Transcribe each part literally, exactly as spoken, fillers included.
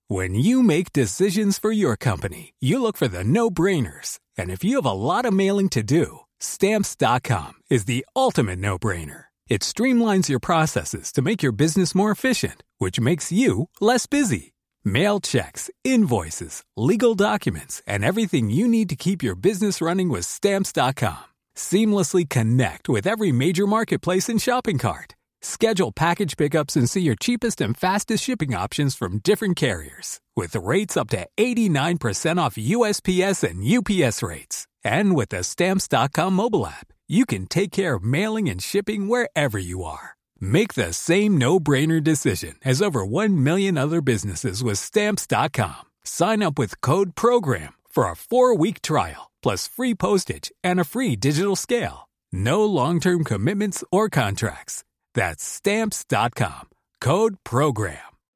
When you make decisions for your company, you look for the no-brainers. And if you have a lot of mailing to do, Stamps dot com is the ultimate no-brainer. It streamlines your processes to make your business more efficient, which makes you less busy. Mail checks, invoices, legal documents, and everything you need to keep your business running with Stamps dot com. Seamlessly connect with every major marketplace and shopping cart. Schedule package pickups and see your cheapest and fastest shipping options from different carriers. With rates up to eighty-nine percent off U S P S and U P S rates. And with the Stamps dot com mobile app, you can take care of mailing and shipping wherever you are. Make the same no-brainer decision as over one million other businesses with Stamps dot com. Sign up with code PROGRAM for a four-week trial, plus free postage and a free digital scale. No long-term commitments or contracts. That's Stamps dot com. Code PROGRAM.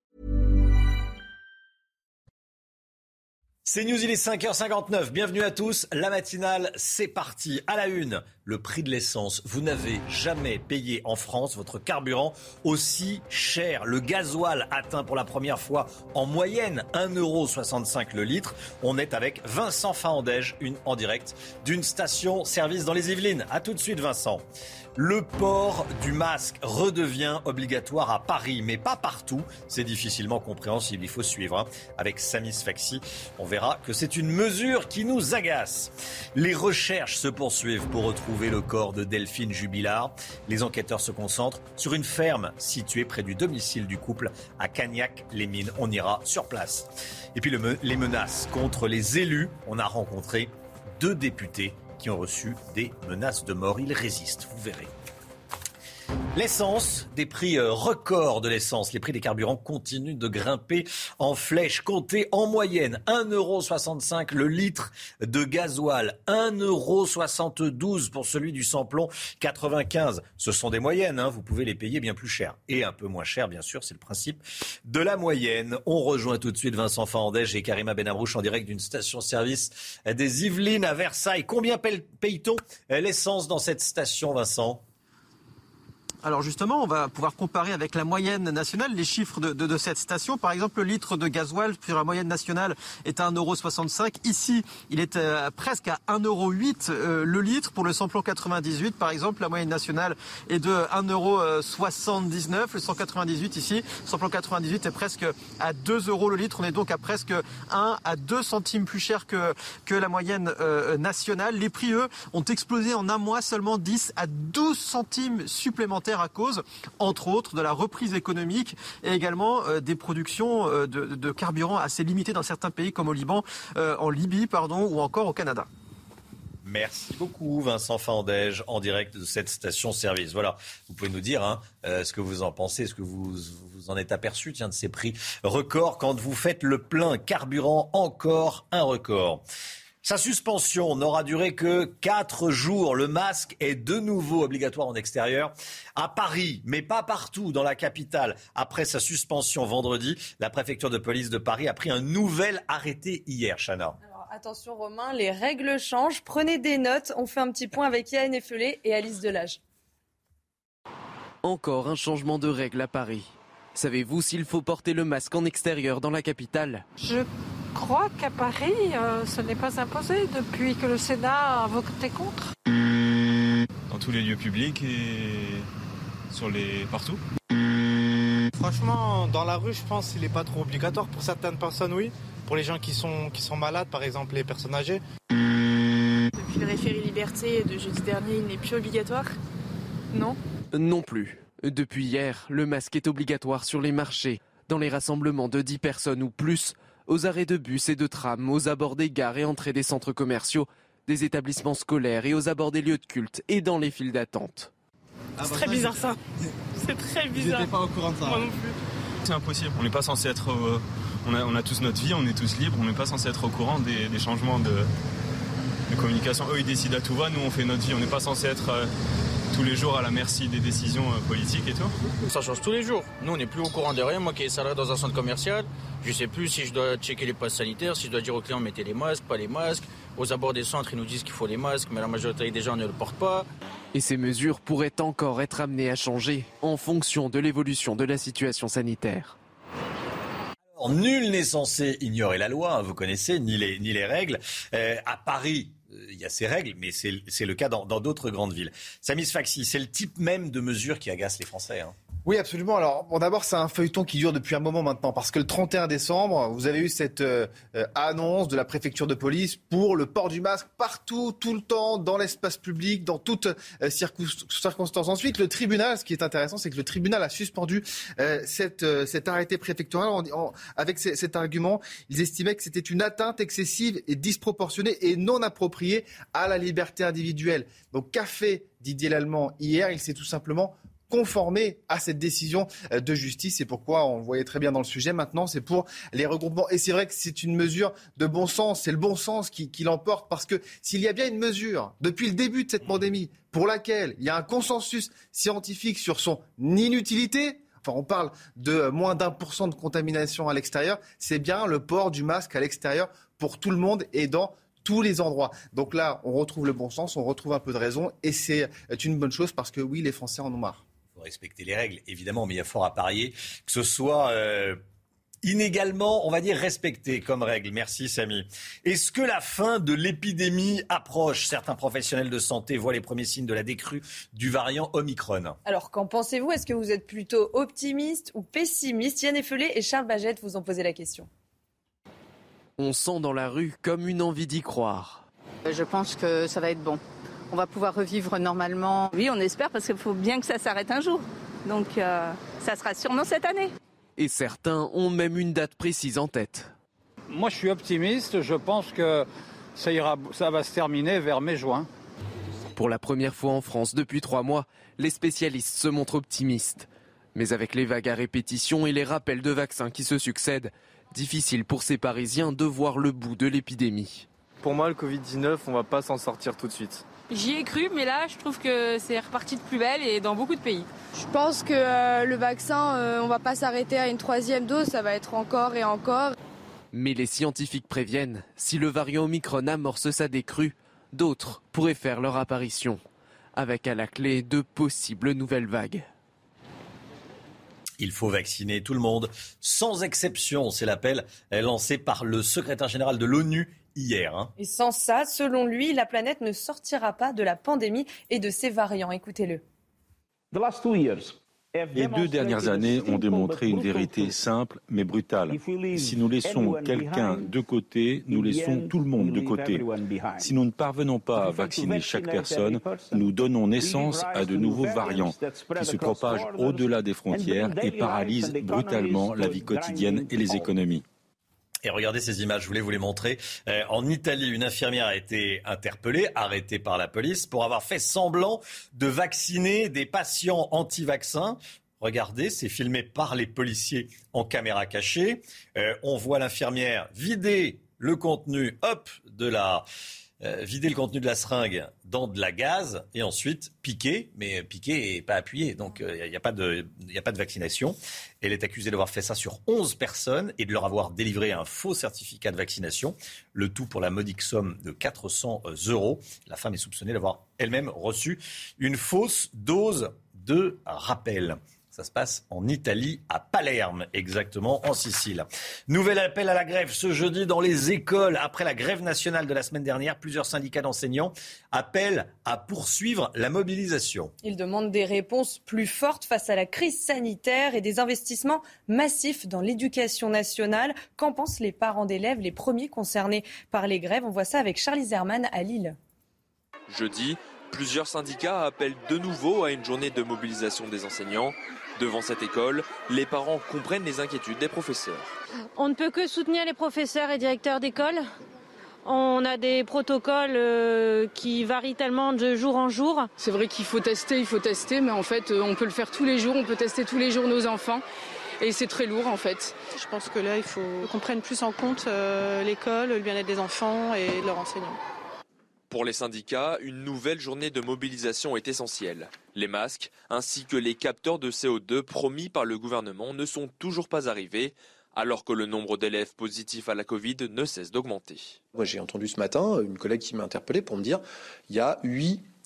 C'est News, il est cinq heures cinquante-neuf. Bienvenue à tous. La matinale, c'est parti. À la une, le prix de l'essence. Vous n'avez jamais payé en France votre carburant aussi cher. Le gasoil atteint pour la première fois en moyenne un euro soixante-cinq le litre. On est avec Vincent Fahandège, une en direct d'une station-service dans les Yvelines. À tout de suite, Vincent. Le port du masque redevient obligatoire à Paris, mais pas partout. C'est difficilement compréhensible, il faut suivre. Hein. Avec Samy Sfaxi, on verra que c'est une mesure qui nous agace. Les recherches se poursuivent pour retrouver le corps de Delphine Jubilard. Les enquêteurs se concentrent sur une ferme située près du domicile du couple à Cagnac-les-Mines. On ira sur place. Et puis le, les menaces contre les élus. On a rencontré deux députés qui ont reçu des menaces de mort. Ils résistent, vous verrez. L'essence, des prix records de l'essence. Les prix des carburants continuent de grimper en flèche. Comptez en moyenne un euro soixante-cinq le litre de gasoil. un euro soixante-douze pour celui du samplon quatre-vingt-quinze. Ce sont des moyennes, hein. Vous pouvez les payer bien plus cher. Et un peu moins cher, bien sûr, c'est le principe de la moyenne. On rejoint tout de suite Vincent Fahandège et Karima Benabrouche en direct d'une station-service des Yvelines à Versailles. Combien paye-t-on l'essence dans cette station, Vincent ? Alors justement, on va pouvoir comparer avec la moyenne nationale les chiffres de, de, de cette station. Par exemple, le litre de gasoil sur la moyenne nationale est à un euro soixante-cinq. Ici, il est euh, presque à un euro huit euh, le litre. Pour le samplon quatre-vingt-dix-huit, par exemple, la moyenne nationale est de un euro soixante-dix-neuf. Le cent quatre-vingt-dix-huit ici, le samplon quatre-vingt-dix-huit est presque à deux euros le litre. On est donc à presque un à deux centimes plus cher que, que la moyenne euh, nationale. Les prix, eux, ont explosé en un mois, seulement dix à douze centimes supplémentaires à cause, entre autres, de la reprise économique et également euh, des productions euh, de, de carburant assez limitées dans certains pays comme au Liban, euh, en Libye, pardon, ou encore au Canada. Merci beaucoup Vincent Fahandège en direct de cette station-service. Voilà, vous pouvez nous dire hein, euh, ce que vous en pensez, ce que vous, vous en êtes aperçu tiens, de ces prix records quand vous faites le plein carburant, encore un record. Sa suspension n'aura duré que quatre jours. Le masque est de nouveau obligatoire en extérieur à Paris, mais pas partout dans la capitale. Après sa suspension vendredi, la préfecture de police de Paris a pris un nouvel arrêté hier, Chana. Alors, attention Romain, les règles changent. Prenez des notes. On fait un petit point avec Yann Effelé et Alice Delage. Encore un changement de règles à Paris. Savez-vous s'il faut porter le masque en extérieur dans la capitale ? Je crois qu'à Paris, euh, ce n'est pas imposé depuis que le Sénat a voté contre. Dans tous les lieux publics et sur les partout. Franchement, dans la rue, je pense qu'il n'est pas trop obligatoire. Pour certaines personnes, oui. Pour les gens qui sont, qui sont malades, par exemple les personnes âgées. Depuis le référé liberté de jeudi dernier, il n'est plus obligatoire ? Non ? Non plus. Depuis hier, le masque est obligatoire sur les marchés, dans les rassemblements de dix personnes ou plus, aux arrêts de bus et de trams, aux abords des gares et entrées des centres commerciaux, des établissements scolaires et aux abords des lieux de culte et dans les files d'attente. C'est très bizarre ça. C'est très bizarre. J'étais pas au courant de ça. Moi non plus. C'est impossible. On n'est pas censé être. Euh, on, a, on a tous notre vie, on est tous libres. On n'est pas censé être au courant des, des changements de, de communication. Eux, ils décident à tout va. Nous, on fait notre vie. On n'est pas censé être euh, tous les jours à la merci des décisions euh, politiques et tout. Ça change tous les jours. Nous, on n'est plus au courant de rien. Moi qui est salarié dans un centre commercial, je sais plus si je dois checker les passes sanitaires, si je dois dire aux clients mettez les masques, pas les masques. Aux abords des centres, ils nous disent qu'il faut les masques, mais la majorité des gens ne le portent pas. Et ces mesures pourraient encore être amenées à changer en fonction de l'évolution de la situation sanitaire. Nul n'est censé ignorer la loi, hein, vous connaissez, ni les, ni les règles. Euh, à Paris, euh, il y a ces règles, mais c'est, c'est le cas dans, dans d'autres grandes villes. Samy Sfaxi, c'est le type même de mesure qui agace les Français. Hein. Oui, absolument. Alors, bon, d'abord, c'est un feuilleton qui dure depuis un moment maintenant, parce que le trente et un décembre, vous avez eu cette euh, annonce de la préfecture de police pour le port du masque partout, tout le temps, dans l'espace public, dans toutes euh, circus- circonstances. Ensuite, le tribunal, ce qui est intéressant, c'est que le tribunal a suspendu euh, cette, euh, cet arrêté préfectoral en, en, avec c- cet argument. Ils estimaient que c'était une atteinte excessive et disproportionnée et non appropriée à la liberté individuelle. Donc, qu'a fait Didier Lallement hier ? Il s'est tout simplement conformé à cette décision de justice. C'est pourquoi, on le voyait très bien dans le sujet, maintenant c'est pour les regroupements. Et c'est vrai que c'est une mesure de bon sens, c'est le bon sens qui, qui l'emporte, parce que s'il y a bien une mesure, depuis le début de cette pandémie, pour laquelle il y a un consensus scientifique sur son inutilité, enfin on parle de moins d'un pour cent de contamination à l'extérieur, c'est bien le port du masque à l'extérieur pour tout le monde et dans tous les endroits. Donc là, on retrouve le bon sens, on retrouve un peu de raison, et c'est une bonne chose parce que oui, les Français en ont marre. Respecter les règles, évidemment, mais il y a fort à parier que ce soit euh, inégalement, on va dire, respecté comme règle. Merci, Samy. Est-ce que la fin de l'épidémie approche ? Certains professionnels de santé voient les premiers signes de la décrue du variant Omicron. Alors, qu'en pensez-vous ? Est-ce que vous êtes plutôt optimiste ou pessimiste ? Yann Effelé et Charles Bagette vous ont posé la question. On sent dans la rue comme une envie d'y croire. Je pense que ça va être bon. On va pouvoir revivre normalement. Oui, on espère, parce qu'il faut bien que ça s'arrête un jour. Donc, euh, ça sera sûrement cette année. Et certains ont même une date précise en tête. Moi, je suis optimiste. Je pense que ça ira, ça va se terminer vers mai-juin. Pour la première fois en France depuis trois mois, les spécialistes se montrent optimistes. Mais avec les vagues à répétition et les rappels de vaccins qui se succèdent, difficile pour ces Parisiens de voir le bout de l'épidémie. Pour moi, le covid dix-neuf, on ne va pas s'en sortir tout de suite. J'y ai cru, mais là, je trouve que c'est reparti de plus belle et dans beaucoup de pays. Je pense que euh, le vaccin, euh, on ne va pas s'arrêter à une troisième dose, ça va être encore et encore. Mais les scientifiques préviennent, si le variant Omicron amorce sa décrue, d'autres pourraient faire leur apparition, avec à la clé de possibles nouvelles vagues. Il faut vacciner tout le monde, sans exception. C'est l'appel lancé par le secrétaire général de l'ONU hier. Hein. Et sans ça, selon lui, la planète ne sortira pas de la pandémie et de ses variants. Écoutez-le. Les deux dernières années ont démontré une vérité simple mais brutale. Si nous laissons quelqu'un de côté, nous laissons tout le monde de côté. Si nous ne parvenons pas à vacciner chaque personne, nous donnons naissance à de nouveaux variants qui se propagent au-delà des frontières et paralysent brutalement la vie quotidienne et les économies. Et regardez ces images, je voulais vous les montrer. Euh, en Italie, une infirmière a été interpellée, arrêtée par la police pour avoir fait semblant de vacciner des patients anti-vaccins. Regardez, c'est filmé par les policiers en caméra cachée. Euh, on voit l'infirmière vider le contenu, hop, de la... Euh, vider le contenu de la seringue dans de la gaz et ensuite piquer, mais piquer et pas appuyer. Donc il euh, n'y a, a pas de, y a pas de vaccination. Elle est accusée d'avoir fait ça sur onze personnes et de leur avoir délivré un faux certificat de vaccination. Le tout pour la modique somme de quatre cents euros. La femme est soupçonnée d'avoir elle-même reçu une fausse dose de rappel. Ça se passe en Italie, à Palerme, exactement, en Sicile. Nouvel appel à la grève ce jeudi dans les écoles. Après la grève nationale de la semaine dernière, plusieurs syndicats d'enseignants appellent à poursuivre la mobilisation. Ils demandent des réponses plus fortes face à la crise sanitaire et des investissements massifs dans l'éducation nationale. Qu'en pensent les parents d'élèves, les premiers concernés par les grèves ? On voit ça avec Charlie Zerman à Lille. Jeudi, plusieurs syndicats appellent de nouveau à une journée de mobilisation des enseignants. Devant cette école, les parents comprennent les inquiétudes des professeurs. On ne peut que soutenir les professeurs et directeurs d'école. On a des protocoles euh, qui varient tellement de jour en jour. C'est vrai qu'il faut tester, il faut tester, mais en fait, on peut le faire tous les jours, on peut tester tous les jours nos enfants. Et c'est très lourd en fait. Je pense que là, il faut qu'on prenne plus en compte euh, l'école, le bien-être des enfants et de leurs enseignants. Pour les syndicats, une nouvelle journée de mobilisation est essentielle. Les masques, ainsi que les capteurs de C O deux promis par le gouvernement ne sont toujours pas arrivés, alors que le nombre d'élèves positifs à la Covid ne cesse d'augmenter. Moi, j'ai entendu ce matin une collègue qui m'a interpellé pour me dire qu'il y a huit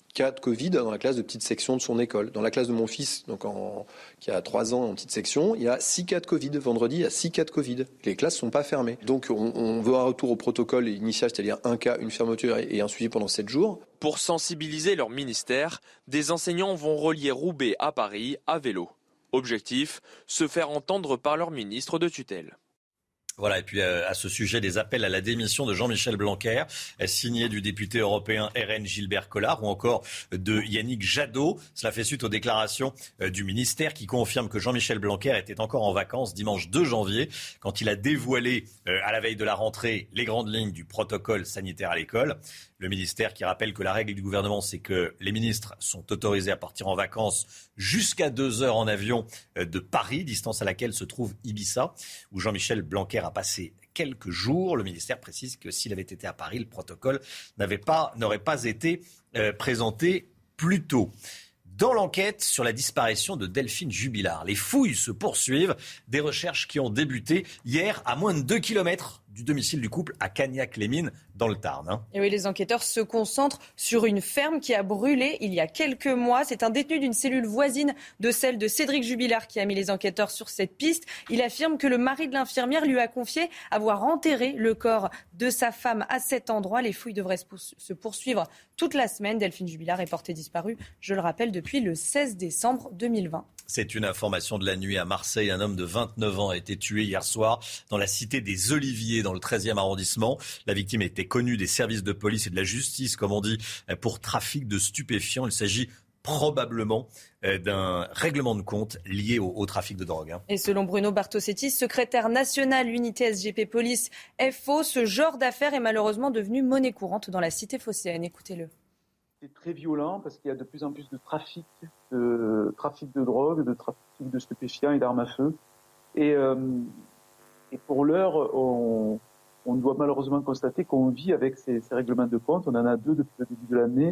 cas de Covid dans la classe de petite section de son école. Dans la classe de mon fils, donc en, qui a trois ans en petite section, il y a six cas de Covid. Vendredi, il y a six cas de Covid. Les classes ne sont pas fermées. Donc on, on veut un retour au protocole initial, c'est-à-dire un cas, une fermeture et un suivi pendant sept jours. Pour sensibiliser leur ministère, des enseignants vont relier Roubaix à Paris à vélo. Objectif, se faire entendre par leur ministre de tutelle. Voilà, et puis euh, à ce sujet, des appels à la démission de Jean-Michel Blanquer, euh, signé du député européen R N Gilbert Collard, ou encore de Yannick Jadot. Cela fait suite aux déclarations euh, du ministère qui confirme que Jean-Michel Blanquer était encore en vacances dimanche deux janvier, quand il a dévoilé euh, à la veille de la rentrée les grandes lignes du protocole sanitaire à l'école. Le ministère qui rappelle que la règle du gouvernement, c'est que les ministres sont autorisés à partir en vacances jusqu'à deux heures en avion de Paris, distance à laquelle se trouve Ibiza, où Jean-Michel Blanquer a passé quelques jours. Le ministère précise que s'il avait été à Paris, le protocole n'avait pas, n'aurait pas été euh, présenté plus tôt. Dans l'enquête sur la disparition de Delphine Jubilard, les fouilles se poursuivent. Des recherches qui ont débuté hier à moins de deux kilomètres du domicile du couple à Cagnac-les-Mines, dans le Tarn. Hein. Et oui, les enquêteurs se concentrent sur une ferme qui a brûlé il y a quelques mois. C'est un détenu d'une cellule voisine de celle de Cédric Jubilard qui a mis les enquêteurs sur cette piste. Il affirme que le mari de l'infirmière lui a confié avoir enterré le corps de sa femme à cet endroit. Les fouilles devraient se poursuivre toute la semaine. Delphine Jubilard est portée disparue, je le rappelle, depuis le seize décembre deux mille vingt. C'est une information de la nuit à Marseille. Un homme de vingt-neuf ans a été tué hier soir dans la cité des Oliviers, dans le treizième arrondissement. La victime était connue des services de police et de la justice, comme on dit, pour trafic de stupéfiants. Il s'agit probablement d'un règlement de compte lié au, au trafic de drogue. Hein. Et selon Bruno Bartosetti, secrétaire national unité S G P Police F O, ce genre d'affaires est malheureusement devenu monnaie courante dans la cité phocéenne. Écoutez-le. C'est très violent parce qu'il y a de plus en plus de trafic, de trafic de drogue, de trafic de stupéfiants et d'armes à feu. Et, euh, et pour l'heure, on, on doit malheureusement constater qu'on vit avec ces, ces règlements de compte. On en a deux depuis le début de l'année.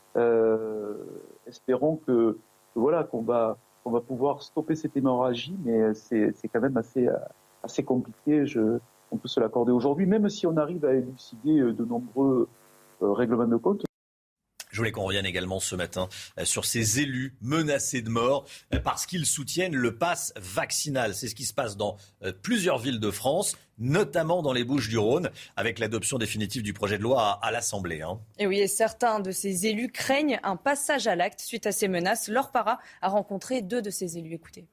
Euh, espérons que, que voilà, qu'on va, qu'on va pouvoir stopper cette hémorragie, mais c'est, c'est quand même assez, assez compliqué. Je, on peut se l'accorder aujourd'hui, même si on arrive à élucider de nombreux euh, règlements de compte. Je voulais qu'on revienne également ce matin sur ces élus menacés de mort parce qu'ils soutiennent le pass vaccinal. C'est ce qui se passe dans plusieurs villes de France, notamment dans les Bouches-du-Rhône, avec l'adoption définitive du projet de loi à, à l'Assemblée. Hein. Et oui, et certains de ces élus craignent un passage à l'acte suite à ces menaces. Laure Para a rencontré deux de ces élus. Écoutez.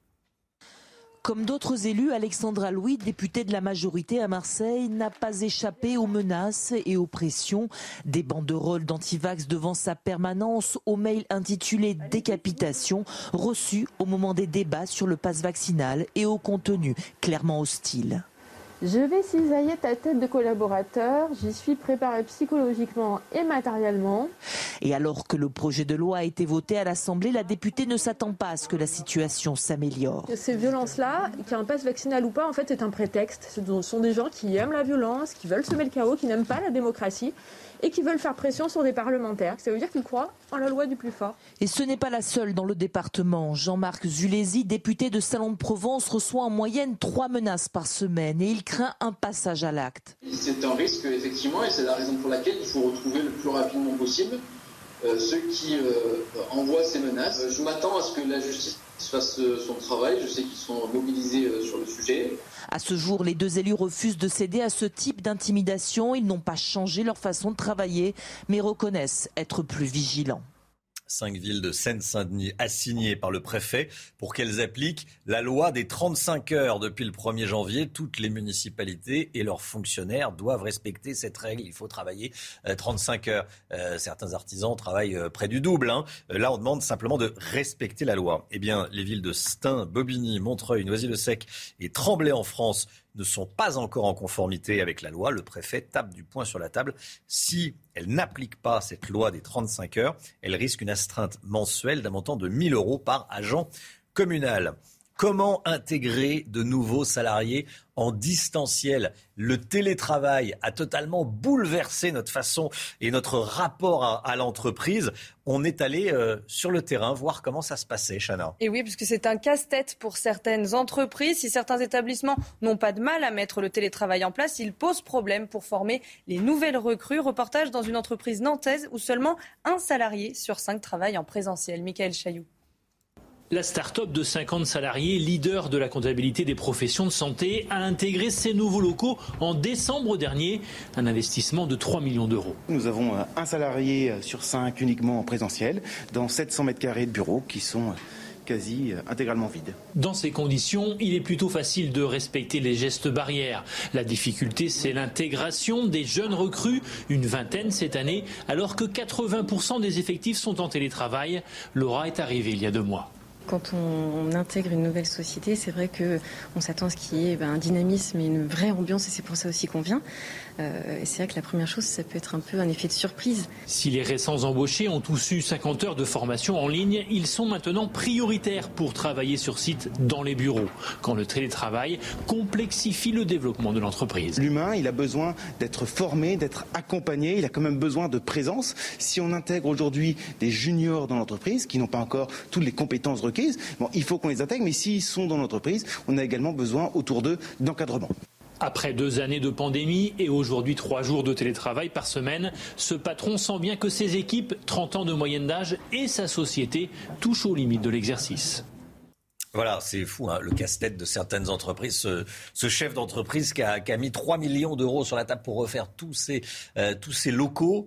Comme d'autres élus, Alexandra Louis, députée de la majorité à Marseille, n'a pas échappé aux menaces et aux pressions. Des banderoles d'antivax devant sa permanence, aux mails intitulés « Décapitation » reçus au moment des débats sur le pass vaccinal et au contenu clairement hostile. Je vais cisailler ta tête de collaborateur, j'y suis préparée psychologiquement et matériellement. Et alors que le projet de loi a été voté à l'Assemblée, la députée ne s'attend pas à ce que la situation s'améliore. Ces violences-là, qu'il y ait un pass vaccinal ou pas, en fait, c'est un prétexte. Ce sont des gens qui aiment la violence, qui veulent semer le chaos, qui n'aiment pas la démocratie et qui veulent faire pression sur des parlementaires. Ça veut dire qu'ils croient en la loi du plus fort. Et ce n'est pas la seule dans le département. Jean-Marc Zulesi, député de Salon-de-Provence, reçoit en moyenne trois menaces par semaine et il craint un passage à l'acte. C'est un risque, effectivement, et c'est la raison pour laquelle il faut retrouver le plus rapidement possible euh, ceux qui euh, envoient ces menaces. Je m'attends à ce que la justice fasse son travail. Je sais qu'ils sont mobilisés euh, sur le sujet. À ce jour, les deux élus refusent de céder à ce type d'intimidation. Ils n'ont pas changé leur façon de travailler, mais reconnaissent être plus vigilants. Cinq villes de Seine-Saint-Denis assignées par le préfet pour qu'elles appliquent la loi des trente-cinq heures. Depuis le premier janvier, toutes les municipalités et leurs fonctionnaires doivent respecter cette règle. Il faut travailler trente-cinq heures. Euh, certains artisans travaillent près du double. Hein. Là, on demande simplement de respecter la loi. Eh bien, les villes de Stein, Bobigny, Montreuil, Noisy-le-Sec et Tremblay en France ne sont pas encore en conformité avec la loi. Le préfet tape du poing sur la table. Si elle n'applique pas cette loi des trente-cinq heures, elle risque une astreinte mensuelle d'un montant de mille euros par agent communal. Comment intégrer de nouveaux salariés en distanciel? Le télétravail a totalement bouleversé notre façon et notre rapport à, à l'entreprise. On est allé euh, sur le terrain voir comment ça se passait, Chana. Et oui, puisque c'est un casse-tête pour certaines entreprises. Si certains établissements n'ont pas de mal à mettre le télétravail en place, il pose problème pour former les nouvelles recrues. Reportage dans une entreprise nantaise où seulement un salarié sur cinq travaille en présentiel. Michael Chailloux. La start-up de cinquante salariés, leader de la comptabilité des professions de santé, a intégré ses nouveaux locaux en décembre dernier. Un investissement de trois millions d'euros. Nous avons un salarié sur cinq uniquement en présentiel, dans sept cents mètres carrés de bureaux qui sont quasi intégralement vides. Dans ces conditions, il est plutôt facile de respecter les gestes barrières. La difficulté, c'est l'intégration des jeunes recrues, une vingtaine cette année, alors que quatre-vingts pour cent des effectifs sont en télétravail. Laura est arrivée il y a deux mois. Quand on intègre une nouvelle société, c'est vrai qu'on s'attend à ce qu'il y ait un dynamisme et une vraie ambiance, et c'est pour ça aussi qu'on vient. Euh, et c'est vrai que la première chose, ça peut être un peu un effet de surprise. Si les récents embauchés ont tous eu cinquante heures de formation en ligne, ils sont maintenant prioritaires pour travailler sur site dans les bureaux, quand le télétravail complexifie le développement de l'entreprise. L'humain, il a besoin d'être formé, d'être accompagné, il a quand même besoin de présence. Si on intègre aujourd'hui des juniors dans l'entreprise, qui n'ont pas encore toutes les compétences requises, bon, il faut qu'on les intègre, mais s'ils sont dans l'entreprise, on a également besoin autour d'eux d'encadrement. Après deux années de pandémie et aujourd'hui trois jours de télétravail par semaine, ce patron sent bien que ses équipes, trente ans de moyenne d'âge, et sa société touchent aux limites de l'exercice. Voilà, c'est fou, hein, le casse-tête de certaines entreprises. Ce, ce chef d'entreprise qui a, qui a mis trois millions d'euros sur la table pour refaire tous ces, euh, tous ces locaux.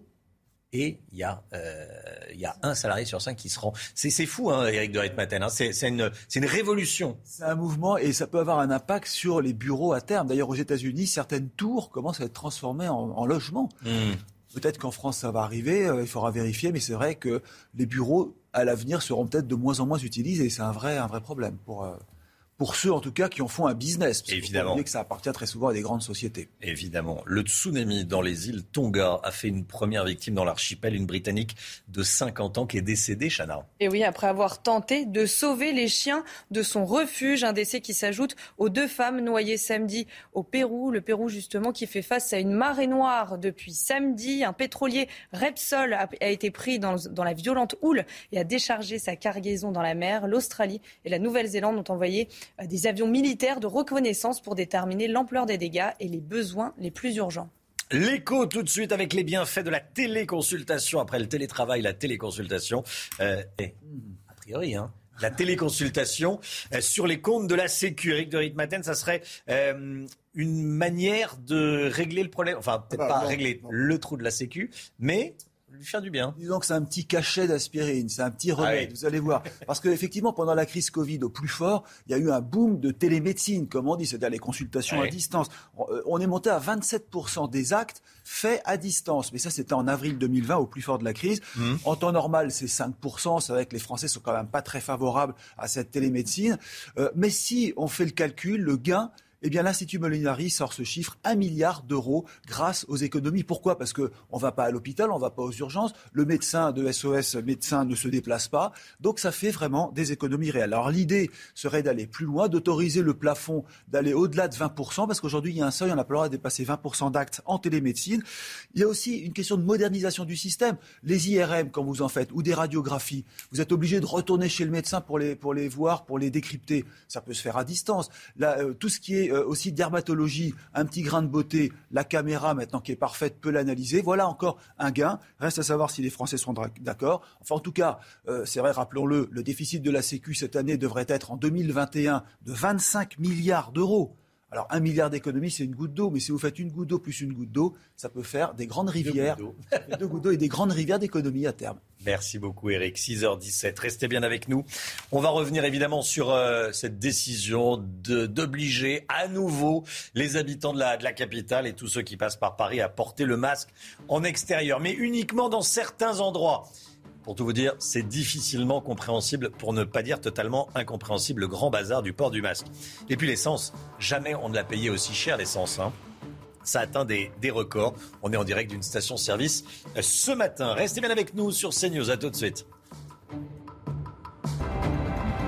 Et il y, euh, y a un salarié sur cinq qui se rend. C'est, c'est fou, hein, Éric de Ritmaten. Hein. C'est, c'est, une, c'est une révolution. C'est un mouvement et ça peut avoir un impact sur les bureaux à terme. D'ailleurs, aux États-Unis, certaines tours commencent à être transformées en, en logements. Mmh. Peut-être qu'en France, ça va arriver. Euh, il faudra vérifier. Mais c'est vrai que les bureaux, à l'avenir, seront peut-être de moins en moins utilisés. Et c'est un vrai, un vrai problème pour... Euh, Pour ceux, en tout cas, qui en font un business. Parce Évidemment. Il faut pas oublier que ça appartient très souvent à des grandes sociétés. Évidemment. Le tsunami dans les îles Tonga a fait une première victime dans l'archipel, une Britannique de cinquante ans qui est décédée, Chana. Et oui, après avoir tenté de sauver les chiens de son refuge, un décès qui s'ajoute aux deux femmes noyées samedi au Pérou. Le Pérou, justement, qui fait face à une marée noire depuis samedi. Un pétrolier Repsol a, a été pris dans, dans la violente houle et a déchargé sa cargaison dans la mer. L'Australie et la Nouvelle-Zélande ont envoyé des avions militaires de reconnaissance pour déterminer l'ampleur des dégâts et les besoins les plus urgents. L'écho tout de suite avec les bienfaits de la téléconsultation. Après le télétravail, la téléconsultation. Euh, et, a priori, hein, la téléconsultation euh, sur les comptes de la Sécu. Éric de Ritmaten, ça serait euh, une manière de régler le problème. Enfin, peut-être ah bah, pas non, régler non. le trou de la Sécu, mais... lui faire du bien. Disons que c'est un petit cachet d'aspirine, c'est un petit remède, ah oui. Vous allez voir. Parce qu'effectivement, pendant la crise Covid, au plus fort, il y a eu un boom de télémédecine, comme on dit, c'est-à-dire les consultations ah oui. à distance. On est monté à vingt-sept pour cent des actes faits à distance. Mais ça, c'était en avril deux mille vingt, au plus fort de la crise. Mmh. En temps normal, c'est cinq pour cent. C'est vrai que les Français sont quand même pas très favorables à cette télémédecine. Euh, mais si on fait le calcul, le gain... Eh bien, l'Institut Molinari sort ce chiffre, un milliard d'euros grâce aux économies. Pourquoi ? Parce qu'on ne va pas à l'hôpital, on ne va pas aux urgences. Le médecin de S O S médecin ne se déplace pas. Donc, ça fait vraiment des économies réelles. Alors, l'idée serait d'aller plus loin, d'autoriser le plafond, d'aller au-delà de vingt pour cent, parce qu'aujourd'hui, il y a un seuil, on n'a pas le droit de dépasser vingt pour cent d'actes en télémédecine. Il y a aussi une question de modernisation du système. Les I R M, quand vous en faites, ou des radiographies, vous êtes obligé de retourner chez le médecin pour les, pour les voir, pour les décrypter. Ça peut se faire à distance. Là, euh, tout ce qui est aussi dermatologie, un petit grain de beauté, la caméra maintenant qui est parfaite peut l'analyser. Voilà encore un gain. Reste à savoir si les Français sont d'accord. Enfin, en tout cas, euh, c'est vrai, rappelons-le, le déficit de la Sécu cette année devrait être en deux mille vingt et un de vingt-cinq milliards d'euros. Alors, un milliard d'économies, c'est une goutte d'eau, mais si vous faites une goutte d'eau plus une goutte d'eau, ça peut faire des grandes rivières, deux gouttes d'eau, deux gouttes d'eau et des grandes rivières d'économies à terme. Merci beaucoup, Éric. six heures dix-sept. Restez bien avec nous. On va revenir évidemment sur euh, cette décision de, d'obliger à nouveau les habitants de la, de la capitale et tous ceux qui passent par Paris à porter le masque en extérieur, mais uniquement dans certains endroits. Pour tout vous dire, c'est difficilement compréhensible, pour ne pas dire totalement incompréhensible, le grand bazar du port du masque. Et puis l'essence, jamais on ne l'a payé aussi cher, l'essence. Hein. Ça atteint des, des records. On est en direct d'une station-service ce matin. Restez bien avec nous sur CNews. À tout de suite.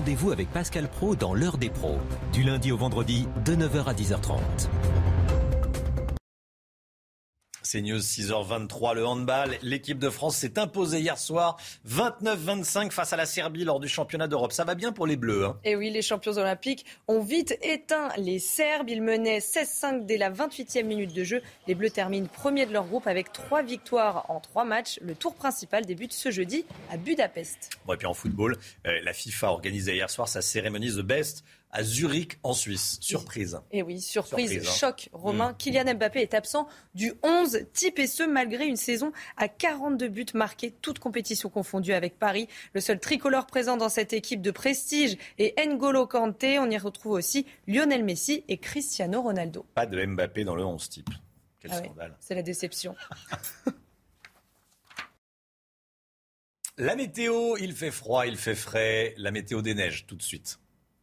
rendez-vous avec Pascal Praud dans l'heure des pros, du lundi au vendredi de neuf heures à dix heures trente. C'est News, six heures vingt-trois, le handball. L'équipe de France s'est imposée hier soir vingt-neuf vingt-cinq face à la Serbie lors du championnat d'Europe. Ça va bien pour les Bleus. Hein. Et oui, les champions olympiques ont vite éteint les Serbes. Ils menaient seize cinq dès la vingt-huitième minute de jeu. Les Bleus terminent premiers de leur groupe avec trois victoires en trois matchs. Le tour principal débute ce jeudi à Budapest. Bon, et puis en football, euh, la FIFA a organisé hier soir sa cérémonie The Best à Zurich, en Suisse. Surprise. Et oui, surprise, surprise hein. Choc, Romain. Mmh. Kylian Mbappé est absent du onze type et ce, malgré une saison à quarante-deux buts marqués, toutes compétitions confondues avec Paris. Le seul tricolore présent dans cette équipe de prestige est N'Golo Kanté. On y retrouve aussi Lionel Messi et Cristiano Ronaldo. Pas de Mbappé dans le onze type. Quel ah scandale. Ouais, c'est la déception. La météo, il fait froid, il fait frais. La météo des neiges, tout de suite.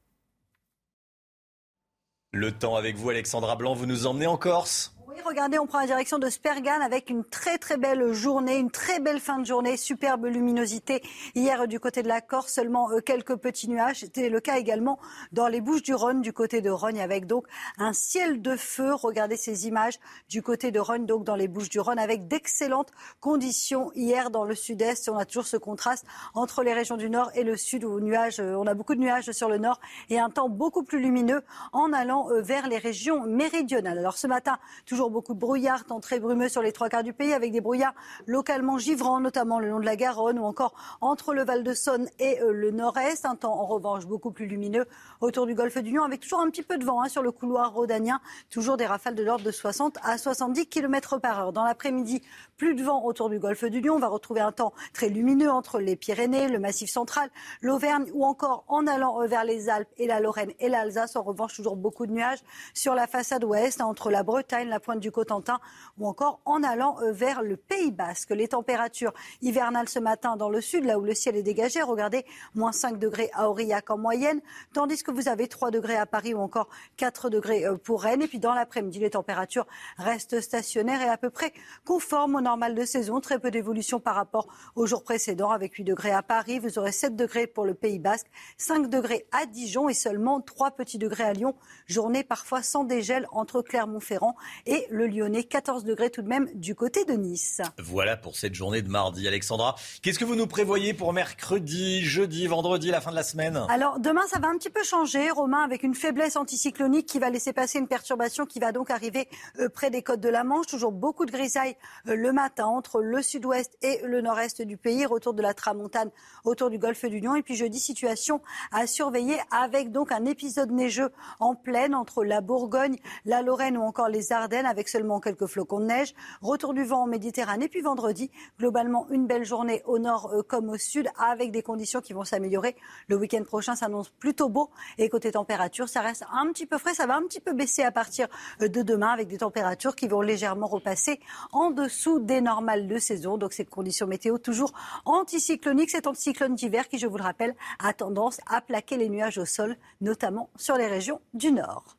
Le temps avec vous, Alexandra Blanc, vous nous emmenez en Corse. Oui, regardez, on prend la direction de Spergane avec une très très belle journée, une très belle fin de journée, superbe luminosité. Hier du côté de la Corse, seulement quelques petits nuages. C'était le cas également dans les Bouches-du-Rhône, du côté de Rognes, avec donc un ciel de feu. Regardez ces images du côté de Rognes, donc dans les Bouches-du-Rhône, avec d'excellentes conditions hier dans le sud-est. On a toujours ce contraste entre les régions du nord et le sud où nuages, on a beaucoup de nuages sur le nord et un temps beaucoup plus lumineux en allant vers les régions méridionales. Alors ce matin, toujours beaucoup de brouillard, temps très brumeux sur les trois quarts du pays, avec des brouillards localement givrants, notamment le long de la Garonne ou encore entre le Val-de-Saône et euh, le nord-est. Un temps en revanche beaucoup plus lumineux autour du golfe du Lion, avec toujours un petit peu de vent hein, sur le couloir rhodanien, toujours des rafales de l'ordre de soixante à soixante-dix kilomètres par heure. Dans l'après-midi, plus de vent autour du golfe du Lion. On va retrouver un temps très lumineux entre les Pyrénées, le Massif central, l'Auvergne ou encore en allant vers les Alpes et la Lorraine et l'Alsace. En revanche, toujours beaucoup de nuages sur la façade ouest, entre la Bretagne, la pointe du Cotentin ou encore en allant vers le Pays Basque. Les températures hivernales ce matin dans le sud, là où le ciel est dégagé, regardez, moins cinq degrés à Aurillac en moyenne, tandis que vous avez trois degrés à Paris ou encore quatre degrés pour Rennes. Et puis dans l'après-midi, les températures restent stationnaires et à peu près conformes au normal de saison. Très peu d'évolution par rapport aux jours précédents, avec huit degrés à Paris, vous aurez sept degrés pour le Pays Basque, cinq degrés à Dijon et seulement trois petits degrés à Lyon. Journée parfois sans dégel entre Clermont-Ferrand et le Lyonnais, quatorze degrés tout de même du côté de Nice. Voilà pour cette journée de mardi. Alexandra, qu'est-ce que vous nous prévoyez pour mercredi, jeudi, vendredi, la fin de la semaine ? Alors demain, ça va un petit peu changer, Romain, avec une faiblesse anticyclonique qui va laisser passer une perturbation qui va donc arriver euh, près des côtes de la Manche. Toujours beaucoup de grisailles euh, le matin entre le sud-ouest et le nord-est du pays. Retour de la tramontane autour du golfe du Lion. Et puis jeudi, situation à surveiller avec donc un épisode neigeux en plaine entre la Bourgogne, la Lorraine ou encore les Ardennes, avec seulement quelques flocons de neige. Retour du vent en Méditerranée. Puis vendredi, globalement une belle journée au nord euh, comme au sud, avec des conditions qui vont s'améliorer. Le week-end prochain s'annonce plutôt beau. Et côté température, ça reste un petit peu frais. Ça va un petit peu baisser à partir de demain, avec des températures qui vont légèrement repasser en dessous des normales de saison. Donc cette condition météo toujours anticyclonique. Cet anticyclone d'hiver qui, je vous le rappelle, a tendance à plaquer les nuages au sol, notamment sur les régions du nord.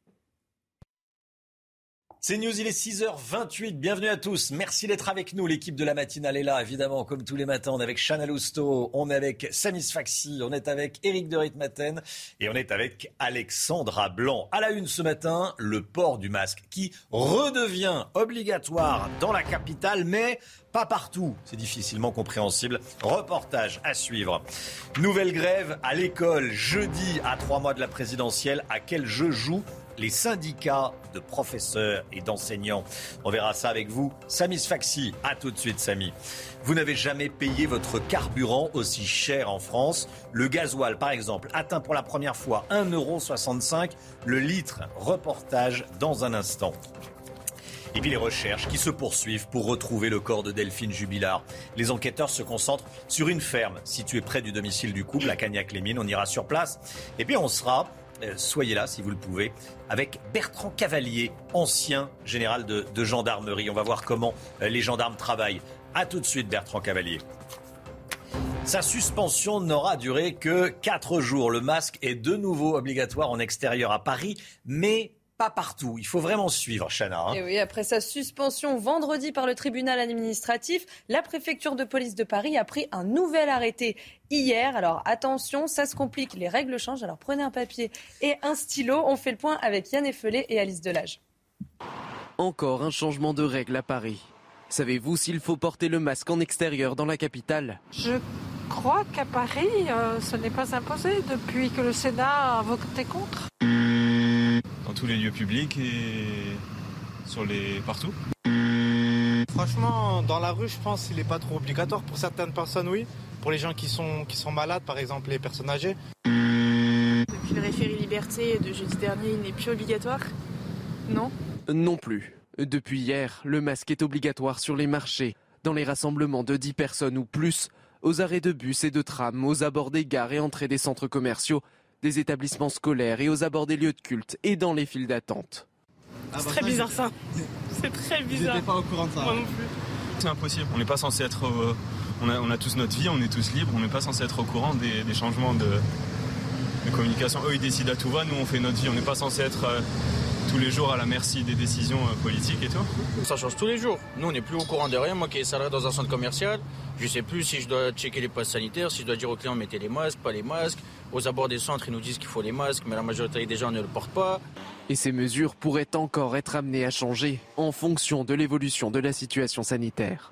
C'est News, il est six heures vingt-huit. Bienvenue à tous. Merci d'être avec nous. L'équipe de la matinale est là, évidemment, comme tous les matins. On est avec Chana Lousteau, on est avec Samy Sfaxi, on est avec Éric de Ritmaten et on est avec Alexandra Blanc. À la une ce matin, le port du masque qui redevient obligatoire dans la capitale, mais pas partout. C'est difficilement compréhensible. Reportage à suivre. Nouvelle grève à l'école jeudi à trois mois de la présidentielle. À quel jeu jouent les syndicats de professeurs et d'enseignants? On verra ça avec vous. Samy Sfaxi, à tout de suite Samy. Vous n'avez jamais payé votre carburant aussi cher en France. Le gasoil, par exemple, atteint pour la première fois un euro soixante-cinq le litre. Reportage dans un instant. Et puis les recherches qui se poursuivent pour retrouver le corps de Delphine Jubilard. Les enquêteurs se concentrent sur une ferme située près du domicile du couple à Cagnac-les-Mines. On ira sur place. Et puis on sera... Euh, soyez là si vous le pouvez, avec Bertrand Cavalier, ancien général de, de gendarmerie. On va voir comment euh, les gendarmes travaillent. A tout de suite, Bertrand Cavalier. Sa suspension n'aura duré que quatre jours. Le masque est de nouveau obligatoire en extérieur à Paris, mais pas partout. Il faut vraiment suivre, Chana. Hein. Et oui, après sa suspension vendredi par le tribunal administratif, la préfecture de police de Paris a pris un nouvel arrêté hier. Alors attention, ça se complique, les règles changent. Alors prenez un papier et un stylo. On fait le point avec Yann Effelé et Alice Delage. Encore un changement de règles à Paris. Savez-vous s'il faut porter le masque en extérieur dans la capitale ? Je crois qu'à Paris, euh, ce n'est pas imposé depuis que le Sénat a voté contre. Dans tous les lieux publics et sur les partout. Franchement, dans la rue, je pense qu'il n'est pas trop obligatoire. Pour certaines personnes, oui. Pour les gens qui sont, qui sont malades, par exemple les personnes âgées. Depuis le référé liberté de jeudi dernier, il n'est plus obligatoire ? Non ? Non plus. Depuis hier, le masque est obligatoire sur les marchés, dans les rassemblements de dix personnes ou plus, aux arrêts de bus et de trams, aux abords des gares et entrées des centres commerciaux, des établissements scolaires et aux abords des lieux de culte et dans les files d'attente. C'est très bizarre ça. C'est très bizarre. J'étais pas au courant de ça. Moi non plus. C'est impossible. On n'est pas censé être. Euh, on, a, on a tous notre vie, on est tous libres. On n'est pas censé être au courant des, des changements de, de communication. Eux, ils décident à tout va. Nous, on fait notre vie. On n'est pas censé être euh, tous les jours à la merci des décisions euh, politiques et tout. Ça change tous les jours. Nous, on n'est plus au courant de rien. Moi qui est salarié dans un centre commercial, je sais plus si je dois checker les passes sanitaires, si je dois dire aux clients mettez les masques, pas les masques. Aux abords des centres, ils nous disent qu'il faut les masques, mais la majorité des gens ne le portent pas. Et ces mesures pourraient encore être amenées à changer en fonction de l'évolution de la situation sanitaire.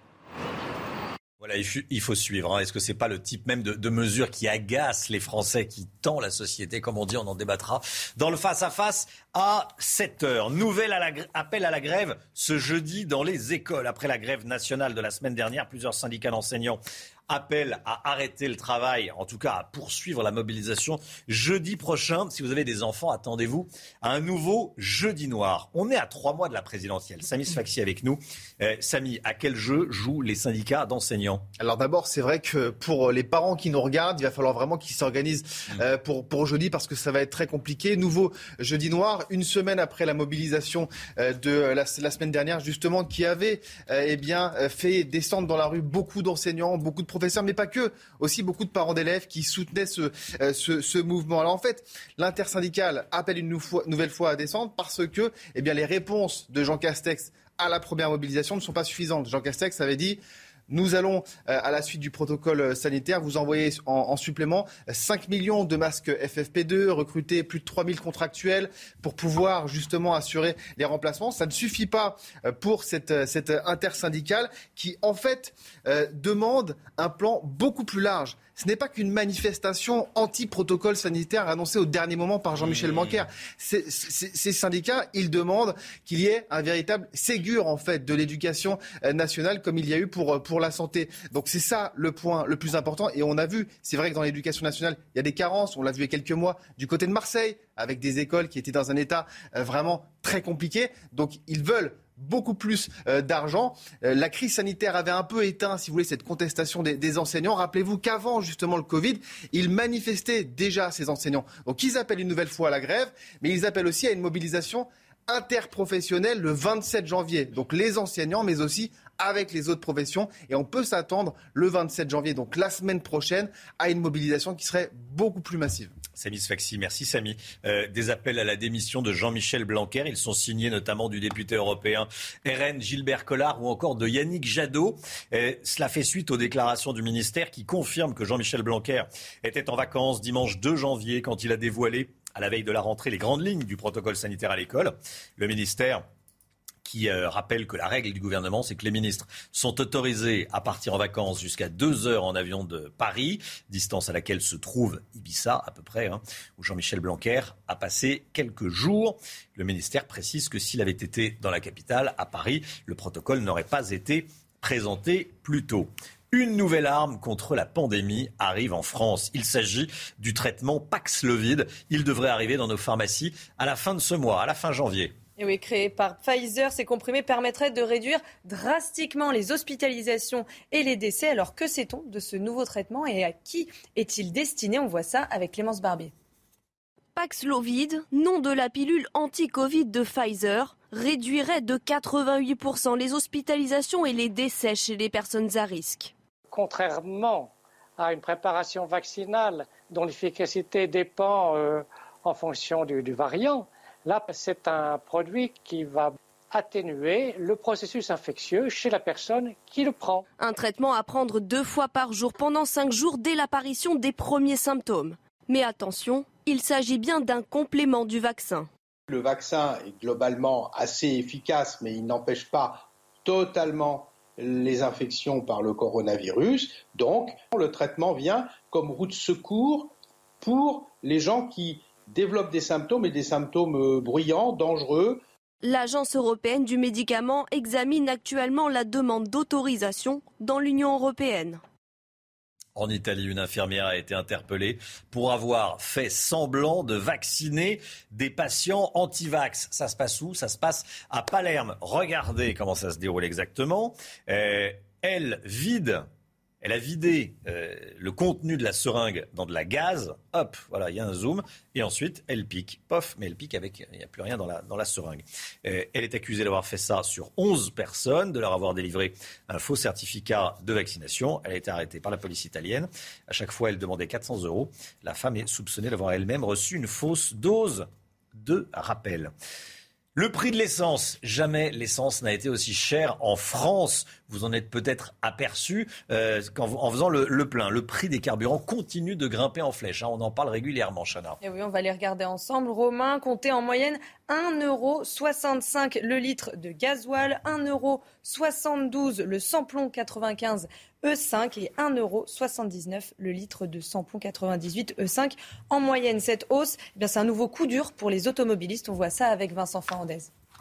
Voilà, il faut suivre. Hein. Est-ce que c'est pas le type même de, de mesure qui agace les Français, qui tend la société, comme on dit, on en débattra dans le face-à-face à sept heures. Nouvel à la, appel à la grève ce jeudi dans les écoles. Après la grève nationale de la semaine dernière, plusieurs syndicats d'enseignants appellent à arrêter le travail, en tout cas à poursuivre la mobilisation jeudi prochain. Si vous avez des enfants, attendez-vous à un nouveau jeudi noir. On est à trois mois de la présidentielle. Samy Sfaxi avec nous. Euh, Samy, à quel jeu jouent les syndicats d'enseignants ? Alors d'abord, c'est vrai que pour les parents qui nous regardent, il va falloir vraiment qu'ils s'organisent euh, pour, pour jeudi parce que ça va être très compliqué. Nouveau jeudi noir, une semaine après la mobilisation euh, de la, la semaine dernière, justement, qui avait euh, eh bien, fait descendre dans la rue beaucoup d'enseignants, beaucoup de professeurs, mais pas que, aussi beaucoup de parents d'élèves qui soutenaient ce, euh, ce, ce mouvement. Alors en fait, l'intersyndicale appelle une nouvelle fois à descendre parce que eh bien, les réponses de Jean Castex à la première mobilisation ne sont pas suffisantes. Jean Castex avait dit « Nous allons, euh, à la suite du protocole sanitaire, vous envoyer en, en supplément cinq millions de masques F F P deux, recruter plus de trois mille contractuels pour pouvoir justement assurer les remplacements. » Ça ne suffit pas pour cette, cette intersyndicale qui, en fait, euh, demande un plan beaucoup plus large. Ce n'est pas qu'une manifestation anti-protocole sanitaire annoncée au dernier moment par Jean-Michel Blanquer. Ces, ces, ces syndicats, ils demandent qu'il y ait un véritable Ségur en fait de l'éducation nationale comme il y a eu pour pour la santé. Donc c'est ça le point le plus important. Et on a vu, c'est vrai que dans l'éducation nationale, il y a des carences. On l'a vu il y a quelques mois du côté de Marseille avec des écoles qui étaient dans un état vraiment très compliqué. Donc ils veulent beaucoup plus euh, d'argent. Euh, la crise sanitaire avait un peu éteint, si vous voulez, cette contestation des, des enseignants. Rappelez-vous qu'avant, justement, le Covid, ils manifestaient déjà, ces enseignants. Donc, ils appellent une nouvelle fois à la grève, mais ils appellent aussi à une mobilisation interprofessionnelle le vingt-sept janvier. Donc, les enseignants, mais aussi avec les autres professions. Et on peut s'attendre le vingt-sept janvier, donc la semaine prochaine, à une mobilisation qui serait beaucoup plus massive. Samy Sfaxi, merci Samy. Euh, des appels à la démission de Jean-Michel Blanquer. Ils sont signés notamment du député européen R N Gilbert Collard ou encore de Yannick Jadot. Euh, cela fait suite aux déclarations du ministère qui confirment que Jean-Michel Blanquer était en vacances dimanche deux janvier quand il a dévoilé à la veille de la rentrée les grandes lignes du protocole sanitaire à l'école. Le ministère qui euh, rappelle que la règle du gouvernement, c'est que les ministres sont autorisés à partir en vacances jusqu'à deux heures en avion de Paris, distance à laquelle se trouve Ibiza à peu près, hein, où Jean-Michel Blanquer a passé quelques jours. Le ministère précise que s'il avait été dans la capitale, à Paris, le protocole n'aurait pas été présenté plus tôt. Une nouvelle arme contre la pandémie arrive en France. Il s'agit du traitement Paxlovid. Il devrait arriver dans nos pharmacies à la fin de ce mois, à la fin janvier. Et oui, créé par Pfizer, ces comprimés permettraient de réduire drastiquement les hospitalisations et les décès. Alors que sait-on de ce nouveau traitement et à qui est-il destiné ? On voit ça avec Clémence Barbier. Paxlovid, nom de la pilule anti-Covid de Pfizer, réduirait de quatre-vingt-huit pour cent les hospitalisations et les décès chez les personnes à risque. Contrairement à une préparation vaccinale dont l'efficacité dépend euh, en fonction du, du variant, Là, c'est un produit qui va atténuer le processus infectieux chez la personne qui le prend. Un traitement à prendre deux fois par jour pendant cinq jours dès l'apparition des premiers symptômes. Mais attention, il s'agit bien d'un complément du vaccin. Le vaccin est globalement assez efficace, mais il n'empêche pas totalement les infections par le coronavirus. Donc, le traitement vient comme roue de secours pour les gens qui développent des symptômes et des symptômes bruyants, dangereux. L'Agence européenne du médicament examine actuellement la demande d'autorisation dans l'Union européenne. En Italie, une infirmière a été interpellée pour avoir fait semblant de vacciner des patients anti-vax. Ça se passe où ? Ça se passe à Palerme. Regardez comment ça se déroule exactement. Euh, elle vide, elle a vidé euh, le contenu de la seringue dans de la gaz. Hop, voilà, il y a un zoom. Et ensuite, elle pique. Pof, mais elle pique avec, il n'y a plus rien dans la, dans la seringue. Euh, elle est accusée d'avoir fait ça sur onze personnes, de leur avoir délivré un faux certificat de vaccination. Elle a été arrêtée par la police italienne. À chaque fois, elle demandait quatre cents euros. La femme est soupçonnée d'avoir elle-même reçu une fausse dose de rappel. Le prix de l'essence. Jamais l'essence n'a été aussi chère en France. Vous en êtes peut-être aperçu euh, quand vous, en faisant le, le plein. Le prix des carburants continue de grimper en flèche. Hein. On en parle régulièrement, Chana. Et oui, on va les regarder ensemble. Romain, comptez en moyenne un euro soixante-cinq le litre de gasoil, un euro soixante-douze le samplon quatre-vingt-quinze E cinq et un euro soixante-dix-neuf le litre de samplon quatre-vingt-dix-huit E cinq. En moyenne, cette hausse, eh bien, c'est un nouveau coup dur pour les automobilistes. On voit ça avec Vincent Fernandez.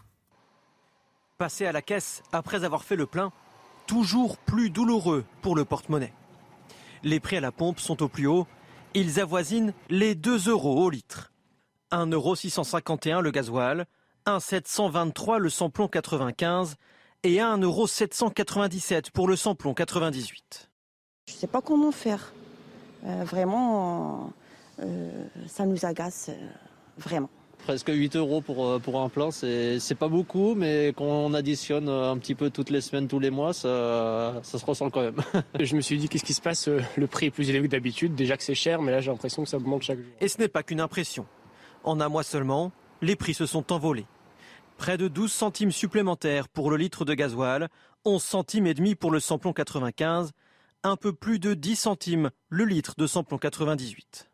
Passer à la caisse après avoir fait le plein, toujours plus douloureux pour le porte-monnaie. Les prix à la pompe sont au plus haut. Ils avoisinent les deux euros au litre. un euro six cent cinquante et un le gasoil, un euro sept cent vingt-trois le samplon quatre-vingt-quinze et un euro sept cent quatre-vingt-dix-sept pour le samplon quatre-vingt-dix-huit. Je ne sais pas comment faire. Euh, vraiment, euh, ça nous agace, euh, vraiment. Presque huit euros pour, pour un plein, c'est, c'est pas beaucoup, mais quand on additionne un petit peu toutes les semaines, tous les mois, ça, ça se ressent quand même. Je me suis dit, qu'est-ce qui se passe ? Le prix est plus élevé que d'habitude. Déjà que c'est cher, mais là j'ai l'impression que ça augmente chaque jour. Et ce n'est pas qu'une impression. En un mois seulement, les prix se sont envolés. Près de douze centimes supplémentaires pour le litre de gasoil, onze centimes et demi pour le samplon quatre-vingt-quinze, un peu plus de dix centimes le litre de samplon quatre-vingt-dix-huit.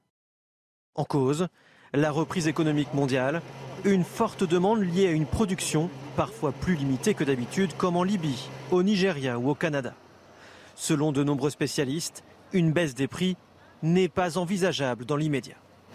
En cause, la reprise économique mondiale, une forte demande liée à une production parfois plus limitée que d'habitude, comme en Libye, au Nigeria ou au Canada. Selon de nombreux spécialistes, une baisse des prix n'est pas envisageable dans l'immédiat.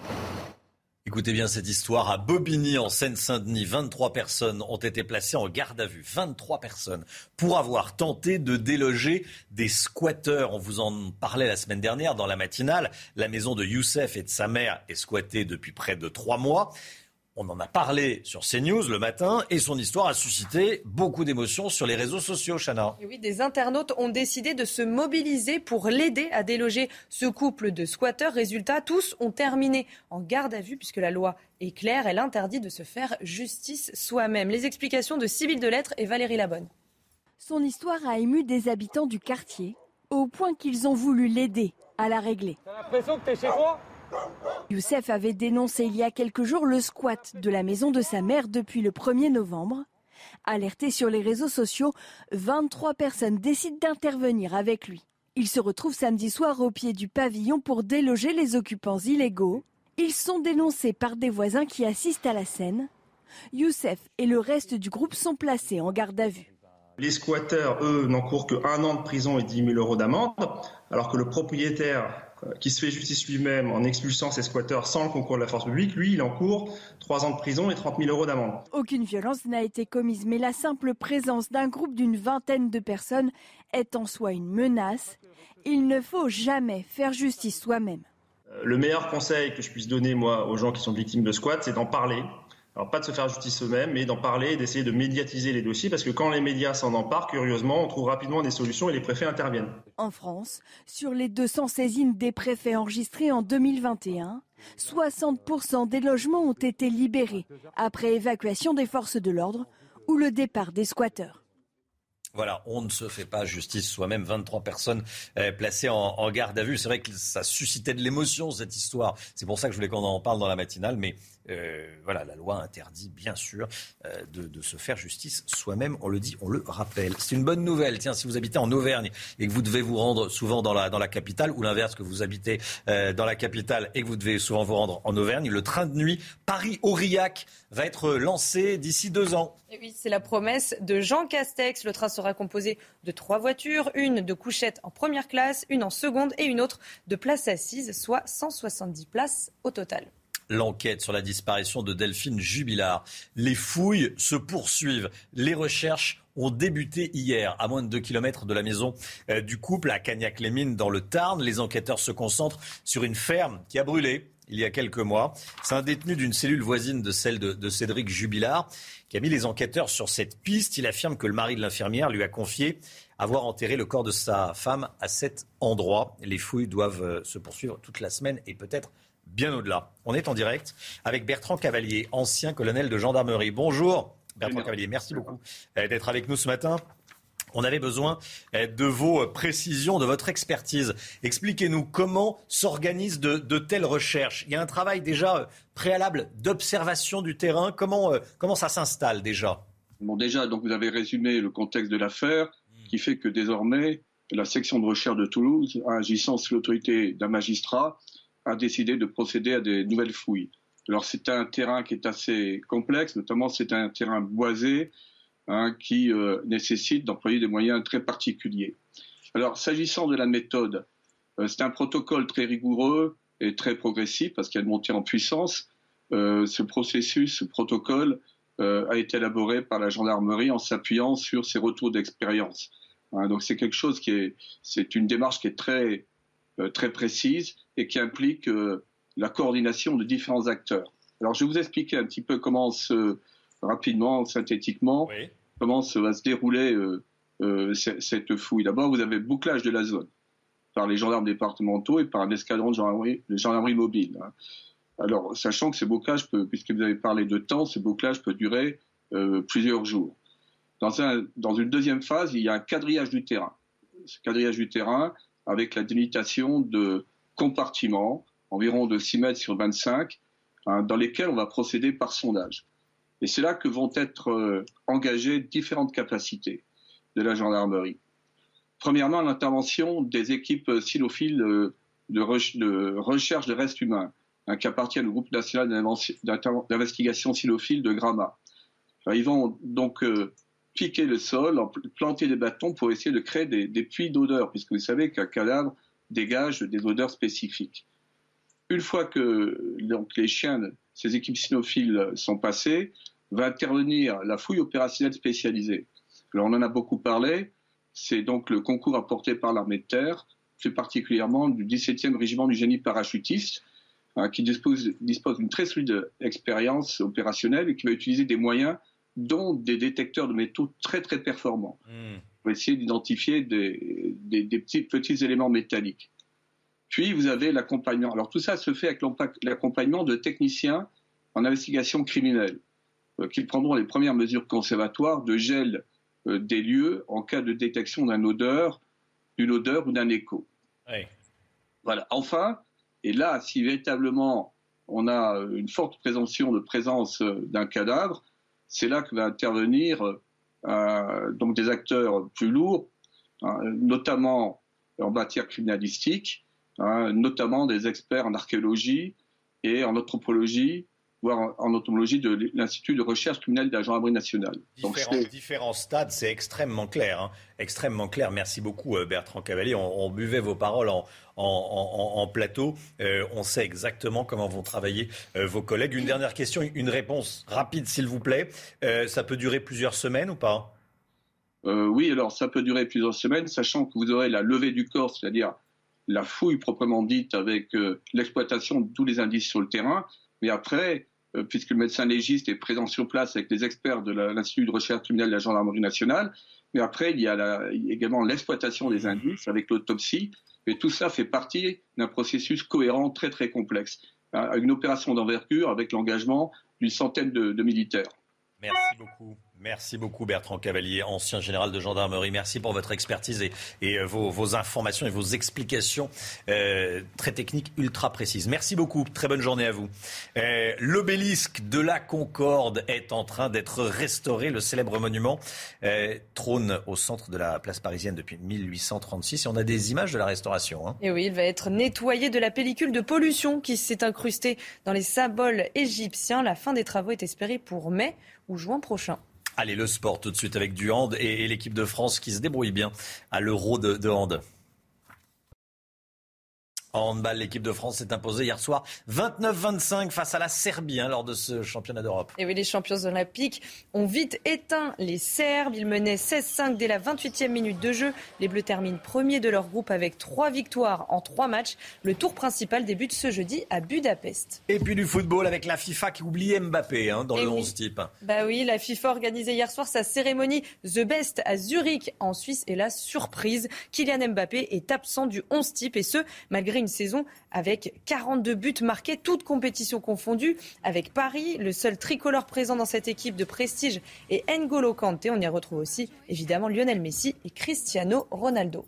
Écoutez bien cette histoire à Bobigny en Seine-Saint-Denis. vingt-trois personnes ont été placées en garde à vue. vingt-trois personnes pour avoir tenté de déloger des squatteurs. On vous en parlait la semaine dernière dans la matinale. La maison de Youssef et de sa mère est squattée depuis près de trois mois. On en a parlé sur CNews le matin et son histoire a suscité beaucoup d'émotions sur les réseaux sociaux, Chana. Et oui, des internautes ont décidé de se mobiliser pour l'aider à déloger ce couple de squatteurs. Résultat, tous ont terminé en garde à vue puisque la loi est claire. Elle interdit de se faire justice soi-même. Les explications de Sybille Delettre et Valérie Labonne. Son histoire a ému des habitants du quartier au point qu'ils ont voulu l'aider à la régler. T'as l'impression que t'es chez toi ? Youssef avait dénoncé il y a quelques jours le squat de la maison de sa mère depuis le premier novembre. Alerté sur les réseaux sociaux, vingt-trois personnes décident d'intervenir avec lui. Il se retrouve samedi soir au pied du pavillon pour déloger les occupants illégaux. Ils sont dénoncés par des voisins qui assistent à la scène. Youssef et le reste du groupe sont placés en garde à vue. Les squatteurs, eux, n'encourent qu'un an de prison et dix mille euros d'amende, alors que le propriétaire qui se fait justice lui-même en expulsant ses squatteurs sans le concours de la force publique, lui, il encourt trois ans de prison et trente mille euros d'amende. Aucune violence n'a été commise, mais la simple présence d'un groupe d'une vingtaine de personnes est en soi une menace. Il ne faut jamais faire justice soi-même. Le meilleur conseil que je puisse donner, moi, aux gens qui sont victimes de squat, c'est d'en parler. Alors pas de se faire justice eux-mêmes, mais d'en parler et d'essayer de médiatiser les dossiers, parce que quand les médias s'en emparent, curieusement, on trouve rapidement des solutions et les préfets interviennent. En France, sur les deux cents saisines des préfets enregistrées en deux mille vingt et un, soixante pour cent des logements ont été libérés après évacuation des forces de l'ordre ou le départ des squatteurs. Voilà, on ne se fait pas justice soi-même. vingt-trois personnes euh, placées en, en garde à vue. C'est vrai que ça suscitait de l'émotion, cette histoire. C'est pour ça que je voulais qu'on en parle dans la matinale. Mais euh, voilà, la loi interdit bien sûr euh, de, de se faire justice soi-même. On le dit, on le rappelle. C'est une bonne nouvelle. Tiens, si vous habitez en Auvergne et que vous devez vous rendre souvent dans la, dans la capitale, ou l'inverse, que vous habitez euh, dans la capitale et que vous devez souvent vous rendre en Auvergne, le train de nuit Paris-Aurillac va être lancé d'ici deux ans. Et oui, c'est la promesse de Jean Castex. Le train sera composé de trois voitures, une de couchette en première classe, une en seconde et une autre de place assise, soit cent soixante-dix places au total. L'enquête sur la disparition de Delphine Jubilard. Les fouilles se poursuivent. Les recherches ont débuté hier, à moins de deux kilomètres de la maison euh, du couple, à Cagnac-les-Mines, dans le Tarn. Les enquêteurs se concentrent sur une ferme qui a brûlé il y a quelques mois. C'est un détenu d'une cellule voisine de celle de, de Cédric Jubilard qui a mis les enquêteurs sur cette piste. Il affirme que le mari de l'infirmière lui a confié avoir enterré le corps de sa femme à cet endroit. Les fouilles doivent se poursuivre toute la semaine et peut-être bien au-delà. On est en direct avec Bertrand Cavalier, ancien colonel de gendarmerie. Bonjour Bertrand Cavalier, merci beaucoup d'être avec nous ce matin. On avait besoin de vos précisions, de votre expertise. Expliquez-nous comment s'organisent de, de telles recherches. Il y a un travail déjà préalable d'observation du terrain. Comment, comment ça s'installe déjà ? Bon, déjà, donc vous avez résumé le contexte de l'affaire, qui fait que désormais, la section de recherche de Toulouse, agissant sous l'autorité d'un magistrat, a décidé de procéder à des nouvelles fouilles. Alors c'est un terrain qui est assez complexe, notamment c'est un terrain boisé, Hein, qui euh, nécessite d'employer des moyens très particuliers. Alors, s'agissant de la méthode, euh, c'est un protocole très rigoureux et très progressif parce qu'il y a une montée en puissance. Euh, ce processus, ce protocole euh, a été élaboré par la gendarmerie en s'appuyant sur ses retours d'expérience. Hein, donc, c'est quelque chose qui est, c'est une démarche qui est très, euh, très précise et qui implique euh, la coordination de différents acteurs. Alors, je vais vous expliquer un petit peu comment se rapidement, synthétiquement, oui. comment ça va se dérouler euh, euh, cette fouille. D'abord, vous avez le bouclage de la zone par les gendarmes départementaux et par un escadron de gendarmerie, de gendarmerie mobile. Hein. Alors, sachant que ce bouclage peut, puisque vous avez parlé de temps, ce bouclage peut durer euh, plusieurs jours. Dans, un, dans une deuxième phase, il y a un quadrillage du terrain. Ce quadrillage du terrain avec la délimitation de compartiments, environ de six mètres sur vingt-cinq, hein, dans lesquels on va procéder par sondage. Et c'est là que vont être euh, engagées différentes capacités de la gendarmerie. Premièrement, l'intervention des équipes cynophiles euh, de, re- de recherche de restes humains, hein, qui appartiennent au groupe national d'investigation cynophile de Gramma. Alors, ils vont donc euh, piquer le sol, planter des bâtons pour essayer de créer des, des puits d'odeur, puisque vous savez qu'un cadavre dégage des odeurs spécifiques. Une fois que donc, les chiens, ces équipes cynophiles sont passées, va intervenir la fouille opérationnelle spécialisée. Alors on en a beaucoup parlé, c'est donc le concours apporté par l'armée de terre, plus particulièrement du dix-septième régiment du génie parachutiste, hein, qui dispose, dispose d'une très solide expérience opérationnelle et qui va utiliser des moyens, dont des détecteurs de métaux très très performants, mmh. pour essayer d'identifier des, des, des petits, petits éléments métalliques. Puis vous avez l'accompagnement. Alors tout ça se fait avec l'accompagnement de techniciens en investigation criminelle, euh, qui prendront les premières mesures conservatoires de gel euh, des lieux en cas de détection d'une odeur, d'une odeur ou d'un écho. Oui. Voilà. Enfin, et là, si véritablement on a une forte présomption de présence d'un cadavre, c'est là que va intervenir euh, donc des acteurs plus lourds, hein, notamment en matière criminalistique, Hein, notamment des experts en archéologie et en anthropologie, voire en, en entomologie de l'Institut de recherche criminelle de la gendarmerie nationale. Différents, Donc, différents stades, c'est extrêmement clair. Hein, extrêmement clair. Merci beaucoup Bertrand Cavalier. On, on buvait vos paroles en, en, en, en plateau. Euh, on sait exactement comment vont travailler euh, vos collègues. Une dernière question, une réponse rapide s'il vous plaît. Euh, ça peut durer plusieurs semaines ou pas ? euh, Oui, alors ça peut durer plusieurs semaines, sachant que vous aurez la levée du corps, c'est-à-dire la fouille proprement dite avec euh, l'exploitation de tous les indices sur le terrain, mais après, euh, puisque le médecin légiste est présent sur place avec les experts de la, l'Institut de recherche criminelle de la gendarmerie nationale, mais après il y a la, également l'exploitation des indices avec l'autopsie, et tout ça fait partie d'un processus cohérent très très complexe, hein, une opération d'envergure avec l'engagement d'une centaine de, de militaires. Merci beaucoup. Merci beaucoup Bertrand Cavalier, ancien général de gendarmerie. Merci pour votre expertise et, et vos, vos informations et vos explications euh, très techniques, ultra précises. Merci beaucoup, très bonne journée à vous. Euh, l'obélisque de la Concorde est en train d'être restauré. Le célèbre monument euh, trône au centre de la place parisienne depuis mille huit cent trente-six et on a des images de la restauration. Hein. Et oui, il va être nettoyé de la pellicule de pollution qui s'est incrustée dans les symboles égyptiens. La fin des travaux est espérée pour mai ou juin prochain. Allez, le sport tout de suite avec du hand et, et l'équipe de France qui se débrouille bien à l'Euro de, de hand. En handball, l'équipe de France s'est imposée hier soir vingt-neuf vingt-cinq face à la Serbie hein, lors de ce championnat d'Europe. Et oui, les champions olympiques ont vite éteint les Serbes. Ils menaient seize cinq dès la vingt-huitième minute de jeu. Les Bleus terminent premiers de leur groupe avec trois victoires en trois matchs. Le tour principal débute ce jeudi à Budapest. Et puis du football avec la FIFA qui oublie Mbappé hein, dans Et le oui. onze type. Bah oui, la FIFA organisait hier soir sa cérémonie The Best à Zurich en Suisse. Et la surprise, Kylian Mbappé est absent du onze type et ce, malgré une une saison avec quarante-deux buts marqués, toutes compétitions confondues, avec Paris, le seul tricolore présent dans cette équipe de prestige, et N'Golo Kanté. On y retrouve aussi évidemment Lionel Messi et Cristiano Ronaldo.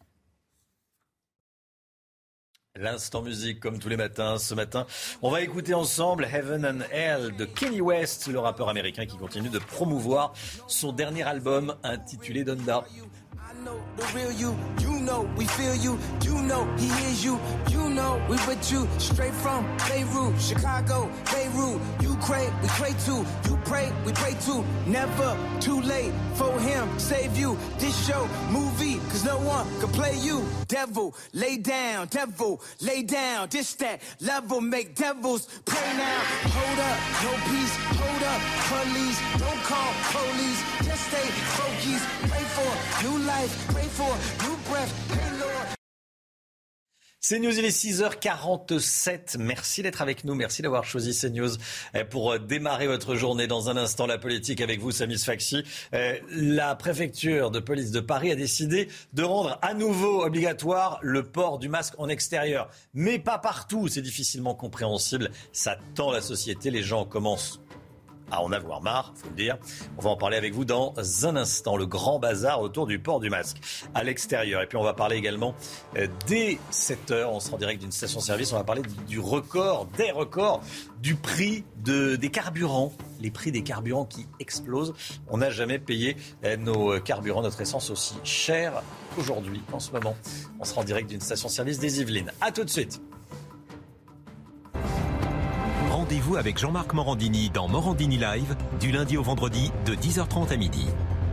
L'instant musique, comme tous les matins. Ce matin, on va écouter ensemble Heaven and Hell de Kanye West, le rappeur américain qui continue de promouvoir son dernier album intitulé Donda. know the real you, you know we feel you, you know he is you, you know we with you, straight from Beirut, Chicago, Beirut, Ukraine, we pray to, you pray, we pray to, never too late for him, save you, this show, movie, cause no one can play you, devil, lay down, devil, lay down, this that level, make devils pray now, hold up, no peace, hold up, police, don't call police, just stay focused, pray for new life, pray for new breath, hey Lord. C'est News, il est six heures quarante-sept. Merci d'être avec nous. Merci d'avoir choisi CNews pour démarrer votre journée. Dans un instant, la politique avec vous, Samy Sfaxi. La préfecture de police de Paris a décidé de rendre à nouveau obligatoire le port du masque en extérieur. Mais pas partout. C'est difficilement compréhensible. Ça tend la société. Les gens commencent à en avoir marre, faut le dire. On va en parler avec vous dans un instant. Le grand bazar autour du port du masque à l'extérieur. Et puis on va parler également euh, dès sept heures. On sera en direct d'une station-service. On va parler du record, des records, du prix de, des carburants. Les prix des carburants qui explosent. On n'a jamais payé euh, nos carburants, notre essence aussi cher qu'aujourd'hui, en ce moment. On sera en direct d'une station-service des Yvelines. À tout de suite. Rendez-vous avec Jean-Marc Morandini dans Morandini Live, du lundi au vendredi, de dix heures trente à midi.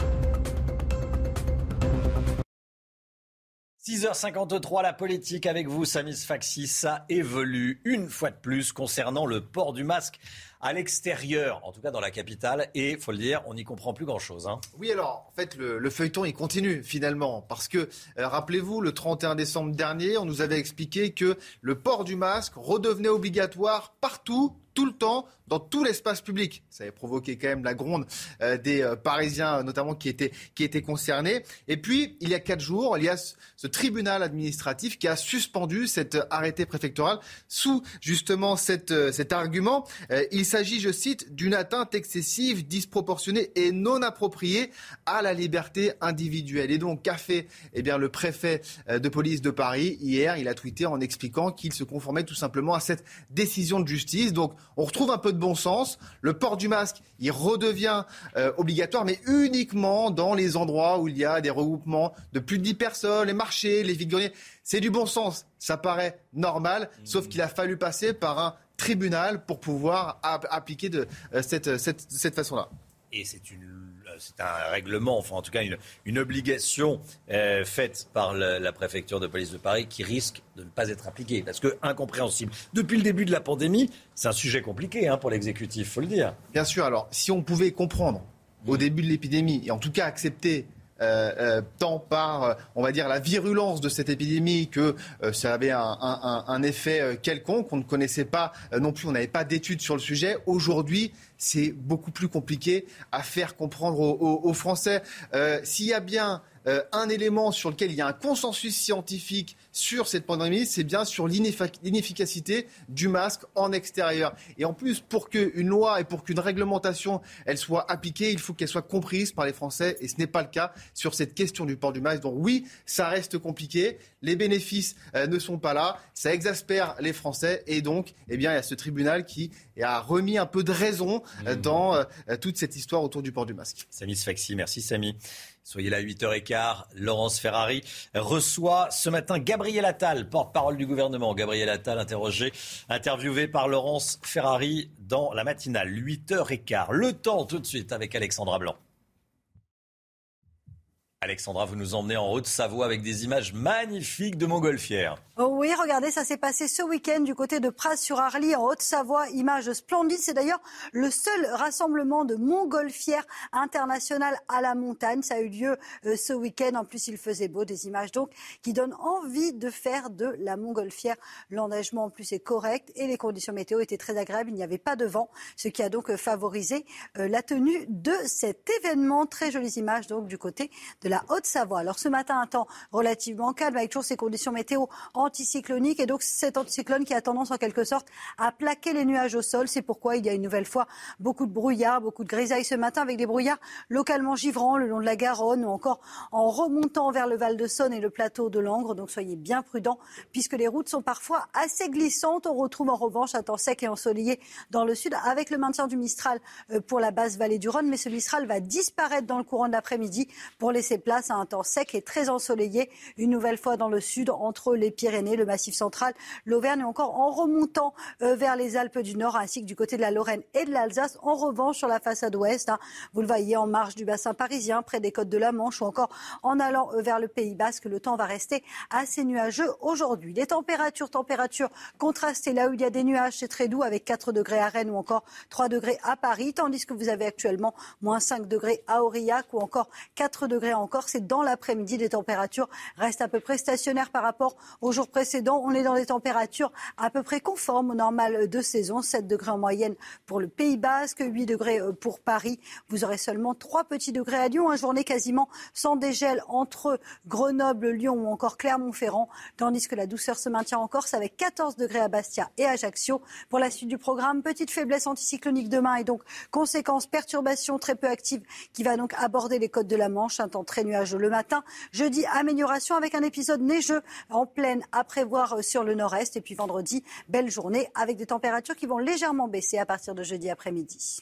six heures cinquante-trois, la politique avec vous, Samy Sfaxi. Ça évolue une fois de plus concernant le port du masque à l'extérieur, en tout cas dans la capitale. Et il faut le dire, on n'y comprend plus grand-chose. Hein. Oui, alors, en fait, le, le feuilleton, il continue finalement. Parce que, euh, rappelez-vous, le trente et un décembre dernier, on nous avait expliqué que le port du masque redevenait obligatoire partout, tout le temps, dans tout l'espace public. Ça avait provoqué quand même la gronde euh, des euh, Parisiens, notamment, qui étaient, qui étaient concernés. Et puis, il y a quatre jours, il y a ce, ce tribunal administratif qui a suspendu cet arrêté préfectoral sous, justement, cette, euh, cet argument. Euh, il s'agit, je cite, d'une atteinte excessive, disproportionnée et non appropriée à la liberté individuelle. Et donc, qu'a fait eh bien, le préfet de police de Paris hier? Il a tweeté en expliquant qu'il se conformait tout simplement à cette décision de justice. Donc, on retrouve un peu de bon sens. Le port du masque, il redevient euh, obligatoire, mais uniquement dans les endroits où il y a des regroupements de plus de dix personnes, les marchés, les vides-greniers. C'est du bon sens, ça paraît normal, mmh. sauf qu'il a fallu passer par un tribunal pour pouvoir ap- appliquer de euh, cette, cette, cette façon-là. Et c'est, une, c'est un règlement, enfin en tout cas une, une obligation euh, faite par la, la préfecture de police de Paris qui risque de ne pas être appliquée. Parce que incompréhensible. Depuis le début de la pandémie, c'est un sujet compliqué hein, pour l'exécutif, il faut le dire. Bien sûr, alors si on pouvait comprendre au début de l'épidémie, et en tout cas accepter Euh, euh, tant par, euh, on va dire, la virulence de cette épidémie que euh, ça avait un, un, un effet euh, quelconque, on ne connaissait pas euh, non plus, on n'avait pas d'études sur le sujet. Aujourd'hui, c'est beaucoup plus compliqué à faire comprendre aux, aux, aux Français. Euh, s'il y a bien euh, un élément sur lequel il y a un consensus scientifique sur cette pandémie, c'est bien sur l'inefficacité du masque en extérieur. Et en plus, pour qu'une loi et pour qu'une réglementation elle soit appliquée, il faut qu'elle soit comprise par les Français. Et ce n'est pas le cas sur cette question du port du masque. Donc oui, ça reste compliqué. Les bénéfices euh, ne sont pas là. Ça exaspère les Français. Et donc, eh bien, il y a ce tribunal qui a remis un peu de raison euh, mmh. dans euh, toute cette histoire autour du port du masque. Samy Sfaxi, merci Samy. Soyez là à huit heures quinze. Laurence Ferrari reçoit ce matin Gabriel Attal, porte-parole du gouvernement. Gabriel Attal interrogé, interviewé par Laurence Ferrari dans la matinale, huit heures quinze. Le temps tout de suite avec Alexandra Blanc. Alexandra, vous nous emmenez en Haute-Savoie avec des images magnifiques de montgolfières. Oh oui, regardez, ça s'est passé ce week-end du côté de Praz-sur-Arly en Haute-Savoie. Images splendides. C'est d'ailleurs le seul rassemblement de montgolfières internationales à la montagne. Ça a eu lieu euh, ce week-end. En plus, il faisait beau. Des images donc qui donnent envie de faire de la montgolfière. L'enneigement en plus est correct et les conditions météo étaient très agréables. Il n'y avait pas de vent, ce qui a donc favorisé euh, la tenue de cet événement. Très jolies images donc du côté de la Haute-Savoie. Alors ce matin, un temps relativement calme avec toujours ces conditions météo anticycloniques et donc cet anticyclone qui a tendance en quelque sorte à plaquer les nuages au sol. C'est pourquoi il y a une nouvelle fois beaucoup de brouillard, beaucoup de grisailles ce matin avec des brouillards localement givrants le long de la Garonne ou encore en remontant vers le Val-de-Saône et le plateau de Langres. Donc soyez bien prudents puisque les routes sont parfois assez glissantes. On retrouve en revanche un temps sec et ensoleillé dans le sud avec le maintien du Mistral pour la basse vallée du Rhône. Mais ce Mistral va disparaître dans le courant de l'après-midi pour laisser place à un temps sec et très ensoleillé une nouvelle fois dans le sud entre les Pyrénées, le Massif central, l'Auvergne et encore en remontant euh, vers les Alpes du Nord ainsi que du côté de la Lorraine et de l'Alsace. En revanche, sur la façade ouest, hein, vous le voyez en marge du bassin parisien, près des côtes de la Manche ou encore en allant euh, vers le Pays Basque, le temps va rester assez nuageux aujourd'hui. Les températures, températures contrastées là où il y a des nuages, c'est très doux avec quatre degrés à Rennes ou encore trois degrés à Paris, tandis que vous avez actuellement moins cinq degrés à Aurillac ou encore quatre degrés en Corse. Et dans l'après-midi, les températures restent à peu près stationnaires par rapport aux jours précédents. On est dans des températures à peu près conformes au normal de saison. sept degrés en moyenne pour le Pays Basque, huit degrés pour Paris. Vous aurez seulement trois petits degrés à Lyon. Une journée quasiment sans dégel entre Grenoble, Lyon ou encore Clermont-Ferrand. Tandis que la douceur se maintient en Corse avec quatorze degrés à Bastia et Ajaccio. Pour la suite du programme, petite faiblesse anticyclonique demain et donc conséquence perturbation très peu active qui va donc aborder les côtes de la Manche. Un temps très nuageux le matin. Jeudi, amélioration avec un épisode neigeux en pleine à prévoir sur le nord-est. Et puis vendredi, belle journée avec des températures qui vont légèrement baisser à partir de jeudi après-midi.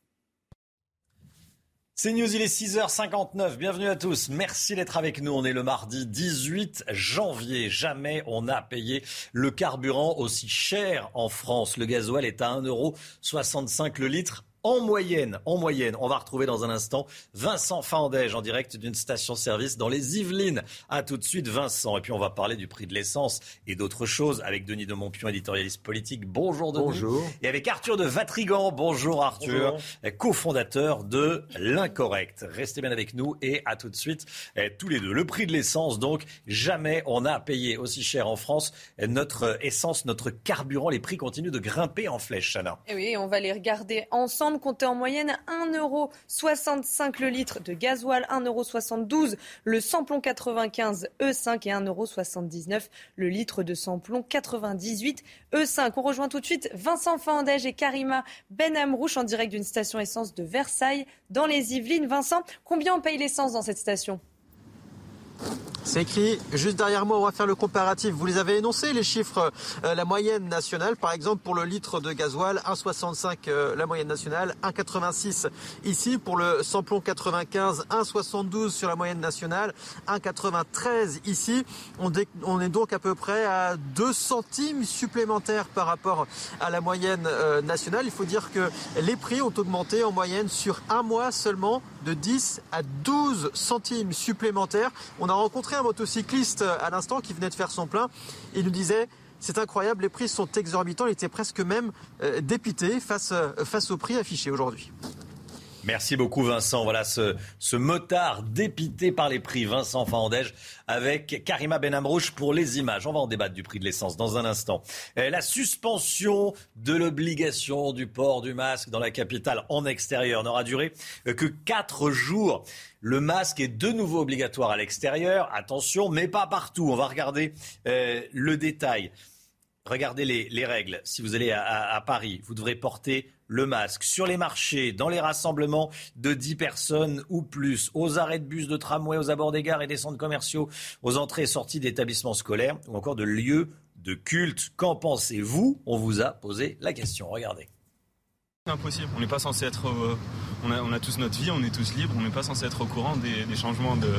C'est News, il est six heures cinquante-neuf. Bienvenue à tous. Merci d'être avec nous. On est le mardi dix-huit janvier. Jamais on n'a payé le carburant aussi cher en France. Le gasoil est à un euro soixante-cinq le litre. En moyenne, en moyenne, on va retrouver dans un instant Vincent Fandège en direct d'une station-service dans les Yvelines. À tout de suite Vincent. Et puis on va parler du prix de l'essence et d'autres choses avec Denis de Montpion, éditorialiste politique. Bonjour Denis. Bonjour. Et avec Arthur de Vatrigan. Bonjour Arthur, Bonjour. cofondateur de L'Incorrect. Restez bien avec nous et à tout de suite eh, tous les deux. Le prix de l'essence donc, jamais on a payé aussi cher en France. Notre essence, notre carburant, les prix continuent de grimper en flèche, Chana. Et oui, on va les regarder ensemble. Comptez en moyenne un euro soixante-cinq le litre de gasoil, un euro soixante-douze le samplon quatre-vingt-quinze E cinq et un euro soixante-dix-neuf le litre de samplon quatre-vingt-dix-huit E cinq. On rejoint tout de suite Vincent Fandège et Karima Benamrouche en direct d'une station essence de Versailles dans les Yvelines. Vincent, combien on paye l'essence dans cette station ? C'est écrit juste derrière moi, on va faire le comparatif. Vous les avez énoncés, les chiffres, euh, la moyenne nationale. Par exemple, pour le litre de gasoil, un virgule soixante-cinq euh, la moyenne nationale, un virgule quatre-vingt-six ici. Pour le samplon quatre-vingt-quinze, un virgule soixante-douze sur la moyenne nationale, un virgule quatre-vingt-treize ici. On, dé- on est donc à peu près à deux centimes supplémentaires par rapport à la moyenne euh, nationale. Il faut dire que les prix ont augmenté en moyenne sur un mois seulement de dix à douze centimes supplémentaires. On a rencontré un motocycliste à l'instant qui venait de faire son plein. Il nous disait c'est incroyable, les prix sont exorbitants. Il était presque même euh, dépité face, euh, face au prix affiché aujourd'hui. Merci beaucoup Vincent. Voilà ce, ce motard dépité par les prix, Vincent Fahandège, avec Karima Benamrouche pour les images. On va en débattre du prix de l'essence dans un instant. Et la suspension de l'obligation du port du masque dans la capitale en extérieur n'aura duré que quatre jours. Le masque est de nouveau obligatoire à l'extérieur. Attention, mais pas partout. On va regarder euh, le détail. Regardez les, les règles. Si vous allez à, à, à Paris, vous devrez porter le masque sur les marchés, dans les rassemblements de dix personnes ou plus, aux arrêts de bus, de tramway, aux abords des gares et des centres commerciaux, aux entrées et sorties d'établissements scolaires ou encore de lieux de culte. Qu'en pensez-vous ? On vous a posé la question. Regardez. C'est impossible. On n'est pas censé être... Euh, on, a, on a tous notre vie, on est tous libres. On n'est pas censé être au courant des, des changements de,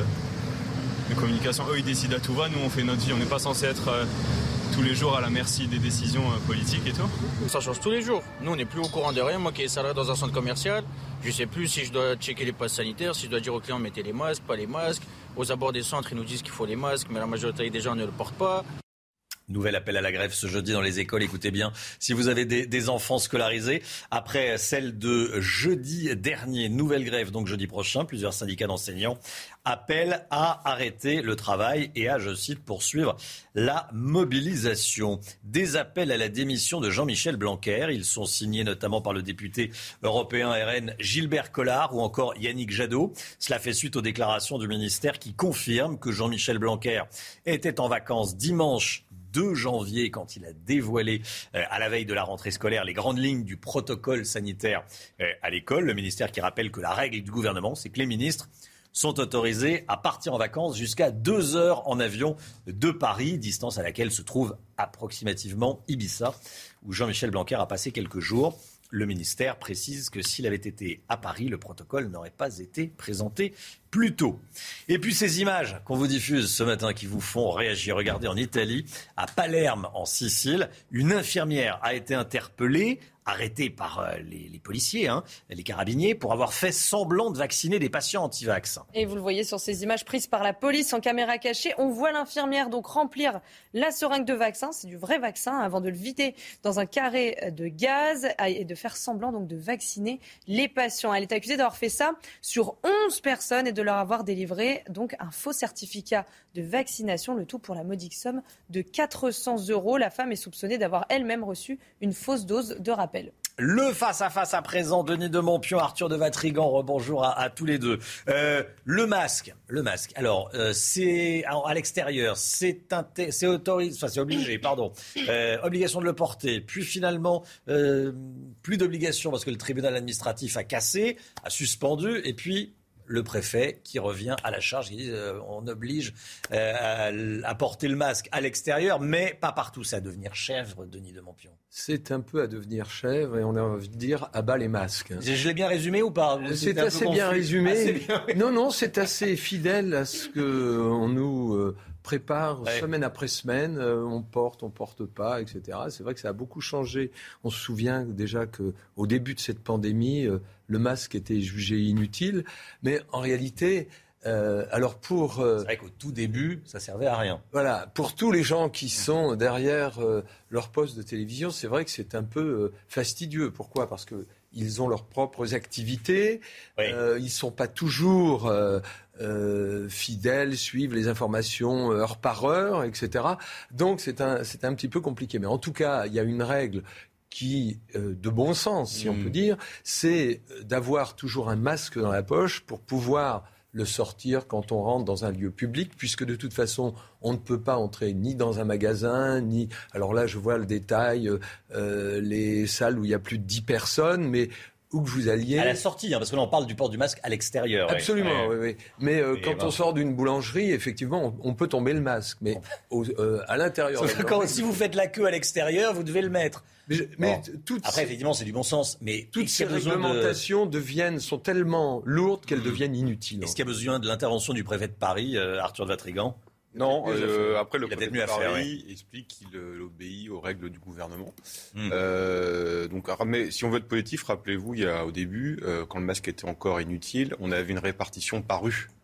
de communication. Eux, ils décident à tout va. Nous, on fait notre vie. On n'est pas censé être... Euh, tous les jours à la merci des décisions euh, politiques et tout. Ça change tous les jours. Nous, on n'est plus au courant de rien. Moi qui est salarié dans un centre commercial, je ne sais plus si je dois checker les passes sanitaires, si je dois dire aux clients mettez les masques, pas les masques. Aux abords des centres, ils nous disent qu'il faut les masques, mais la majorité des gens ne le portent pas. Nouvel appel à la grève ce jeudi dans les écoles. Écoutez bien, si vous avez des, des enfants scolarisés, après celle de jeudi dernier, nouvelle grève donc jeudi prochain, plusieurs syndicats d'enseignants appellent à arrêter le travail et à, je cite, poursuivre la mobilisation. Des appels à la démission de Jean-Michel Blanquer. Ils sont signés notamment par le député européen R N Gilbert Collard ou encore Yannick Jadot. Cela fait suite aux déclarations du ministère qui confirme que Jean-Michel Blanquer était en vacances dimanche deux janvier, quand il a dévoilé euh, à la veille de la rentrée scolaire les grandes lignes du protocole sanitaire euh, à l'école. Le ministère qui rappelle que la règle du gouvernement, c'est que les ministres sont autorisés à partir en vacances jusqu'à deux heures en avion de Paris, distance à laquelle se trouve approximativement Ibiza, où Jean-Michel Blanquer a passé quelques jours. Le ministère précise que s'il avait été à Paris, le protocole n'aurait pas été présenté plus tôt. Et puis ces images qu'on vous diffuse ce matin qui vous font réagir. Regardez, en Italie, à Palerme, en Sicile, une infirmière a été interpellée, arrêtée par euh, les, les policiers, hein, les carabiniers, pour avoir fait semblant de vacciner des patients anti-vax. Et vous le voyez sur ces images prises par la police en caméra cachée. On voit l'infirmière donc remplir la seringue de vaccin, c'est du vrai vaccin, avant de le vider dans un carré de gaz et de faire semblant donc de vacciner les patients. Elle est accusée d'avoir fait ça sur onze personnes et de leur avoir délivré donc un faux certificat de vaccination, le tout pour la modique somme de quatre cents euros. La femme est soupçonnée d'avoir elle-même reçu une fausse dose de rappel. Le face-à-face à présent, Denis de Montpion, Arthur de Vatrigan, rebonjour à, à tous les deux. Euh, le masque, le masque. Alors, euh, c'est à, à l'extérieur, c'est, inté- c'est autorisé, enfin c'est obligé, pardon. Euh, obligation de le porter. Puis finalement, euh, plus d'obligation parce que le tribunal administratif a cassé, a suspendu, et puis le préfet qui revient à la charge, il dit euh, on oblige euh, à, à porter le masque à l'extérieur, mais pas partout. C'est à devenir chèvre, Denis de Montpion. C'est un peu à devenir chèvre et on a envie de dire à bas les masques. Je, je l'ai bien résumé ou pas? C'est assez bien résumé. Assez bien, oui. Non, non, c'est assez fidèle à ce qu'on nous euh, prépare ouais. semaine après semaine. Euh, on porte, on porte pas, et cetera. C'est vrai que ça a beaucoup changé. On se souvient déjà qu'au début de cette pandémie, euh, le masque était jugé inutile, mais en réalité... Euh, alors pour, euh, c'est vrai qu'au tout début, ça servait à rien. Voilà, pour tous les gens qui sont derrière euh, leur poste de télévision, c'est vrai que c'est un peu euh, fastidieux. Pourquoi ? Parce que ils ont leurs propres activités, oui. euh, ils sont pas toujours euh, euh, fidèles, suivent les informations heure par heure, et cetera. Donc c'est un, c'est un petit peu compliqué. Mais en tout cas, il y a une règle qui, euh, de bon sens, si mmh. on peut dire, c'est d'avoir toujours un masque dans la poche pour pouvoir le sortir quand on rentre dans un lieu public, puisque de toute façon, on ne peut pas entrer ni dans un magasin, ni... Alors là, je vois le détail, euh, les salles où il y a plus de dix personnes, mais où que vous alliez... À la sortie, hein, parce que là, on parle du port du masque à l'extérieur. Absolument, oui, oui. oui. Mais euh, quand ben... on sort d'une boulangerie, effectivement, on, on peut tomber le masque, mais au, euh, à l'intérieur... Quand, si vous faites la queue à l'extérieur, vous devez le mettre. Mais, je, mais bon. toutes Après, ces, effectivement, c'est du bon sens. Mais toutes ces réglementations de... deviennent, sont tellement lourdes qu'elles mmh. deviennent inutiles. Est-ce qu'il y a besoin de l'intervention du préfet de Paris, euh, Arthur de Vatrigan ? Non, euh, après le préfet de Paris faire, ouais. explique qu'il euh, obéit aux règles du gouvernement. Mmh. Euh, donc, mais si on veut être positif, rappelez-vous, il y a au début, euh, quand le masque était encore inutile, on avait une répartition par rue.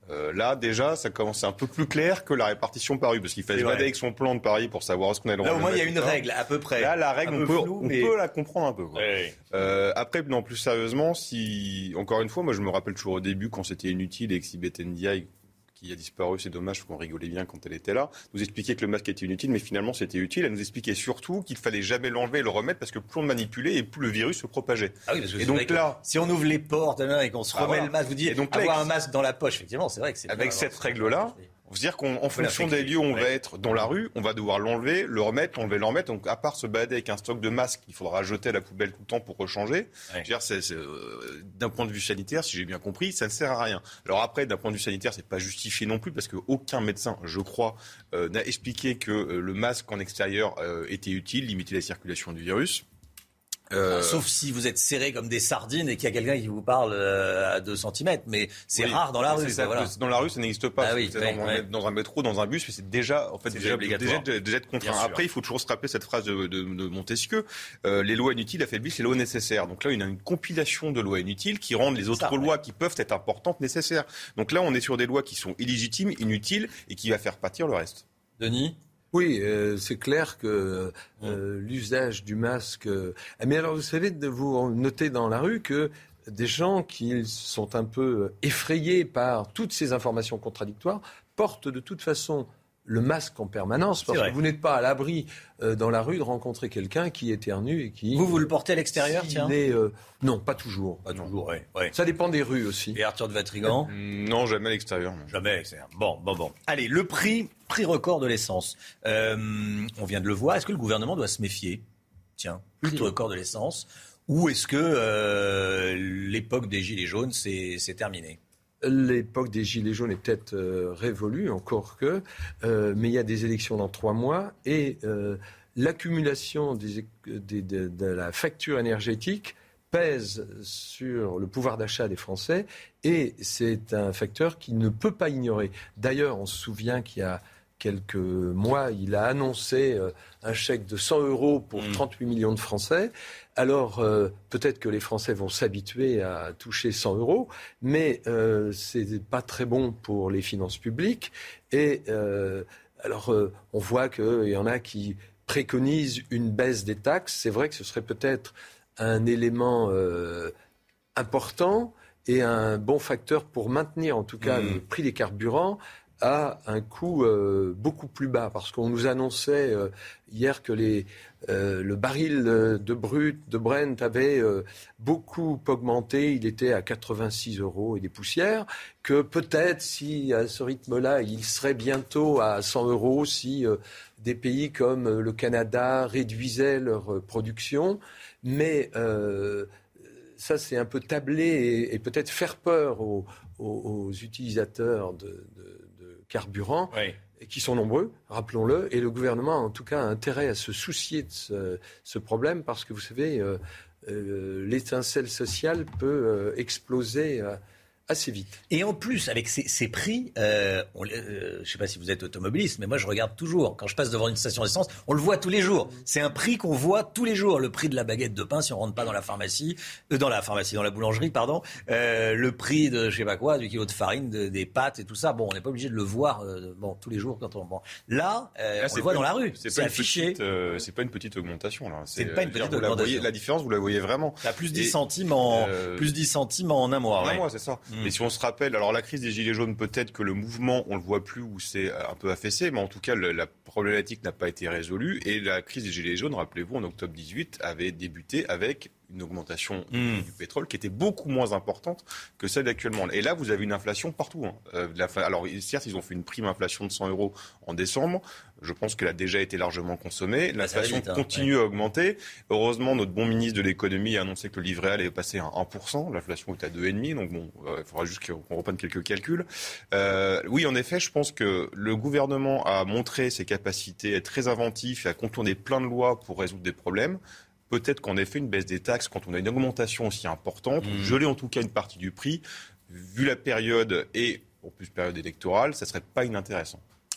Euh, là, déjà, ça commence un peu plus clair que la répartition par rue, parce qu'il fallait se balader avec son plan de Paris pour savoir ce qu'on a le droit de mettre. Là, au moins, il y a une ça. règle, à peu près. Là, la règle, on, peut, flou, on mais... peut la comprendre un peu. Quoi. Ouais. Euh, après, non, plus sérieusement, si encore une fois, moi, je me rappelle toujours au début quand c'était inutile et que Sibeth Ndiaye, qui a disparu, c'est dommage, qu'on rigolait bien quand elle était là, nous expliquait que le masque était inutile, mais finalement c'était utile. Elle nous expliquait surtout qu'il fallait jamais l'enlever et le remettre parce que plus on le manipulait et plus le virus se propageait. Ah oui, parce que et donc là, si on ouvre les portes et qu'on se ah remet voilà. le masque, vous dites donc avoir un masque dans la poche, effectivement, c'est vrai que c'est avec cette règle-là. C'est-à-dire qu'en fonction des lieux où on ouais. va être dans la rue, on va devoir l'enlever, le remettre, l'enlever, le remettre. Donc, à part se balader avec un stock de masques qu'il faudra jeter à la poubelle tout le temps pour rechanger, ouais. dire, c'est, c'est, euh, d'un point de vue sanitaire, si j'ai bien compris, ça ne sert à rien. Alors après, d'un point de vue sanitaire, c'est pas justifié non plus parce qu'aucun médecin, je crois, euh, n'a expliqué que euh, le masque en extérieur euh, était utile, limiter la circulation du virus. Euh... Sauf si vous êtes serré comme des sardines et qu'il y a quelqu'un qui vous parle euh, à deux centimètres, mais c'est oui, rare dans la rue. Ça, voilà. Dans la rue, ça n'existe pas. Ah oui, c'est oui, dans, oui. dans un métro, dans un bus, mais c'est déjà, en fait, c'est déjà, déjà, déjà, déjà, déjà être contraint. Après, il faut toujours se rappeler cette phrase de, de, de Montesquieu euh, les lois inutiles affaiblissent les lois nécessaires. Donc là, il y a une compilation de lois inutiles qui rendent les autres ça, lois ouais. qui peuvent être importantes nécessaires. Donc là, on est sur des lois qui sont illégitimes, inutiles et qui va faire pâtir le reste. Denis ? Oui, euh, c'est clair que euh, mmh. l'usage du masque... Euh... Mais alors, vous savez, vous notez dans la rue que des gens qui sont un peu effrayés par toutes ces informations contradictoires portent de toute façon le masque en permanence, parce que vous n'êtes pas à l'abri euh, dans la rue de rencontrer quelqu'un qui éternue et qui... Vous, vous le portez à l'extérieur, tiens est, euh, Non, pas toujours. Pas toujours, oui. Ouais. Ça dépend des rues aussi. Et Arthur de Vatrigan euh, Non, jamais à l'extérieur. Non. Jamais à l'extérieur. Bon, bon, bon. Allez, le prix, prix record de l'essence. Euh, on vient de le voir. Est-ce que le gouvernement doit se méfier ? Tiens, prix record de l'essence. Ou est-ce que euh, l'époque des Gilets jaunes, c'est, c'est terminé ? L'époque des Gilets jaunes est peut-être euh, révolue, encore que, euh, mais il y a des élections dans trois mois et euh, l'accumulation des, des, de, de la facture énergétique pèse sur le pouvoir d'achat des Français et c'est un facteur qui ne peut pas ignorer. D'ailleurs, on se souvient qu'il y a quelques mois, il a annoncé euh, un chèque de cent euros pour mmh. trente-huit millions de Français. Alors, euh, peut-être que les Français vont s'habituer à toucher cent euros, mais euh, c'est pas très bon pour les finances publiques. Et euh, alors, euh, on voit qu'il y en a qui préconisent une baisse des taxes. C'est vrai que ce serait peut-être un élément euh, important et un bon facteur pour maintenir, en tout cas, mmh. le prix des carburants à un coût euh, beaucoup plus bas, parce qu'on nous annonçait euh, hier que les, euh, le baril de brut de Brent avait euh, beaucoup augmenté, il était à quatre-vingt-six euros et des poussières, que peut-être si à ce rythme-là, il serait bientôt à cent euros si euh, des pays comme le Canada réduisaient leur euh, production, mais euh, ça c'est un peu tablé et, et peut-être faire peur aux, aux, aux utilisateurs de, de carburants, oui. qui sont nombreux, rappelons-le, et le gouvernement a en tout cas intérêt à se soucier de ce, ce problème, parce que vous savez, euh, euh, l'étincelle sociale peut euh, exploser euh, assez vite. Et en plus, avec ces, ces prix, euh, on, euh, je ne sais pas si vous êtes automobiliste, mais moi je regarde toujours. Quand je passe devant une station d'essence, on le voit tous les jours. C'est un prix qu'on voit tous les jours. Le prix de la baguette de pain, si on ne rentre pas dans la pharmacie, euh, dans la pharmacie, dans la boulangerie, pardon. Euh, le prix de je sais pas quoi, du kilo de farine, de, des pâtes et tout ça. Bon, on n'est pas obligé de le voir euh, bon, tous les jours quand on. Bon. Là, euh, là on le voit dans la rue. C'est, c'est pas affiché. Petite, euh, c'est pas une petite augmentation là. C'est, c'est pas une petite dire, augmentation. La, voyez, la différence, vous la voyez vraiment. La plus dix centimes en euh, plus dix centimes en un mois. En ouais. un mois, c'est ça. Mmh. Et si on se rappelle. Alors la crise des Gilets jaunes, peut-être que le mouvement, on le voit plus ou c'est un peu affaissé, mais en tout cas, le, la problématique n'a pas été résolue. Et la crise des Gilets jaunes, rappelez-vous, en octobre dix-huit, avait débuté avec une augmentation mmh. du pétrole qui était beaucoup moins importante que celle actuellement. Et là, vous avez une inflation partout. Hein. Euh, la, alors, certes, ils ont fait une prime inflation de cent euros en décembre. Je pense qu'elle a déjà été largement consommée. L'inflation vite, hein, continue ouais. à augmenter. Heureusement, notre bon ministre de l'économie a annoncé que le livret A est passé à un pour cent. L'inflation est à deux virgule cinq. Donc bon, il euh, faudra juste qu'on reprenne quelques calculs. Euh, oui, en effet, je pense que le gouvernement a montré ses capacités à être très inventif et à contourner plein de lois pour résoudre des problèmes. Peut-être qu'en effet, une baisse des taxes, quand on a une augmentation aussi importante, mmh. ou geler en tout cas une partie du prix, vu la période et en plus période électorale, ça serait pas inintéressant.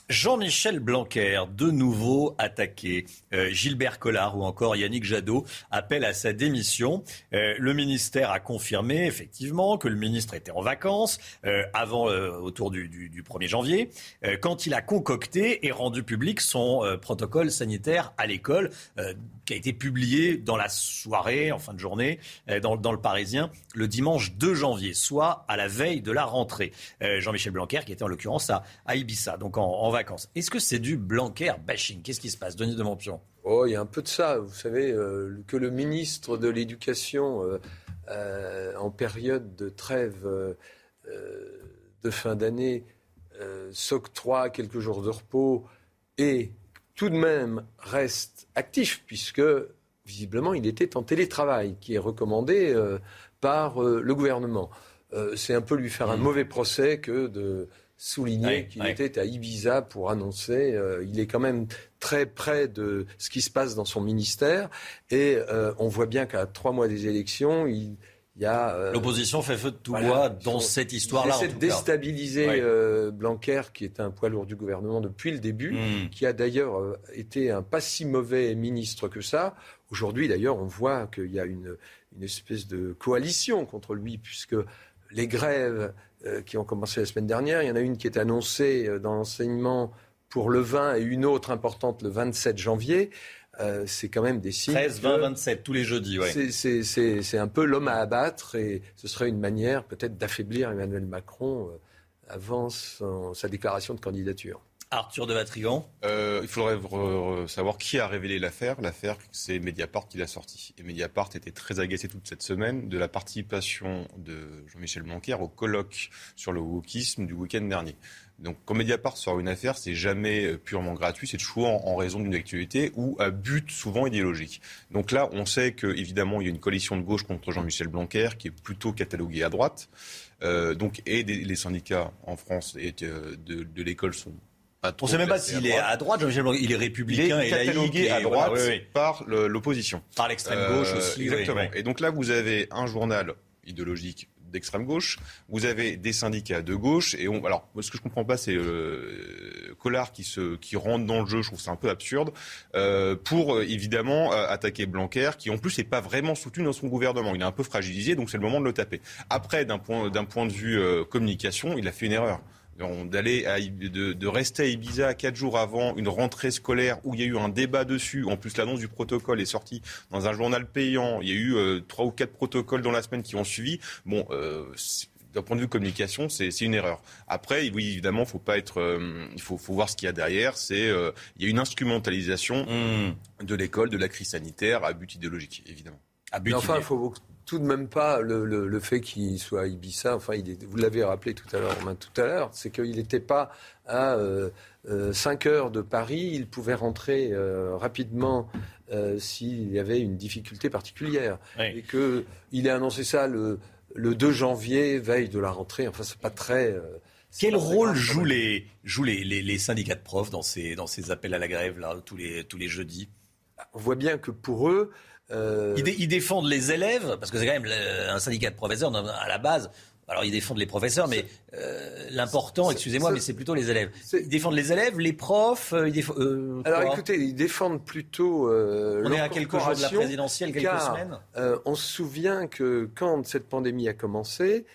Jean-Michel Blanquer, de nouveau attaqué. Euh, Gilbert Collard ou encore Yannick Jadot appellent à sa démission. Euh, le ministère a confirmé effectivement que le ministre était en vacances euh, avant, euh, autour du, du, du premier janvier, euh, quand il a concocté et rendu public son euh, protocole sanitaire à l'école, euh, qui a été publié dans la soirée, en fin de journée, euh, dans, dans le Parisien, le dimanche deux janvier, soit à la veille de la rentrée. Euh, Jean-Michel Blanquer, qui était en l'occurrence à, à Ibiza, donc en, en vacances. Est-ce que c'est du Blanquer bashing ? Qu'est-ce qui se passe, Denis de Montpion ? Oh, il y a un peu de ça. Vous savez, euh, que le ministre de l'Éducation, euh, euh, en période de trêve euh, de fin d'année, euh, s'octroie quelques jours de repos et tout de même reste actif, puisque visiblement il était en télétravail, qui est recommandé euh, par euh, le gouvernement. Euh, c'est un peu lui faire un mauvais procès que de souligner ouais, qu'il ouais. était à Ibiza pour annoncer. Euh, il est quand même très près de ce qui se passe dans son ministère. Et euh, on voit bien qu'à trois mois des élections, il, il y a... Euh, L'opposition fait feu de tout voilà, bois dans sont, cette histoire-là. Il essaie de déstabiliser ouais. euh, Blanquer, qui est un poids lourd du gouvernement depuis le début, mmh. qui a d'ailleurs euh, été un pas si mauvais ministre que ça. Aujourd'hui, d'ailleurs, on voit qu'il y a une, une espèce de coalition contre lui, puisque les grèves euh, qui ont commencé la semaine dernière, il y en a une qui est annoncée euh, dans l'enseignement pour le vingt et une autre importante le vingt-sept janvier. Euh, c'est quand même des signes. treize, vingt, vingt-sept, tous les jeudis, ouais. C'est, c'est, c'est, c'est un peu l'homme à abattre et ce serait une manière peut-être d'affaiblir Emmanuel Macron euh, avant son, sa déclaration de candidature. Arthur de Vatrigan. Euh, il faudrait re- savoir qui a révélé l'affaire. L'affaire, c'est Mediapart qui l'a sortie. Et Mediapart était très agacé toute cette semaine de la participation de Jean-Michel Blanquer au colloque sur le wokisme du week-end dernier. Donc, quand Mediapart sort une affaire, c'est jamais purement gratuit, c'est toujours en, en raison d'une actualité ou à but souvent idéologique. Donc là, on sait qu'évidemment, il y a une coalition de gauche contre Jean-Michel Blanquer qui est plutôt cataloguée à droite. Euh, donc, et des, les syndicats en France et de, de, de l'école sont... On ne sait même pas s'il est à droite, Jean-Michel Blanquer. Il est républicain et laïque. Il est catalogué à droite voilà, oui, oui. par le, l'opposition. Par l'extrême gauche euh, aussi. Exactement. Oui, oui. Et donc là, vous avez un journal idéologique d'extrême gauche, vous avez des syndicats de gauche, et on, alors ce que je comprends pas, c'est euh, Collard qui se qui rentre dans le jeu, je trouve c'est un peu absurde, euh, pour euh, évidemment euh, attaquer Blanquer, qui en plus n'est pas vraiment soutenu dans son gouvernement, il est un peu fragilisé, donc c'est le moment de le taper. Après, d'un point d'un point de vue euh, communication, il a fait une erreur. D'aller à, de, de rester à Ibiza quatre jours avant une rentrée scolaire où il y a eu un débat dessus. En plus, l'annonce du protocole est sortie dans un journal payant. Il y a eu euh, trois ou quatre protocoles dans la semaine qui ont suivi. Bon, euh, d'un point de vue communication, c'est, c'est une erreur. Après, oui, évidemment, faut pas être. Euh, il faut, faut voir ce qu'il y a derrière. C'est, euh, il y a une instrumentalisation mmh. de l'école, de la crise sanitaire à but idéologique, évidemment. À but enfin, il faut tout de même pas le, le, le fait qu'il soit à Ibiza, enfin, il est, vous l'avez rappelé tout à l'heure, Romain, tout à l'heure, c'est qu'il n'était pas à euh, euh, cinq heures de Paris, il pouvait rentrer euh, rapidement euh, s'il y avait une difficulté particulière. Oui. Et qu'il ait annoncé ça le, le deux janvier, veille de la rentrée, enfin, c'est pas très... Euh, c'est Quel pas rôle très grave, jouent, les, jouent les, les, les syndicats de profs dans ces, dans ces appels à la grève, là, tous les, tous les jeudis ? On voit bien que pour eux... Euh... Ils, dé- ils défendent les élèves, parce que c'est quand même le, un syndicat de professeurs à la base. Alors ils défendent les professeurs, mais euh, l'important, c'est, excusez-moi, c'est, mais c'est plutôt les élèves. Ils défendent les élèves, les profs. Ils défendent, euh, Alors écoutez, ils défendent plutôt. Euh, on est à quelques jours de la présidentielle, quelques car, semaines. Euh, on se souvient que quand cette pandémie a commencé,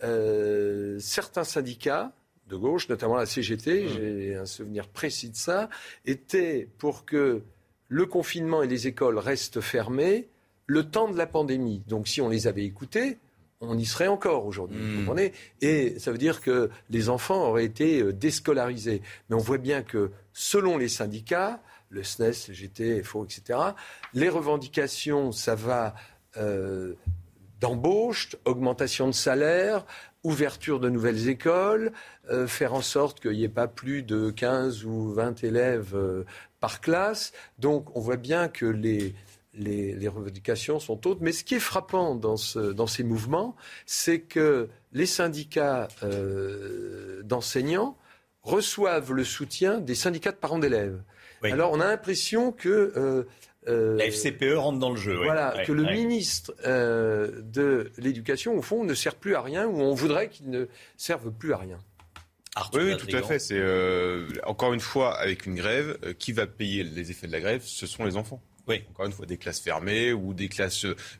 euh, certains syndicats de gauche, notamment la C G T, mmh. j'ai un souvenir précis de ça, étaient pour que le confinement et les écoles restent fermées le temps de la pandémie. Donc si on les avait écoutés, on y serait encore aujourd'hui. Mmh. Vous comprenez ? Et ça veut dire que les enfants auraient été déscolarisés. Mais on voit bien que selon les syndicats, le S N E S, le G T, F O, et cetera, les revendications, ça va euh, d'embauche, augmentation de salaire, ouverture de nouvelles écoles, euh, faire en sorte qu'il n'y ait pas plus de quinze ou vingt élèves euh, par classe. Donc on voit bien que les, les, les revendications sont hautes. Mais ce qui est frappant dans, ce, dans ces mouvements, c'est que les syndicats euh, d'enseignants reçoivent le soutien des syndicats de parents d'élèves. Oui. Alors on a l'impression que... Euh, Euh, la F C P E rentre dans le jeu. Voilà, oui. que oui, le oui. ministre euh, de l'Éducation, au fond, ne sert plus à rien, ou on voudrait qu'il ne serve plus à rien. Arthur oui, oui, tout à fait. C'est euh, encore une fois avec une grève, euh, qui va payer les effets de la grève ? Ce sont les enfants. Oui. Encore une fois, des classes fermées ou des classes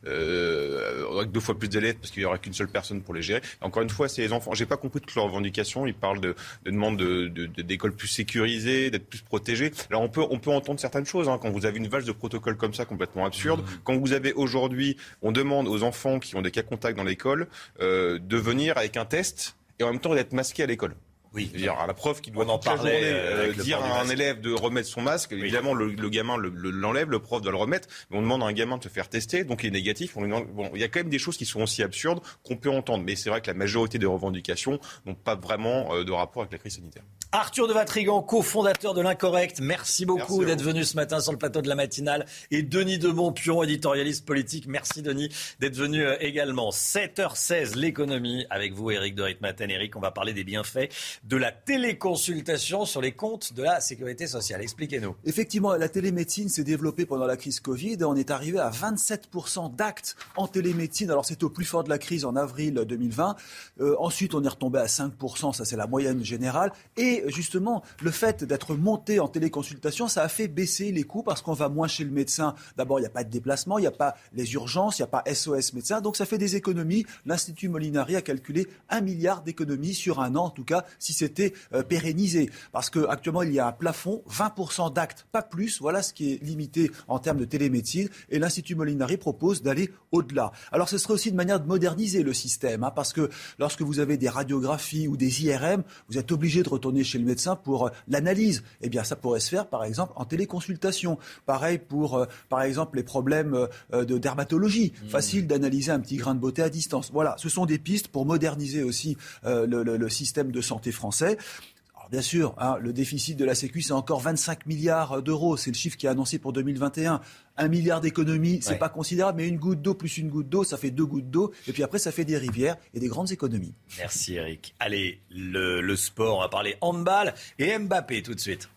euh, avec deux fois plus d'élèves parce qu'il n'y aura qu'une seule personne pour les gérer. Encore une fois, c'est les enfants. J'ai pas compris toutes leurs revendications. Ils parlent de, de demandes de, de, de, d'écoles plus sécurisées, d'être plus protégées. Alors on peut, on peut entendre certaines choses. Hein, quand vous avez une vache de protocoles comme ça, complètement absurde. Mmh. Quand vous avez aujourd'hui, on demande aux enfants qui ont des cas contacts dans l'école euh, de venir avec un test et en même temps d'être masqués à l'école. Oui, dire la prof qui doit en parler, euh, dire à un élève de remettre son masque. Oui. Évidemment, le, le gamin le, le, l'enlève, le prof doit le remettre. Mais on demande à un gamin de se faire tester, donc il est négatif. On lui demande, bon, il y a quand même des choses qui sont aussi absurdes qu'on peut entendre. Mais c'est vrai que la majorité des revendications n'ont pas vraiment euh, de rapport avec la crise sanitaire. Arthur de Vatrigan, cofondateur de l'Incorrect, merci beaucoup merci d'être venu ce matin sur le plateau de la matinale. Et Denis de Montpion, éditorialiste politique, merci Denis d'être venu également. sept heures seize, l'économie, avec vous Éric de Ritmaten. Éric, on va parler des bienfaits de la téléconsultation sur les comptes de la sécurité sociale. Expliquez-nous. Effectivement, la télémédecine s'est développée pendant la crise Covid. On est arrivé à vingt-sept pour cent d'actes en télémédecine. Alors c'est au plus fort de la crise en avril deux mille vingt. Euh, ensuite, on est retombé à cinq pour cent, ça c'est la moyenne générale. Et justement, le fait d'être monté en téléconsultation, ça a fait baisser les coûts parce qu'on va moins chez le médecin. D'abord, il n'y a pas de déplacement, il n'y a pas les urgences, il n'y a pas S O S médecin. Donc, ça fait des économies. L'Institut Molinari a calculé un milliard d'économies sur un an, en tout cas, si c'était euh, pérennisé. Parce qu'actuellement, il y a un plafond, vingt pour cent d'actes, pas plus. Voilà ce qui est limité en termes de télémédecine. Et l'Institut Molinari propose d'aller au-delà. Alors, ce serait aussi une manière de moderniser le système, hein, parce que lorsque vous avez des radiographies ou des I R M, vous êtes obligé de retourner chez le médecin pour l'analyse. Eh bien, ça pourrait se faire, par exemple, en téléconsultation. Pareil pour, euh, par exemple, les problèmes euh, de dermatologie. Mmh. Facile d'analyser un petit grain de beauté à distance. Voilà, ce sont des pistes pour moderniser aussi euh, le, le, le système de santé français. Alors, bien sûr, hein, le déficit de la Sécu, c'est encore vingt-cinq milliards d'euros. C'est le chiffre qui est annoncé pour deux mille vingt et un. Un milliard d'économies, c'est ouais. pas considérable, mais une goutte d'eau plus une goutte d'eau, ça fait deux gouttes d'eau. Et puis après, ça fait des rivières et des grandes économies. Merci Eric. Allez, le, le sport, on va parler handball et Mbappé tout de suite.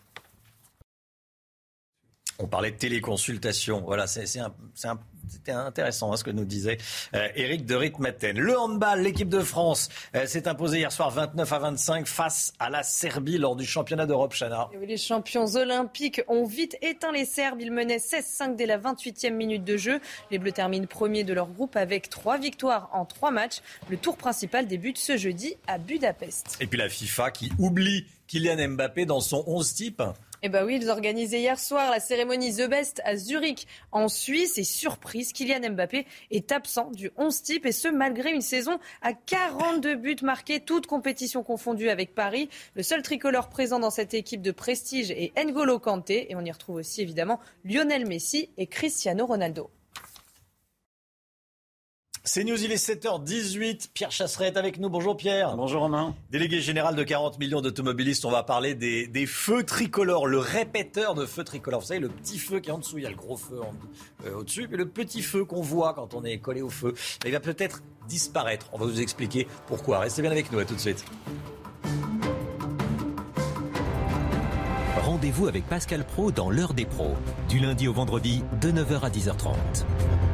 On parlait de téléconsultation. Voilà, c'est, c'est un, c'est un, c'était intéressant hein, ce que nous disait euh, Éric de Ritmaten. Le handball, l'équipe de France euh, s'est imposée hier soir vingt-neuf à vingt-cinq face à la Serbie lors du championnat d'Europe, Chana. Les champions olympiques ont vite éteint les Serbes. Ils menaient seize cinq dès la vingt-huitième minute de jeu. Les Bleus terminent premiers de leur groupe avec trois victoires en trois matchs. Le tour principal débute ce jeudi à Budapest. Et puis la FIFA qui oublie Kylian Mbappé dans son onze type. Eh bien oui, ils organisaient hier soir la cérémonie The Best à Zurich, en Suisse. Et surprise, Kylian Mbappé est absent du onze type. Et ce, malgré une saison à quarante-deux buts marqués, toutes compétitions confondues avec Paris. Le seul tricolore présent dans cette équipe de prestige est N'Golo Kanté. Et on y retrouve aussi évidemment Lionel Messi et Cristiano Ronaldo. C'est News, il est sept heures dix-huit. Pierre Chasseret est avec nous. Bonjour Pierre. Bonjour Romain. Délégué général de quarante millions d'automobilistes, on va parler des, des feux tricolores, le répéteur de feux tricolores. Vous savez, le petit feu qui est en dessous, il y a le gros feu en, euh, au-dessus, mais le petit feu qu'on voit quand on est collé au feu, il va peut-être disparaître. On va vous expliquer pourquoi. Restez bien avec nous, à tout de suite. Rendez-vous avec Pascal Praud dans l'heure des pros, du lundi au vendredi de neuf heures à dix heures trente.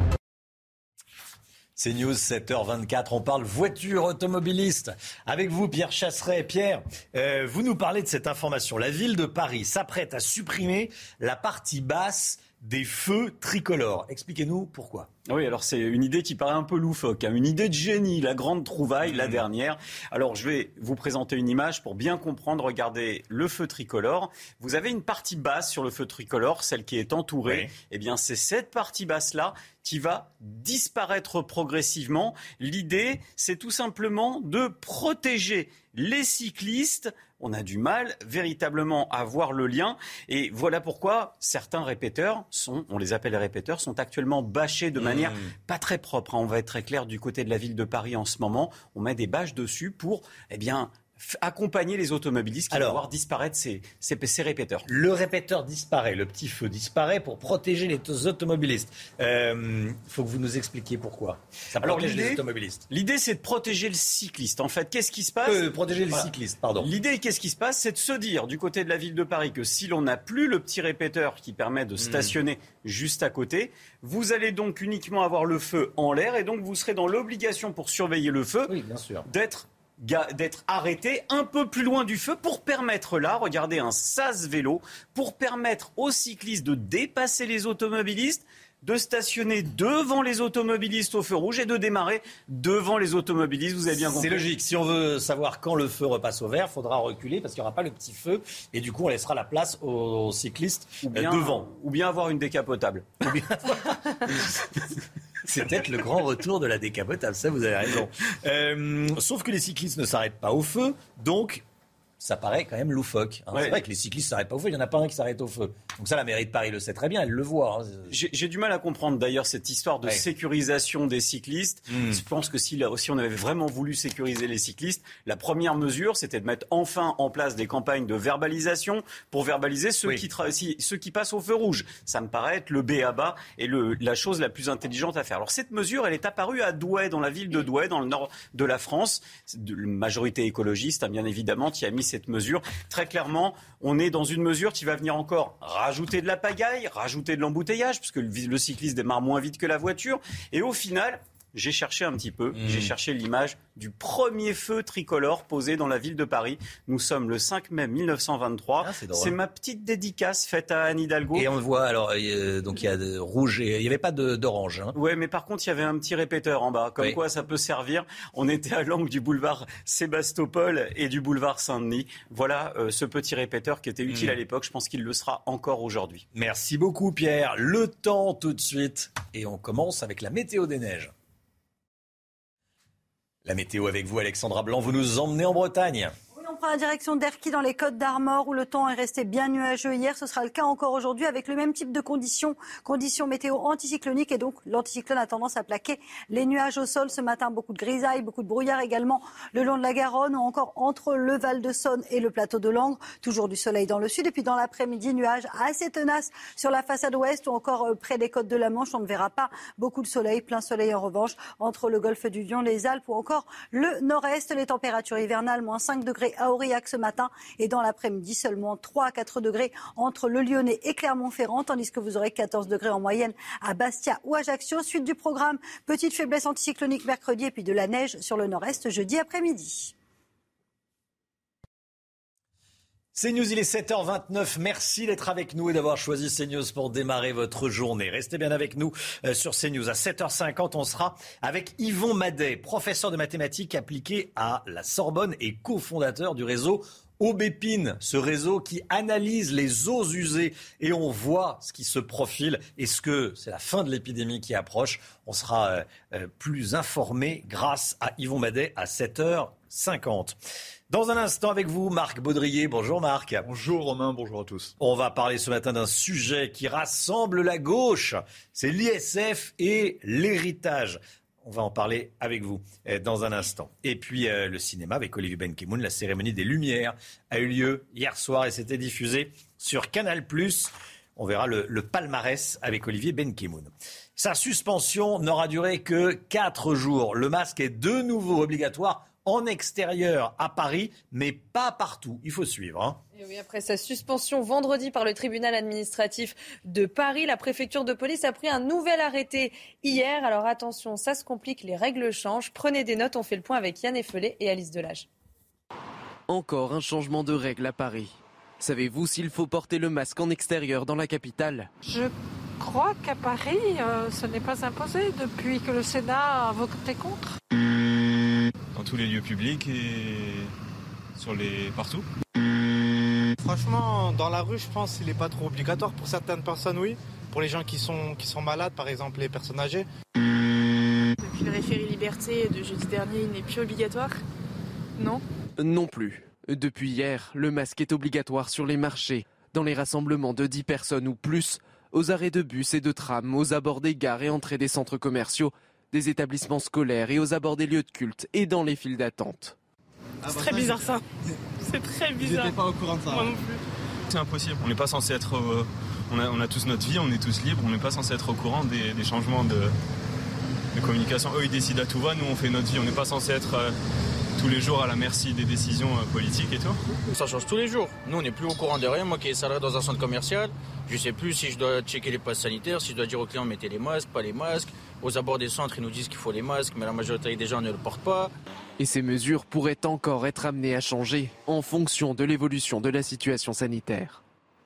C'est News, sept heures vingt-quatre, on parle voiture automobiliste. Avec vous, Pierre Chasseret. Pierre, euh, vous nous parlez de cette information. La ville de Paris s'apprête à supprimer la partie basse des feux tricolores. Expliquez-nous pourquoi. Oui, alors c'est une idée qui paraît un peu loufoque, hein. Une idée de génie, la grande trouvaille, mmh. la dernière. Alors je vais vous présenter une image pour bien comprendre. Regardez le feu tricolore. Vous avez une partie basse sur le feu tricolore, celle qui est entourée. Oui. Eh bien, c'est cette partie basse-là qui va disparaître progressivement. L'idée, c'est tout simplement de protéger les cyclistes. On a du mal véritablement à voir le lien. Et voilà pourquoi certains répéteurs sont, on les appelle les répéteurs, sont actuellement bâchés de manière mmh. pas très propre. On va être très clair du côté de la ville de Paris en ce moment. On met des bâches dessus pour, eh bien, accompagner les automobilistes qui Alors, vont voir disparaître ces, ces, ces répéteurs. Le répéteur disparaît, le petit feu disparaît pour protéger les automobilistes. Il euh, faut que vous nous expliquiez pourquoi. Ça Alors, protège l'idée, les automobilistes. L'idée, c'est de protéger le cycliste. En fait, qu'est-ce qui se passe euh, Protéger le voilà. cycliste, pardon. L'idée, qu'est-ce qui se passe C'est de se dire, du côté de la ville de Paris, que si l'on n'a plus le petit répéteur qui permet de stationner mmh. juste à côté, vous allez donc uniquement avoir le feu en l'air et donc vous serez dans l'obligation pour surveiller le feu oui, bien sûr. d'être d'être arrêté un peu plus loin du feu pour permettre là, regardez, un sas vélo, pour permettre aux cyclistes de dépasser les automobilistes, de stationner devant les automobilistes au feu rouge et de démarrer devant les automobilistes. Vous avez bien compris. C'est logique. Si on veut savoir quand le feu repasse au vert, il faudra reculer parce qu'il n'y aura pas le petit feu. Et du coup, on laissera la place aux cyclistes ou bien, devant. Ou bien avoir une décapotable. Ou bien... C'est peut-être le grand retour de la décapotable. Ça, vous avez raison. Euh, sauf que les cyclistes ne s'arrêtent pas au feu. Donc... ça paraît quand même loufoque. Hein. Ouais. C'est vrai que les cyclistes ne s'arrêtent pas au feu, il n'y en a pas un qui s'arrête au feu. Donc ça, la mairie de Paris le sait très bien, elle le voit. Hein. J'ai, j'ai du mal à comprendre d'ailleurs cette histoire de ouais. sécurisation des cyclistes. Mmh. Je pense que si, si on avait vraiment voulu sécuriser les cyclistes, la première mesure, c'était de mettre enfin en place des campagnes de verbalisation pour verbaliser ceux, oui. qui, tra- si, ceux qui passent au feu rouge. Ça me paraît être le b a ba et le, la chose la plus intelligente à faire. Alors cette mesure, elle est apparue à Douai, dans la ville de Douai, dans le nord de la France. De, majorité écologiste, hein, bien évidemment, qui a mis cette mesure. Très clairement, on est dans une mesure qui va venir encore rajouter de la pagaille, rajouter de l'embouteillage, puisque le, le cycliste démarre moins vite que la voiture. Et au final, j'ai cherché un petit peu, mmh. j'ai cherché l'image du premier feu tricolore posé dans la ville de Paris. Nous sommes le cinq mai mille neuf cent vingt-trois. Ah, c'est, c'est ma petite dédicace faite à Anne Hidalgo. Et on le voit, alors, euh, donc il y a de rouge et il n'y avait pas de, d'orange. Hein. Oui, mais par contre, il y avait un petit répéteur en bas, comme oui. quoi ça peut servir. On était à l'angle du boulevard Sébastopol et du boulevard Saint-Denis. Voilà euh, ce petit répéteur qui était utile mmh. à l'époque. Je pense qu'il le sera encore aujourd'hui. Merci beaucoup, Pierre. Le temps tout de suite. Et on commence avec la météo des neiges. La météo avec vous, Alexandra Blanc, vous nous emmenez en Bretagne. Oui, on prend la direction d'Erquy dans les Côtes d'Armor où le temps est resté bien nuageux hier. Ce sera le cas encore aujourd'hui avec le même type de conditions, conditions météo anticycloniques et donc l'anticyclone a tendance à plaquer les nuages au sol ce matin. Beaucoup de grisailles, beaucoup de brouillard également le long de la Garonne ou encore entre le Val-de-Saône et le plateau de Langres. Toujours du soleil dans le sud et puis dans l'après-midi, nuages assez tenaces sur la façade ouest ou encore près des côtes de la Manche. On ne verra pas beaucoup de soleil, plein soleil en revanche entre le golfe du Lion, les Alpes ou encore le nord-est. Les températures hivernales, moins cinq degrés à Aurillac ce matin et dans l'après-midi seulement trois à quatre degrés entre le Lyonnais et Clermont-Ferrand, tandis que vous aurez quatorze degrés en moyenne à Bastia ou Ajaccio. Suite du programme, petite faiblesse anticyclonique mercredi et puis de la neige sur le nord-est jeudi après-midi. CNews, il est sept heures vingt-neuf. Merci d'être avec nous et d'avoir choisi CNews pour démarrer votre journée. Restez bien avec nous sur CNews. À sept heures cinquante, on sera avec Yvon Madet, professeur de mathématiques appliquées à la Sorbonne et cofondateur du réseau Aubépine, ce réseau qui analyse les eaux usées et on voit ce qui se profile. Est-ce que c'est la fin de l'épidémie qui approche ? On sera euh, plus informé grâce à Yvon Madet à sept heures cinquante. Dans un instant avec vous, Marc Baudrier. Bonjour Marc. Bonjour Romain, bonjour à tous. On va parler ce matin d'un sujet qui rassemble la gauche. C'est l'I S F et l'héritage. On va en parler avec vous dans un instant. Et puis euh, le cinéma avec Olivier Benkemoun. La cérémonie des Lumières a eu lieu hier soir et c'était diffusé sur Canal plus. On verra le, le palmarès avec Olivier Benkemoun. Sa suspension n'aura duré que quatre jours. Le masque est de nouveau obligatoire en extérieur à Paris, mais pas partout. Il faut suivre. Hein. Et oui, après sa suspension vendredi par le tribunal administratif de Paris, la préfecture de police a pris un nouvel arrêté hier. Alors attention, ça se complique, les règles changent. Prenez des notes, on fait le point avec Yann Effelé et Alice Delage. Encore un changement de règles à Paris. Savez-vous s'il faut porter le masque en extérieur dans la capitale ? Je crois qu'à Paris, euh, ce n'est pas imposé depuis que le Sénat a voté contre. Dans tous les lieux publics et sur les partout. Franchement, dans la rue, je pense qu'il n'est pas trop obligatoire. Pour certaines personnes, oui. Pour les gens qui sont, qui sont malades, par exemple les personnes âgées. Depuis le référé liberté de jeudi dernier, il n'est plus obligatoire ? Non ? Non plus. Depuis hier, le masque est obligatoire sur les marchés, dans les rassemblements de dix personnes ou plus, aux arrêts de bus et de trams, aux abords des gares et entrées des centres commerciaux, des établissements scolaires et aux abords des lieux de culte et dans les files d'attente. C'est très bizarre ça. C'est très bizarre. J'étais pas au courant de ça. Moi non plus. C'est impossible. On n'est pas censé être. Euh, on, a, on a tous notre vie, on est tous libres. On n'est pas censé être au courant des, des changements de, de communication. Eux, ils décident à tout va. Nous, on fait notre vie. On n'est pas censé être euh, tous tous les jours à la merci des décisions euh, politiques et tout. Ça change tous les jours. Nous, on n'est plus au courant de rien. Moi qui est salarié dans un centre commercial, je ne sais plus si je dois checker les passes sanitaires, si je dois dire aux clients mettez les masques, pas les masques. Aux abords des centres, ils nous disent qu'il faut les masques, mais la majorité des gens ne le portent pas. Et ces mesures pourraient encore être amenées à changer en fonction de l'évolution de la situation sanitaire.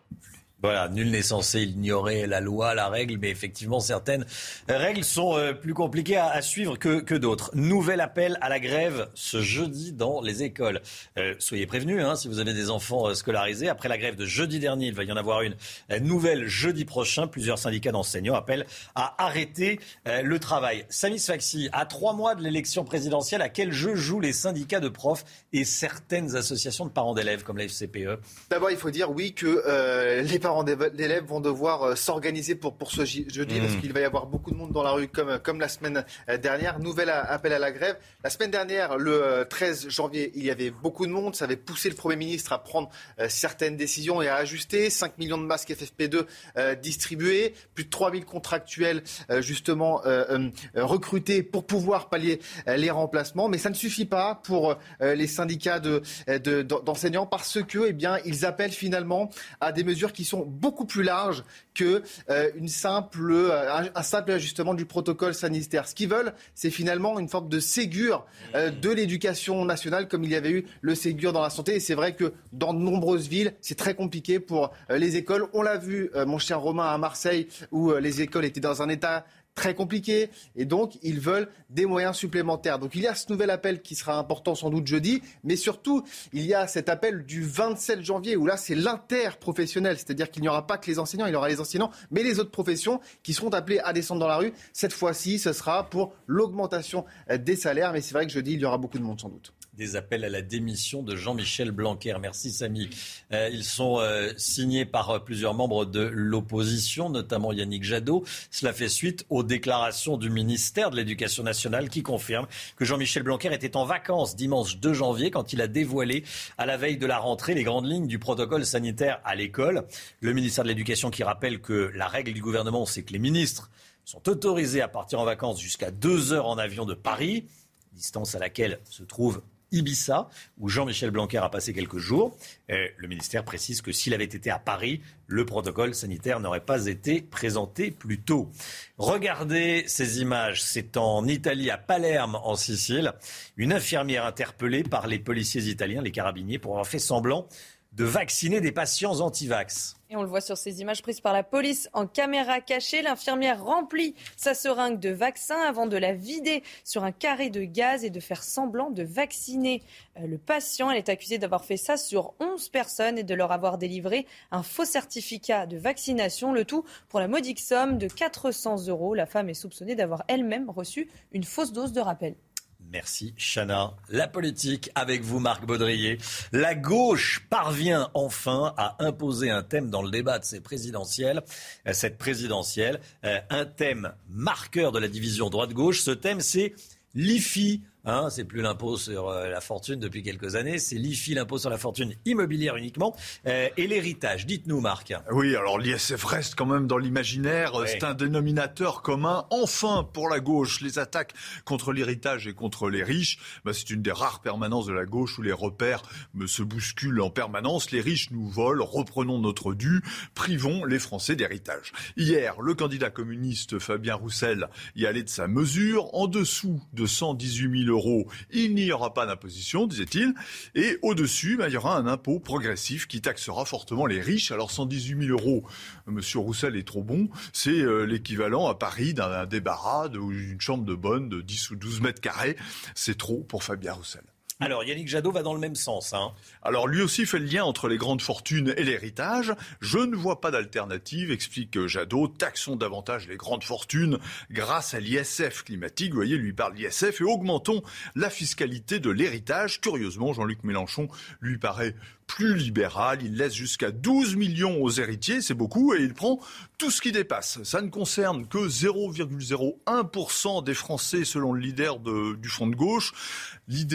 Voilà, nul n'est censé ignorer la loi, la règle, mais effectivement, certaines règles sont euh, plus compliquées à, à suivre que, que d'autres. Nouvel appel à la grève ce jeudi dans les écoles. Euh, soyez prévenus, hein, si vous avez des enfants euh, scolarisés. Après la grève de jeudi dernier, il va y en avoir une euh, nouvelle jeudi prochain. Plusieurs syndicats d'enseignants appellent à arrêter euh, le travail. Samy Sfaxi, à trois mois de l'élection présidentielle, à quel jeu jouent les syndicats de profs et certaines associations de parents d'élèves comme la F C P E? D'abord, il faut dire oui que euh, les parents d'élèves vont devoir euh, s'organiser pour, pour ce jeudi, mmh. parce qu'il va y avoir beaucoup de monde dans la rue comme, comme la semaine dernière. Nouvel appel à la grève. La semaine dernière, le treize janvier, il y avait beaucoup de monde. Ça avait poussé le Premier ministre à prendre euh, certaines décisions et à ajuster. cinq millions de masques F F P deux euh, distribués. Plus de trois mille contractuels euh, justement euh, euh, recrutés pour pouvoir pallier euh, les remplacements. Mais ça ne suffit pas pour euh, les syndicats de, de, d'enseignants parce que, eh bien, ils appellent finalement à des mesures qui sont beaucoup plus larges que euh, une simple, euh, un, un simple ajustement du protocole sanitaire. Ce qu'ils veulent, c'est finalement une forme de Ségur euh, de l'éducation nationale, comme il y avait eu le Ségur dans la santé. Et c'est vrai que dans de nombreuses villes, c'est très compliqué pour euh, les écoles. On l'a vu, euh, mon cher Romain, à Marseille, où euh, les écoles étaient dans un état très compliqué, et donc ils veulent des moyens supplémentaires. Donc il y a ce nouvel appel qui sera important sans doute jeudi, mais surtout il y a cet appel du vingt-sept janvier où là c'est l'interprofessionnel, c'est-à-dire qu'il n'y aura pas que les enseignants, il y aura les enseignants, mais les autres professions qui seront appelées à descendre dans la rue. Cette fois-ci, ce sera pour l'augmentation des salaires, mais c'est vrai que jeudi, il y aura beaucoup de monde sans doute. Des appels à la démission de Jean-Michel Blanquer. Merci Samy. Euh, ils sont euh, signés par euh, plusieurs membres de l'opposition, notamment Yannick Jadot. Cela fait suite aux déclarations du ministère de l'Éducation nationale qui confirme que Jean-Michel Blanquer était en vacances dimanche deux janvier quand il a dévoilé à la veille de la rentrée les grandes lignes du protocole sanitaire à l'école. Le ministère de l'Éducation qui rappelle que la règle du gouvernement, c'est que les ministres sont autorisés à partir en vacances jusqu'à deux heures en avion de Paris, distance à laquelle se trouve Ibiza, où Jean-Michel Blanquer a passé quelques jours. Euh, le ministère précise que s'il avait été à Paris, le protocole sanitaire n'aurait pas été présenté plus tôt. Regardez ces images. C'est en Italie, à Palerme, en Sicile. Une infirmière interpellée par les policiers italiens, les carabiniers, pour avoir fait semblant de vacciner des patients anti-vax. Et on le voit sur ces images prises par la police en caméra cachée. L'infirmière remplit sa seringue de vaccin avant de la vider sur un carré de gaz et de faire semblant de vacciner le patient. Elle est accusée d'avoir fait ça sur onze personnes et de leur avoir délivré un faux certificat de vaccination. Le tout pour la modique somme de quatre cents euros. La femme est soupçonnée d'avoir elle-même reçu une fausse dose de rappel. Merci Chana. La politique avec vous Marc Baudrier. La gauche parvient enfin à imposer un thème dans le débat de ces présidentielles. Cette présidentielle, un thème marqueur de la division droite-gauche. Ce thème, c'est l'I F I. Hein, c'est plus l'impôt sur euh, la fortune depuis quelques années, c'est l'I F I, l'impôt sur la fortune immobilière uniquement, euh, et l'héritage. Dites-nous, Marc. Oui, alors l'I S F reste quand même dans l'imaginaire, oui. C'est un dénominateur commun. Enfin, pour la gauche, les attaques contre l'héritage et contre les riches, bah, c'est une des rares permanences de la gauche où les repères me se bousculent en permanence. Les riches nous volent, reprenons notre dû, privons les Français d'héritage. Hier, le candidat communiste Fabien Roussel y allait de sa mesure, en dessous de cent dix-huit mille euros, il n'y aura pas d'imposition, disait-il. Et au-dessus, ben, il y aura un impôt progressif qui taxera fortement les riches. Alors cent dix-huit mille euros, Monsieur Roussel est trop bon. C'est euh, l'équivalent à Paris d'un, d'un débarras ou d'une chambre de bonne de dix ou douze mètres carrés. C'est trop pour Fabien Roussel. Alors, Yannick Jadot va dans le même sens. Hein. Alors, lui aussi fait le lien entre les grandes fortunes et l'héritage. Je ne vois pas d'alternative, explique Jadot. Taxons davantage les grandes fortunes grâce à l'I S F climatique. Vous voyez, lui parle d'I S F et augmentons la fiscalité de l'héritage. Curieusement, Jean-Luc Mélenchon lui paraît plus libéral. Il laisse jusqu'à douze millions aux héritiers, c'est beaucoup, et il prend tout ce qui dépasse. Ça ne concerne que zéro virgule zéro un pour cent des Français selon le leader de, du Front de gauche. L'idée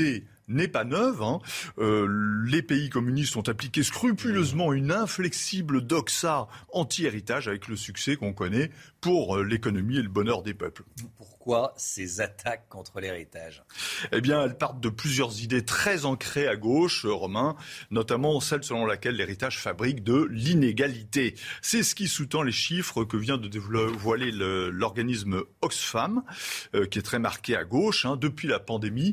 n'est pas neuve. Hein. Euh, les pays communistes ont appliqué scrupuleusement une inflexible doxa anti-héritage avec le succès qu'on connaît pour l'économie et le bonheur des peuples. Pourquoi ces attaques contre l'héritage ? Eh bien, elles partent de plusieurs idées très ancrées à gauche, Romain, notamment celle selon laquelle l'héritage fabrique de l'inégalité. C'est ce qui sous-tend les chiffres que vient de dévoiler le, l'organisme Oxfam, euh, qui est très marqué à gauche. Hein. Depuis la pandémie,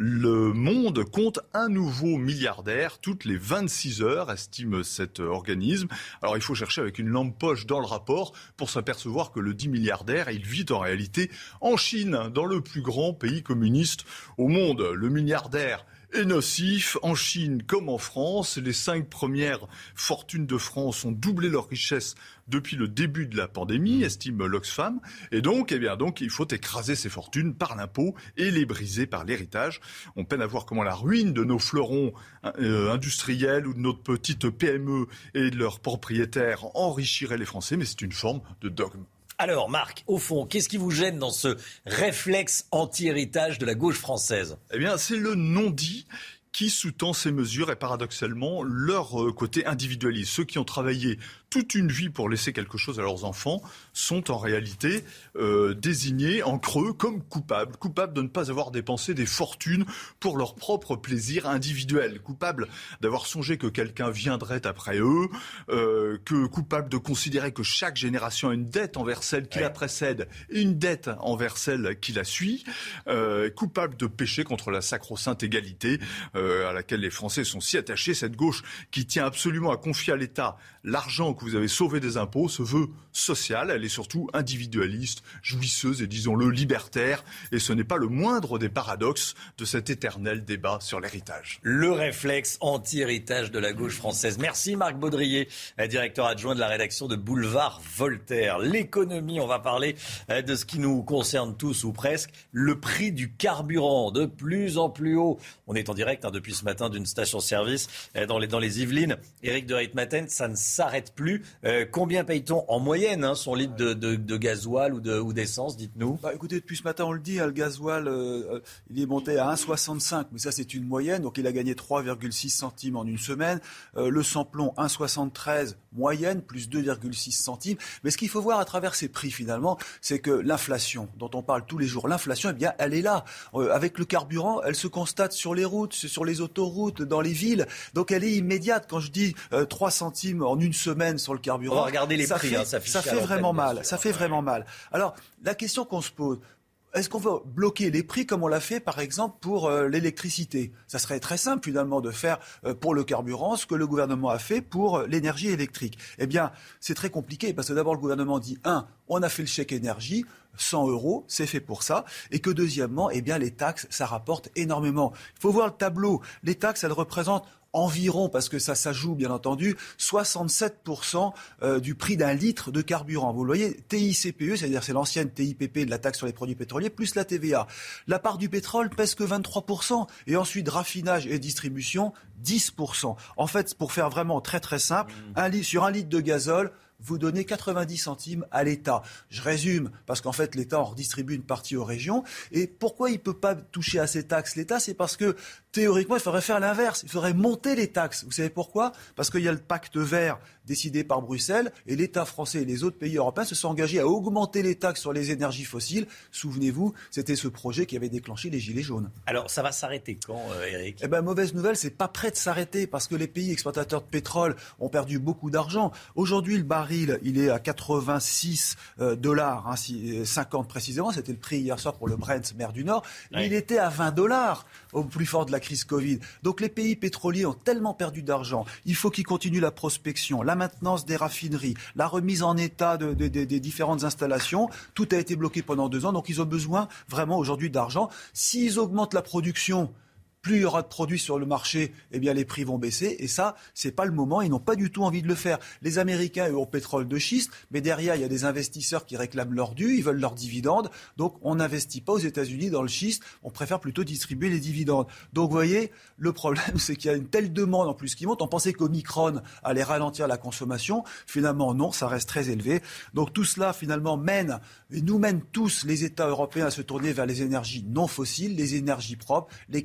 le monde compte un nouveau milliardaire toutes les vingt-six heures, estime cet organisme. Alors, il faut chercher avec une lampe poche dans le rapport pour s'apercevoir que le dit milliardaire, il vit en réalité en Chine, dans le plus grand pays communiste au monde. Le milliardaire est nocif. En Chine comme en France, les cinq premières fortunes de France ont doublé leur richesse depuis le début de la pandémie, estime l'Oxfam. Et donc, eh bien, donc, il faut écraser ces fortunes par l'impôt et les briser par l'héritage. On peine à voir comment la ruine de nos fleurons euh, industriels ou de notre petite P M E et de leurs propriétaires enrichirait les Français, mais c'est une forme de dogme. Alors, Marc, au fond, qu'est-ce qui vous gêne dans ce réflexe anti-héritage de la gauche française ? Eh bien, c'est le non-dit qui sous-tend ces mesures et paradoxalement leur côté individualiste. Ceux qui ont travaillé toute une vie pour laisser quelque chose à leurs enfants sont en réalité euh, désignés en creux comme coupables. Coupables de ne pas avoir dépensé des fortunes pour leur propre plaisir individuel. Coupables d'avoir songé que quelqu'un viendrait après eux. Euh, que coupables de considérer que chaque génération a une dette envers celle qui ouais. la précède et une dette envers celle qui la suit. Euh, coupables de pécher contre la sacro-sainte égalité euh, à laquelle les Français sont si attachés. Cette gauche qui tient absolument à confier à l'État l'argent que vous avez sauvé des impôts se veut sociale, elle est surtout individualiste, jouisseuse et disons-le libertaire. Et ce n'est pas le moindre des paradoxes de cet éternel débat sur l'héritage. Le réflexe anti-héritage de la gauche française. Merci Marc Baudrier, directeur adjoint de la rédaction de Boulevard Voltaire. L'économie, on va parler de ce qui nous concerne tous ou presque, le prix du carburant de plus en plus haut. On est en direct hein, depuis ce matin d'une station-service dans les, dans les Yvelines. Éric de Ritmaten, ça ne s'arrête plus. Euh, combien paye-t-on en moyenne hein, son litre de, de, de gasoil ou, de, ou d'essence, dites-nous ? Bah, écoutez, depuis ce matin, on le dit, hein, le gasoil, euh, il est monté à un virgule soixante-cinq, mais ça c'est une moyenne, donc il a gagné trois virgule six centimes en une semaine. Euh, le samplon, un virgule soixante-treize, moyenne, plus deux virgule six centimes. Mais ce qu'il faut voir à travers ces prix, finalement, c'est que l'inflation, dont on parle tous les jours, l'inflation, eh bien, elle est là. Euh, avec le carburant, elle se constate sur les routes, sur les autoroutes, dans les villes. Donc elle est immédiate. Quand je dis euh, trois centimes en une semaine sur le carburant, on va regarder les ça prix, fait, hein, ça fait vraiment mal. Sûr. Ça fait vraiment mal. Alors, la question qu'on se pose, est-ce qu'on veut bloquer les prix comme on l'a fait, par exemple, pour euh, l'électricité ? Ça serait très simple, finalement, de faire euh, pour le carburant ce que le gouvernement a fait pour euh, l'énergie électrique. Eh bien, c'est très compliqué, parce que d'abord, le gouvernement dit, un, on a fait le chèque énergie, cent euros, c'est fait pour ça. Et que deuxièmement, eh bien, les taxes, ça rapporte énormément. Il faut voir le tableau. Les taxes, elles représentent environ, parce que ça, ça joue bien entendu, soixante-sept pour cent du prix d'un litre de carburant. Vous le voyez, T I C P E, c'est-à-dire c'est l'ancienne T I P P de la taxe sur les produits pétroliers, plus la T V A. La part du pétrole pèse que vingt-trois pour cent. Et ensuite, raffinage et distribution, dix pour cent. En fait, pour faire vraiment très très simple, mmh. un litre, sur un litre de gazole, vous donnez quatre-vingt-dix centimes à l'État. Je résume, parce qu'en fait, l'État en redistribue une partie aux régions. Et pourquoi il ne peut pas toucher à ces taxes, l'État ? C'est parce que, théoriquement, il faudrait faire l'inverse. Il faudrait monter les taxes. Vous savez pourquoi ? Parce qu'il y a le pacte vert décidé par Bruxelles, et l'État français et les autres pays européens se sont engagés à augmenter les taxes sur les énergies fossiles. Souvenez-vous, c'était ce projet qui avait déclenché les Gilets jaunes. Alors, ça va s'arrêter quand, euh, Eric ? Eh bien, mauvaise nouvelle, c'est pas prêt de s'arrêter, parce que les pays exportateurs de pétrole ont perdu beaucoup d'argent. Aujourd'hui, le baril, il est à quatre-vingt-six dollars, hein, cinquante précisément. C'était le prix hier soir pour le Brent, mer du Nord. Mais ouais. il était à vingt dollars au plus fort de la crise Covid. Donc les pays pétroliers ont tellement perdu d'argent. Il faut qu'ils continuent la prospection, la maintenance des raffineries, la remise en état de, de, de, des différentes installations. Tout a été bloqué pendant deux ans. Donc ils ont besoin vraiment aujourd'hui d'argent. S'ils augmentent la production, plus il y aura de produits sur le marché, eh bien les prix vont baisser. Et ça, c'est pas le moment. Ils n'ont pas du tout envie de le faire. Les Américains, eux, ont pétrole de schiste, mais derrière, il y a des investisseurs qui réclament leur dû, ils veulent leurs dividendes. Donc, on n'investit pas aux États-Unis dans le schiste. On préfère plutôt distribuer les dividendes. Donc, vous voyez, le problème, c'est qu'il y a une telle demande en plus qui monte. On pensait qu'Omicron allait ralentir la consommation. Finalement, non, ça reste très élevé. Donc, tout cela, finalement, mène, et nous mène tous les États européens à se tourner vers les énergies non fossiles, les énergies propres, les carburants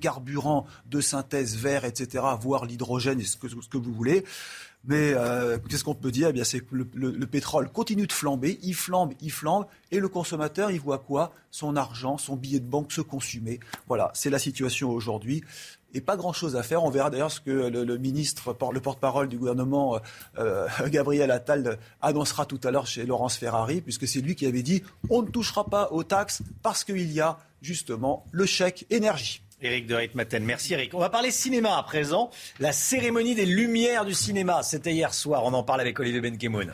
carburants de synthèse vert, et cetera, voire l'hydrogène et ce que, ce que vous voulez. Mais euh, qu'est-ce qu'on peut dire ? Eh bien, c'est que le, le, le pétrole continue de flamber, il flambe, il flambe, et le consommateur, il voit quoi ? Son argent, son billet de banque se consumer. Voilà, c'est la situation aujourd'hui. Et pas grand-chose à faire. On verra d'ailleurs ce que le, le ministre, le porte-parole du gouvernement, euh, Gabriel Attal, annoncera tout à l'heure chez Laurence Ferrari, puisque c'est lui qui avait dit « on ne touchera pas aux taxes parce qu'il y a justement le chèque énergie ». Éric de Ritmaten, merci Éric. On va parler cinéma à présent. La cérémonie des Lumières du cinéma, c'était hier soir. On en parle avec Olivier Benkemoun.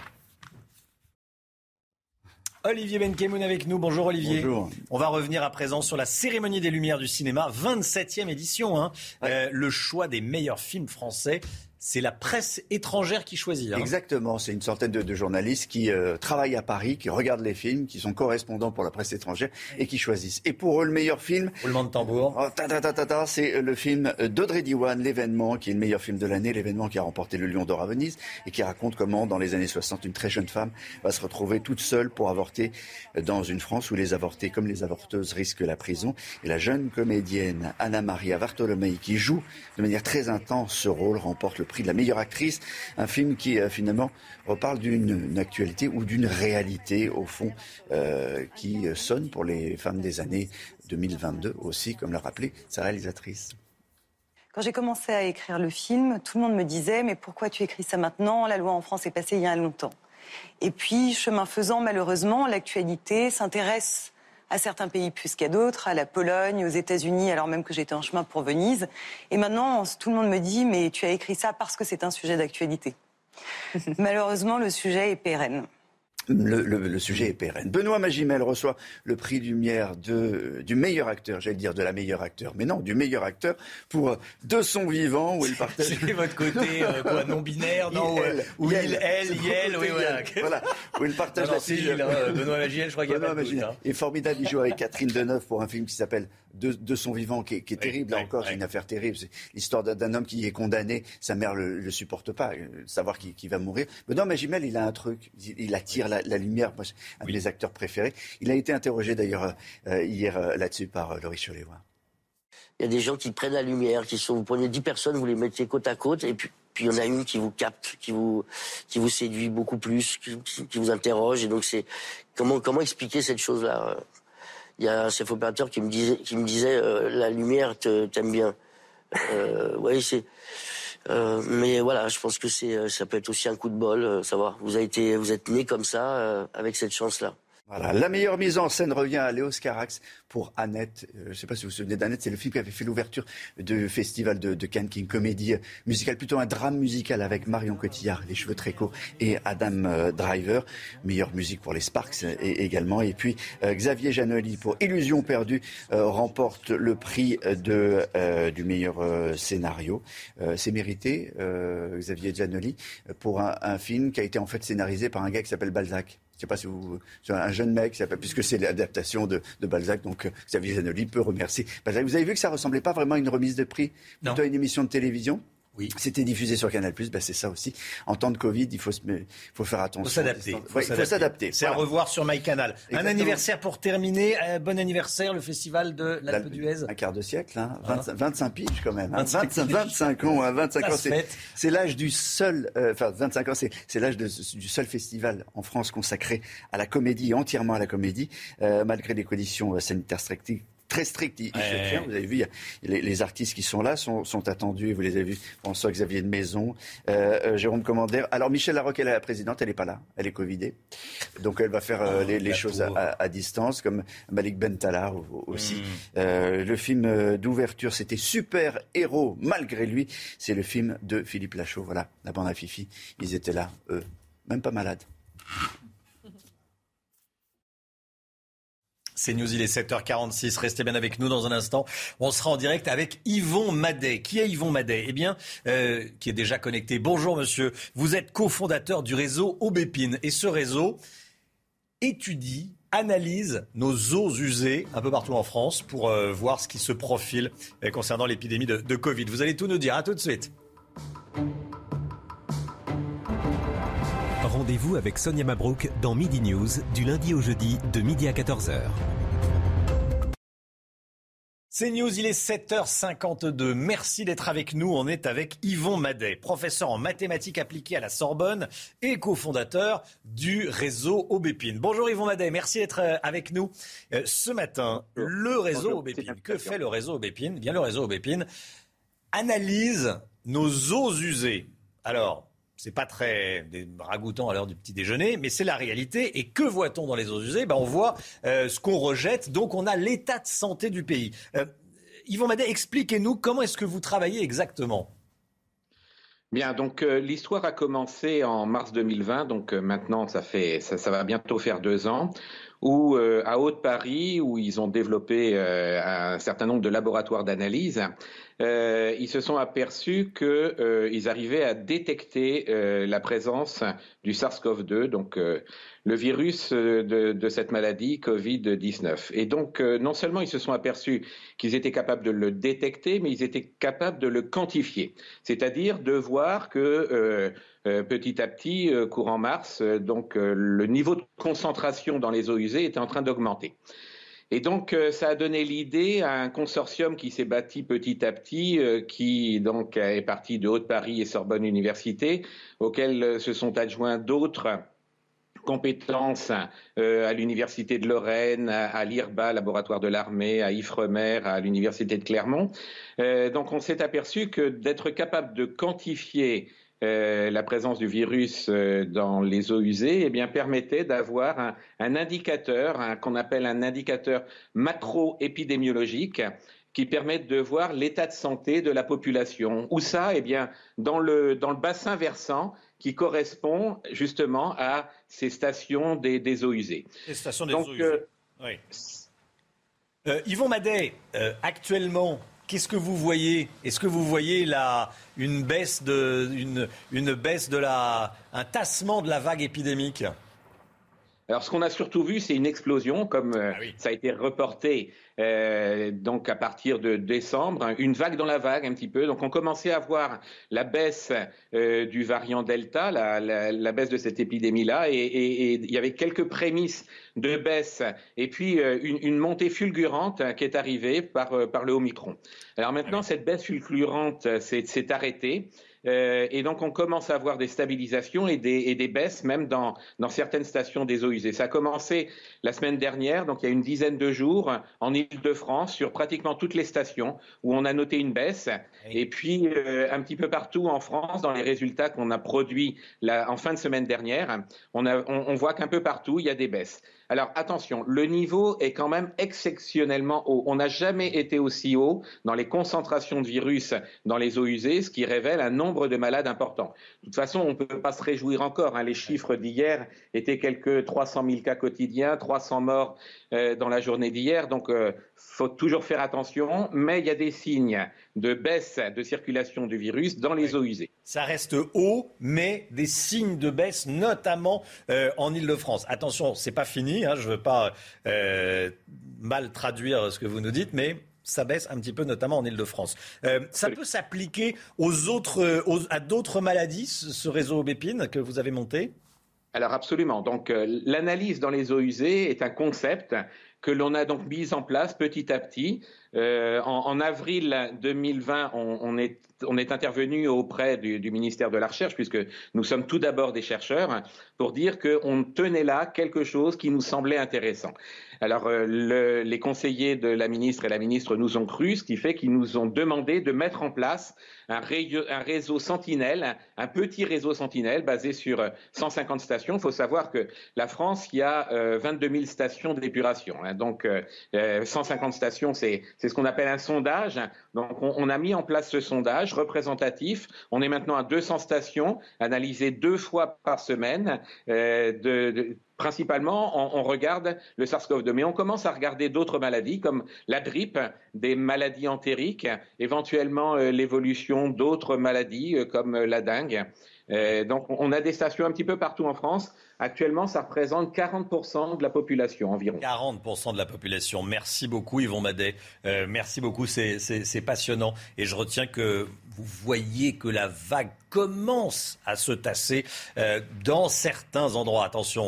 Olivier Benkemoun avec nous. Bonjour Olivier. Bonjour. On va revenir à présent sur la cérémonie des Lumières du cinéma, vingt-septième édition. Hein. Ouais. Euh, le choix des meilleurs films français. C'est la presse étrangère qui choisit. Hein. Exactement, c'est une centaine de, de journalistes qui euh, travaillent à Paris, qui regardent les films, qui sont correspondants pour la presse étrangère et qui choisissent. Et pour eux, le meilleur film... Roulement de tambour. Oh, ta, ta, ta, ta, ta, c'est le film d'Audrey Diwan, L'événement, qui est le meilleur film de l'année, L'événement qui a remporté le Lion d'Or à Venise et qui raconte comment, dans les années soixante, une très jeune femme va se retrouver toute seule pour avorter dans une France où les avortés, comme les avorteuses, risquent la prison. Et la jeune comédienne Anna Maria Bartolomei, qui joue de manière très intense ce rôle, remporte le prix de la meilleure actrice, un film qui euh, finalement reparle d'une actualité ou d'une réalité au fond euh, qui sonne pour les femmes des années deux mille vingt-deux aussi, comme l'a rappelé sa réalisatrice. Quand j'ai commencé à écrire le film, tout le monde me disait « mais pourquoi tu écris ça maintenant ? La loi en France est passée il y a longtemps ». Et puis, chemin faisant, malheureusement, l'actualité s'intéresse à certains pays plus qu'à d'autres, à la Pologne, aux États-Unis, alors même que j'étais en chemin pour Venise. Et maintenant, tout le monde me dit « mais tu as écrit ça parce que c'est un sujet d'actualité ». Malheureusement, le sujet est pérenne. Le, le, le sujet est pérenne. Benoît Magimel reçoit le prix Lumière de, du meilleur acteur, j'allais dire de la meilleure acteur, mais non, du meilleur acteur pour De son vivant, où il partage... C'est votre côté euh, quoi, non-binaire, non, ou il, elle, elle, oui, voilà. Voilà, où il partage non, la fille. Hein, Benoît Magimel, je crois qu'il y a pas de doute, hein. Et formidable, il joue avec Catherine Deneuve pour un film qui s'appelle De, de son vivant, qui est, qui est terrible, oui, là oui, encore, oui. C'est une affaire terrible. C'est l'histoire d'un homme qui est condamné, sa mère le, le supporte pas, euh, savoir qu'il, qu'il va mourir. Benoît Magimel, il a un truc, il, il attire la, la lumière, moi, un oui. de mes acteurs préférés. Il a été interrogé d'ailleurs euh, hier euh, là-dessus par euh, Laurie Choléwa. Il y a des gens qui prennent la lumière, qui sont, vous prenez dix personnes, vous les mettez côte à côte, et puis puis il y en a une qui vous capte, qui vous qui vous séduit beaucoup plus, qui, qui vous interroge, et donc c'est comment comment expliquer cette chose-là? Il y a un chef opérateur qui me disait, qui me disait euh, la lumière te, t'aime bien. Euh, ouais, c'est. Euh, mais voilà, je pense que c'est, ça peut être aussi un coup de bol. Euh, savoir, vous avez été, vous êtes né comme ça, euh, avec cette chance-là. Voilà, la meilleure mise en scène revient à Léos Carax pour Annette. Euh, je ne sais pas si vous vous souvenez d'Annette, c'est le film qui avait fait l'ouverture du festival de, de Cannes, qui est une comédie musicale, plutôt un drame musical avec Marion Cotillard, les cheveux très courts, et Adam euh, Driver. Meilleure musique pour les Sparks euh, et, également. Et puis euh, Xavier Janoli pour Illusion perdue euh, remporte le prix de, euh, du meilleur euh, scénario. Euh, c'est mérité, euh, Xavier Janoli, pour un, un film qui a été en fait scénarisé par un gars qui s'appelle Balzac. Je ne sais pas si vous... C'est un jeune mec, puisque c'est l'adaptation de, de Balzac, donc Xavier Janoli peut remercier Balzac. Vous avez vu que ça ne ressemblait pas vraiment à une remise de prix, plutôt à une émission de télévision. Oui. C'était diffusé sur Canal plus, ben c'est ça aussi. En temps de Covid, il faut, se, il faut faire attention. Il faut s'adapter. Il faut, ouais, s'adapter. faut s'adapter. C'est voilà. À revoir sur MyCanal. Exactement. Un anniversaire pour terminer. Euh, bon anniversaire, le festival de l'Alpe d'Huez. Un quart de siècle, hein. vingt, vingt-cinq piges quand même. Hein. vingt-cinq, vingt-cinq ans, hein. vingt-cinq ans. C'est, c'est l'âge du seul, euh, enfin vingt-cinq ans, c'est, c'est l'âge de, du seul festival en France consacré à la comédie, entièrement à la comédie, euh, malgré les conditions sanitaires strictes. Très strict, il, il fait rien. Vous avez vu, il y a, les, les artistes qui sont là sont, sont attendus. Vous les avez vus, François Xavier de Maison, euh, euh, Jérôme Commander. Alors Michel Larocque, elle est la présidente, elle n'est pas là, elle est covidée, donc elle va faire euh, oh, les, les choses à, à, à distance, comme Malik Bentala aussi. Mm. Euh, le film d'ouverture, c'était Super Héros malgré lui. C'est le film de Philippe Lachaud. Voilà, la bande à Fifi, ils étaient là, eux, même pas malades. C'est News, il est sept heures quarante-six. Restez bien avec nous dans un instant. On sera en direct avec Yvon Madet. Qui est Yvon Madet ? Eh bien, euh, qui est déjà connecté. Bonjour monsieur. Vous êtes cofondateur du réseau Aubépine. Et ce réseau étudie, analyse nos eaux usées un peu partout en France pour euh, voir ce qui se profile euh, concernant l'épidémie de, de Covid. Vous allez tout nous dire. À tout de suite. Rendez-vous avec Sonia Mabrouk dans Midi News, du lundi au jeudi, de midi à quatorze heures. C'est News, il est sept heures cinquante-deux. Merci d'être avec nous. On est avec Yvon Madet, professeur en mathématiques appliquées à la Sorbonne et cofondateur du réseau Aubépine. Bonjour Yvon Madet, merci d'être avec nous. Euh, ce matin, le réseau Bonjour. Aubépine. Que fait le réseau Aubépine ? Bien, le réseau Aubépine analyse nos eaux usées. Alors, c'est pas très ragoûtant à l'heure du petit déjeuner, mais c'est la réalité. Et que voit-on dans les eaux usées ? Ben, on voit euh, ce qu'on rejette, donc on a l'état de santé du pays. Euh, Yvon Madet, expliquez-nous comment est-ce que vous travaillez exactement ? Bien, donc euh, l'histoire a commencé en mars deux mille vingt, donc euh, maintenant ça fait ça, ça va bientôt faire deux ans. Où euh, à Haute-Paris, où ils ont développé euh, un certain nombre de laboratoires d'analyse, euh, ils se sont aperçus qu'ils euh, arrivaient à détecter euh, la présence du SARS-C o V deux, donc euh, le virus de, de cette maladie covid dix-neuf. Et donc, euh, non seulement ils se sont aperçus qu'ils étaient capables de le détecter, mais ils étaient capables de le quantifier, c'est-à-dire de voir que euh, Euh, petit à petit, euh, courant mars, euh, donc euh, le niveau de concentration dans les eaux usées était en train d'augmenter. Et donc euh, ça a donné l'idée à un consortium qui s'est bâti petit à petit, euh, qui donc est parti de Haute-Paris et Sorbonne Université, auquel euh, se sont adjoints d'autres compétences euh, à l'Université de Lorraine, à, à l'I R B A, laboratoire de l'armée, à Ifremer, à l'Université de Clermont. Euh, donc on s'est aperçu que d'être capable de quantifier Euh, la présence du virus euh, dans les eaux usées, eh bien, permettait d'avoir un, un indicateur, un, qu'on appelle un indicateur macro-épidémiologique, qui permet de voir l'état de santé de la population. Où ça ? Eh bien, dans le, dans le bassin versant qui correspond justement à ces stations des, des eaux usées. Les stations des Donc, eaux usées. Euh, oui. Euh, Yvon Madet, euh, actuellement, qu'est-ce que vous voyez ? Est-ce que vous voyez la, une baisse de, une, une baisse de la, un tassement de la vague épidémique ? Alors, ce qu'on a surtout vu, c'est une explosion, comme euh, ah oui. ça a été reporté euh, donc à partir de décembre, hein, une vague dans la vague un petit peu. Donc, on commençait à voir la baisse euh, du variant Delta, la, la, la baisse de cette épidémie-là, et, et, et il y avait quelques prémices de baisse, et puis euh, une, une montée fulgurante hein, qui est arrivée par, euh, par le Omicron. Alors maintenant, ah oui. cette baisse fulgurante s'est, s'est arrêtée. Euh, et donc, on commence à avoir des stabilisations et des, et des baisses, même dans, dans certaines stations des eaux usées. Ça a commencé la semaine dernière, donc il y a une dizaine de jours, en Île-de-France, sur pratiquement toutes les stations, où on a noté une baisse. Oui. Et puis, euh, un petit peu partout en France, dans les résultats qu'on a produits là, en fin de semaine dernière, on, a, on, on voit qu'un peu partout, il y a des baisses. Alors attention, le niveau est quand même exceptionnellement haut. On n'a jamais été aussi haut dans les concentrations de virus dans les eaux usées, ce qui révèle un nombre de malades important. De toute façon, on ne peut pas se réjouir encore. Hein. Les chiffres d'hier étaient quelques trois cent mille cas quotidiens, trois cents morts euh, dans la journée d'hier. Donc, il euh, faut toujours faire attention. Mais il y a des signes de baisse de circulation du virus dans les oui. eaux usées. Ça reste haut, mais des signes de baisse, notamment euh, en Île-de-France. Attention, c'est pas fini. Hein, je veux pas euh, mal traduire ce que vous nous dites, mais ça baisse un petit peu, notamment en Île-de-France. Euh, ça peut s'appliquer aux autres, aux, à d'autres maladies, ce réseau Aubépine que vous avez monté ? Alors absolument. Donc euh, l'analyse dans les eaux usées est un concept que l'on a donc mis en place petit à petit. Euh, en, en avril deux mille vingt, on, on, est, on est intervenu auprès du, du ministère de la Recherche, puisque nous sommes tout d'abord des chercheurs, pour dire qu'on tenait là quelque chose qui nous semblait intéressant. Alors, euh, le, les conseillers de la ministre et la ministre nous ont cru, ce qui fait qu'ils nous ont demandé de mettre en place un, ré, un réseau Sentinelle, un, un petit réseau Sentinelle basé sur cent cinquante stations. Il faut savoir que la France, il y a euh, vingt-deux mille stations d'épuration. Hein, donc, euh, cent cinquante stations, c'est, c'est ce qu'on appelle un sondage. Donc, on, on a mis en place ce sondage représentatif. On est maintenant à deux cents stations, analysées deux fois par semaine, euh, de, de Principalement, on, on regarde le SARS-C o V deux, mais on commence à regarder d'autres maladies comme la grippe, des maladies entériques, éventuellement euh, l'évolution d'autres maladies euh, comme euh, la dengue. Euh, donc, on a des stations un petit peu partout en France. Actuellement, ça représente quarante pour cent de la population environ. quarante pour cent de la population. Merci beaucoup, Yvon Madet. Euh, merci beaucoup, c'est, c'est, c'est passionnant. Et je retiens que vous voyez que la vague commence à se tasser euh, dans certains endroits. Attention, on reste très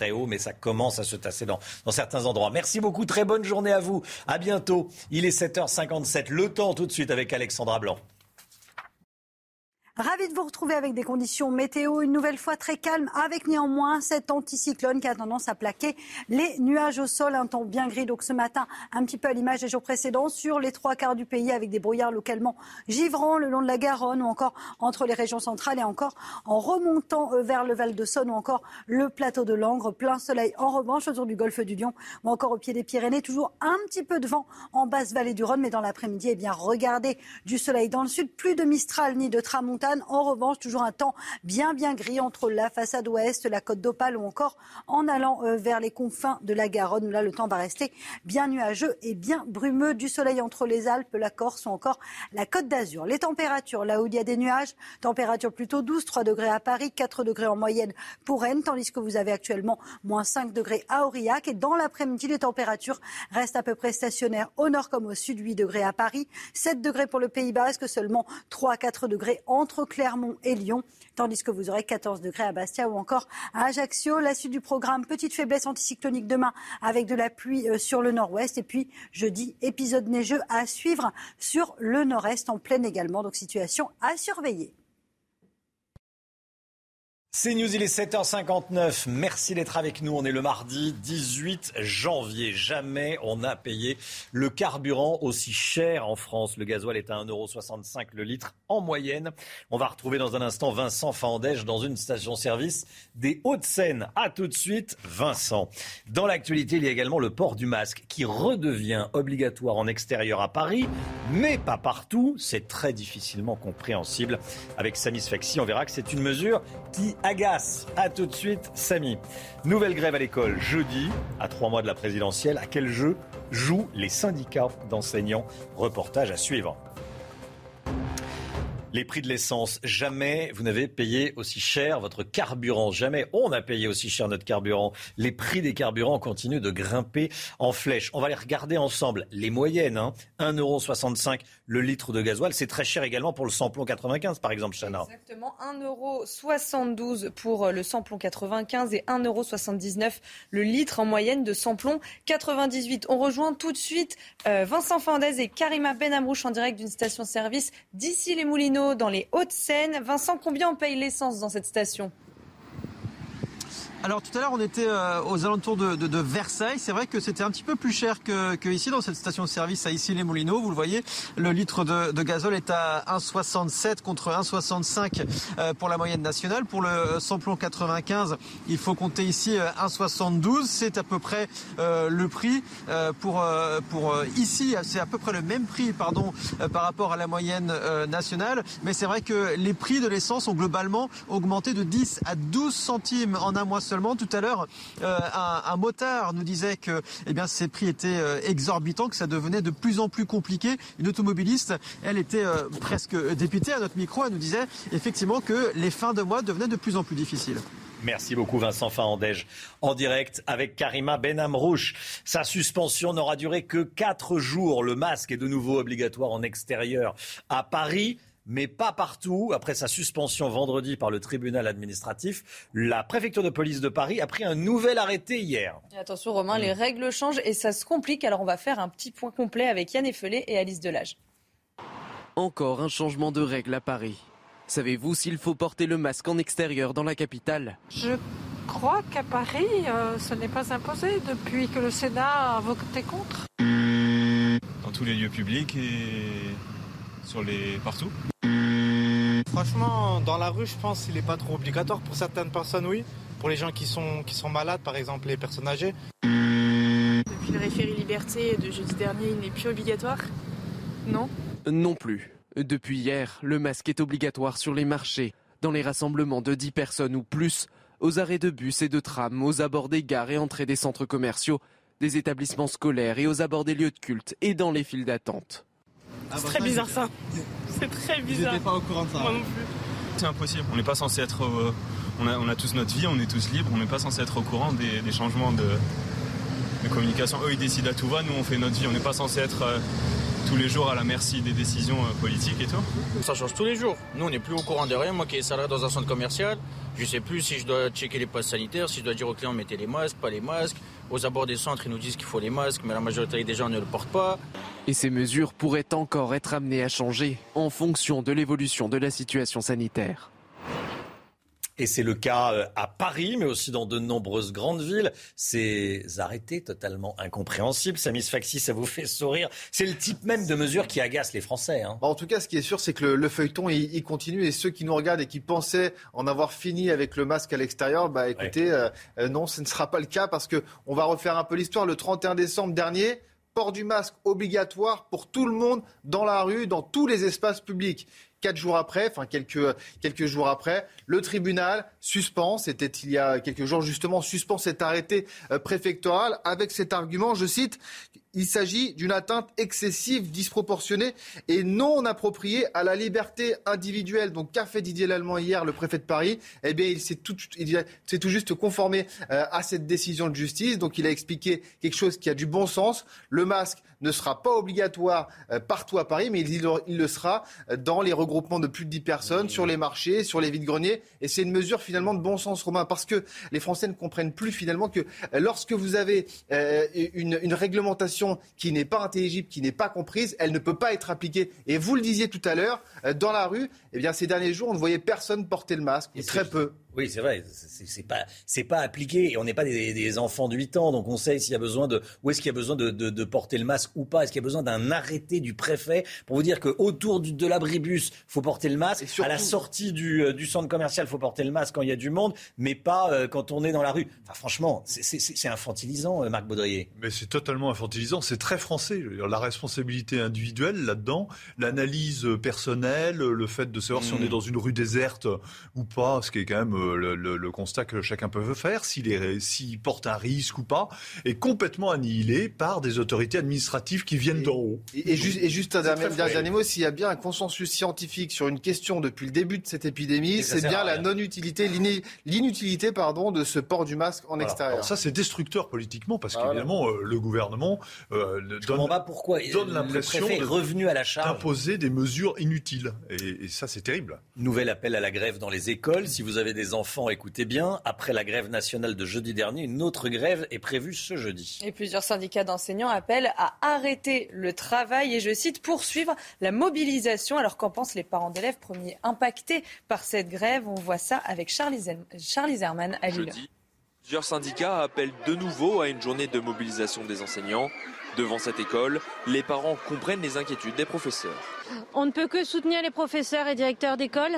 très haut, mais ça commence à se tasser dans, dans certains endroits. Merci beaucoup, très bonne journée à vous. À bientôt. Il est sept heures cinquante-sept. Le temps tout de suite avec Alexandra Blanc. Ravi de vous retrouver avec des conditions météo une nouvelle fois très calmes, avec néanmoins cet anticyclone qui a tendance à plaquer les nuages au sol. Un temps bien gris, donc ce matin, un petit peu à l'image des jours précédents, sur les trois quarts du pays, avec des brouillards localement givrants le long de la Garonne, ou encore entre les régions centrales, et encore en remontant vers le Val-de-Saône, ou encore le plateau de Langres. Plein soleil en revanche autour du golfe du Lion, ou encore au pied des Pyrénées. Toujours un petit peu de vent en basse vallée du Rhône, mais dans l'après-midi, eh bien, regardez du soleil dans le sud. Plus de Mistral ni de Tramontane. En revanche, toujours un temps bien bien gris entre la façade ouest, la côte d'Opale, ou encore en allant euh, vers les confins de la Garonne, où là le temps va rester bien nuageux et bien brumeux. Du soleil entre les Alpes, la Corse ou encore la Côte d'Azur. Les températures, là où il y a des nuages, température plutôt douce, trois degrés à Paris, quatre degrés en moyenne pour Rennes, tandis que vous avez actuellement moins cinq degrés à Aurillac. Et dans l'après-midi, les températures restent à peu près stationnaires au nord comme au sud, huit degrés à Paris, sept degrés pour le Pays Basque, seulement trois à quatre degrés entre Clermont et Lyon, tandis que vous aurez quatorze degrés à Bastia ou encore à Ajaccio. La suite du programme, petite faiblesse anticyclonique demain avec de la pluie sur le nord-ouest, et puis jeudi, épisode neigeux à suivre sur le nord-est en pleine également, donc situation à surveiller. C'est News, il est sept heures cinquante-neuf. Merci d'être avec nous. On est le mardi dix-huit janvier. Jamais on n'a payé le carburant aussi cher en France. Le gasoil est à un euro soixante-cinq le litre en moyenne. On va retrouver dans un instant Vincent Fandège dans une station-service des Hauts-de-Seine. À tout de suite, Vincent. Dans l'actualité, il y a également le port du masque qui redevient obligatoire en extérieur à Paris, mais pas partout. C'est très difficilement compréhensible. Avec Samy Sfaxi, on verra que c'est une mesure qui agace. À tout de suite, Samy. Nouvelle grève à l'école jeudi, à trois mois de la présidentielle. À quel jeu jouent les syndicats d'enseignants? Reportage à suivre. Les prix de l'essence, jamais vous n'avez payé aussi cher votre carburant. Jamais on a payé aussi cher notre carburant. Les prix des carburants continuent de grimper en flèche. On va les regarder ensemble. Les moyennes, hein. un euro soixante-cinq le litre de gasoil. C'est très cher également pour le samplon quatre-vingt-quinze, par exemple, Chana. Exactement, un euro soixante-douze pour le samplon quatre-vingt-quinze et un euro soixante-dix-neuf le litre en moyenne de samplon quatre-vingt-dix-huit. On rejoint tout de suite euh, Vincent Fandège et Karima Benamrouche en direct d'une station-service d'ici les Moulineaux, dans les Hauts-de-Seine. Vincent, combien on paye l'essence dans cette station ? Alors tout à l'heure on était euh, aux alentours de, de, de Versailles. C'est vrai que c'était un petit peu plus cher que, que ici dans cette station-service à Issy-les-Moulineaux. Vous le voyez, le litre de, de gazole est à un euro soixante-sept contre un euro soixante-cinq euh, pour la moyenne nationale. Pour le samplon quatre-vingt-quinze, il faut compter ici euh, un euro soixante-douze. C'est à peu près euh, le prix euh, pour, euh, pour euh, ici. C'est à peu près le même prix pardon, euh, par rapport à la moyenne euh, nationale. Mais c'est vrai que les prix de l'essence ont globalement augmenté de dix à douze centimes en un mois seulement. Tout à l'heure, euh, un, un motard nous disait que eh bien, ces prix étaient euh, exorbitants, que ça devenait de plus en plus compliqué. Une automobiliste, elle était euh, presque dépitée à notre micro. Elle nous disait effectivement que les fins de mois devenaient de plus en plus difficiles. Merci beaucoup Vincent Fandège. En direct avec Karima Benamrouche. Sa suspension n'aura duré que quatre jours. Le masque est de nouveau obligatoire en extérieur à Paris, mais pas partout. Après sa suspension vendredi par le tribunal administratif, la préfecture de police de Paris a pris un nouvel arrêté hier. Et attention Romain, mmh. les règles changent et ça se complique. Alors on va faire un petit point complet avec Yann Effelé et Alice Delage. Encore un changement de règles à Paris. Savez-vous s'il faut porter le masque en extérieur dans la capitale ? Je crois qu'à Paris, euh, ce n'est pas imposé depuis que le Sénat a voté contre. Dans tous les lieux publics et sur les partout. Franchement, dans la rue, je pense qu'il n'est pas trop obligatoire. Pour certaines personnes, oui. Pour les gens qui sont, qui sont malades, par exemple les personnes âgées. Depuis le référé liberté de jeudi dernier, il n'est plus obligatoire ? Non ? Non plus. Depuis hier, le masque est obligatoire sur les marchés, dans les rassemblements de dix personnes ou plus, aux arrêts de bus et de trams, aux abords des gares et entrées des centres commerciaux, des établissements scolaires et aux abords des lieux de culte et dans les files d'attente. C'est très bizarre ça. C'est très bizarre. J'étais pas au courant de ça. Moi non plus. C'est impossible. On n'est pas censé être. Euh, on, a, on a tous notre vie, on est tous libres. On n'est pas censé être au courant des, des changements de, de communication. Eux, ils décident à tout va. Nous, on fait notre vie. On n'est pas censé être euh, tous les jours à la merci des décisions euh, politiques et tout. Ça change tous les jours. Nous, on n'est plus au courant de rien. Moi qui est salarié dans un centre commercial, je ne sais plus si je dois checker les passes sanitaires, si je dois dire aux clients mettez les masques, pas les masques. Aux abords des centres, ils nous disent qu'il faut les masques, mais la majorité des gens ne le portent pas. Et ces mesures pourraient encore être amenées à changer en fonction de l'évolution de la situation sanitaire. Et c'est le cas à Paris, mais aussi dans de nombreuses grandes villes. Ces arrêtés totalement incompréhensibles. Samy Sfaxi, ça vous fait sourire. C'est le type même de mesures qui agace les Français. Hein. En tout cas, ce qui est sûr, c'est que le, le feuilleton, il, il continue. Et ceux qui nous regardent et qui pensaient en avoir fini avec le masque à l'extérieur, bah écoutez, ouais. euh, non, ce ne sera pas le cas parce qu'on va refaire un peu l'histoire. Le trente et un décembre dernier, port du masque obligatoire pour tout le monde dans la rue, dans tous les espaces publics. Quatre jours après, enfin quelques, quelques jours après, le tribunal suspend, c'était il y a quelques jours justement, suspend cet arrêté euh, préfectoral avec cet argument, je cite, il s'agit d'une atteinte excessive, disproportionnée et non appropriée à la liberté individuelle. Donc qu'a fait Didier Lallement hier, le préfet de Paris ? Eh bien il s'est tout, il s'est tout juste conformé euh, à cette décision de justice. Donc il a expliqué quelque chose qui a du bon sens. Le masque ne sera pas obligatoire euh, partout à Paris, mais il, il le sera dans les regroupements de plus de dix personnes, sur les marchés, sur les vides-greniers. Et c'est une mesure finalement de bon sens, Romain, parce que les Français ne comprennent plus finalement que euh, lorsque vous avez euh, une, une réglementation qui n'est pas intelligible, qui n'est pas comprise, elle ne peut pas être appliquée. Et vous le disiez tout à l'heure, euh, dans la rue, eh bien, ces derniers jours, on ne voyait personne porter le masque, ou très peu. Oui, c'est vrai, c'est, c'est pas, c'est pas appliqué et on n'est pas des, des enfants de huit ans, donc on sait s'il y a besoin de, où est-ce qu'il y a besoin de, de, de porter le masque ou pas. Est-ce qu'il y a besoin d'un arrêté du préfet pour vous dire qu'autour du, de l'abribus, faut porter le masque, surtout, à la sortie du, du centre commercial, faut porter le masque quand il y a du monde, mais pas euh, quand on est dans la rue. Enfin, franchement, c'est, c'est, c'est infantilisant, euh, Marc Baudrier. Mais c'est totalement infantilisant, c'est très français. Je veux dire, la responsabilité individuelle là-dedans, l'analyse personnelle, le fait de savoir mmh. si on est dans une rue déserte ou pas, ce qui est quand même euh, le, le, le constat que chacun peut faire, s'il, est, s'il porte un risque ou pas, est complètement annihilé par des autorités administratives qui viennent et, d'en haut. Et, et, juste, et juste un dernier, dernier mot, s'il y a bien un consensus scientifique sur une question depuis le début de cette épidémie, c'est bien la non-utilité, l'inutilité pardon, de ce port du masque en voilà. extérieur. Alors ça, c'est destructeur politiquement, parce voilà. qu'évidemment, euh, le gouvernement euh, donne, pas pourquoi donne l'impression le est revenu à la charge. d'imposer des mesures inutiles. Et, et ça, c'est terrible. Nouvel appel à la grève dans les écoles. Si vous avez des enfants, écoutez bien, après la grève nationale de jeudi dernier, une autre grève est prévue ce jeudi. Et plusieurs syndicats d'enseignants appellent à arrêter le travail et, je cite, poursuivre la mobilisation. Alors qu'en pensent les parents d'élèves premiers impactés par cette grève ? On voit ça avec Charlie, Zel- Charlie Zerman à Lille. Jeudi, plusieurs syndicats appellent de nouveau à une journée de mobilisation des enseignants. Devant cette école, les parents comprennent les inquiétudes des professeurs. On ne peut que soutenir les professeurs et directeurs d'école.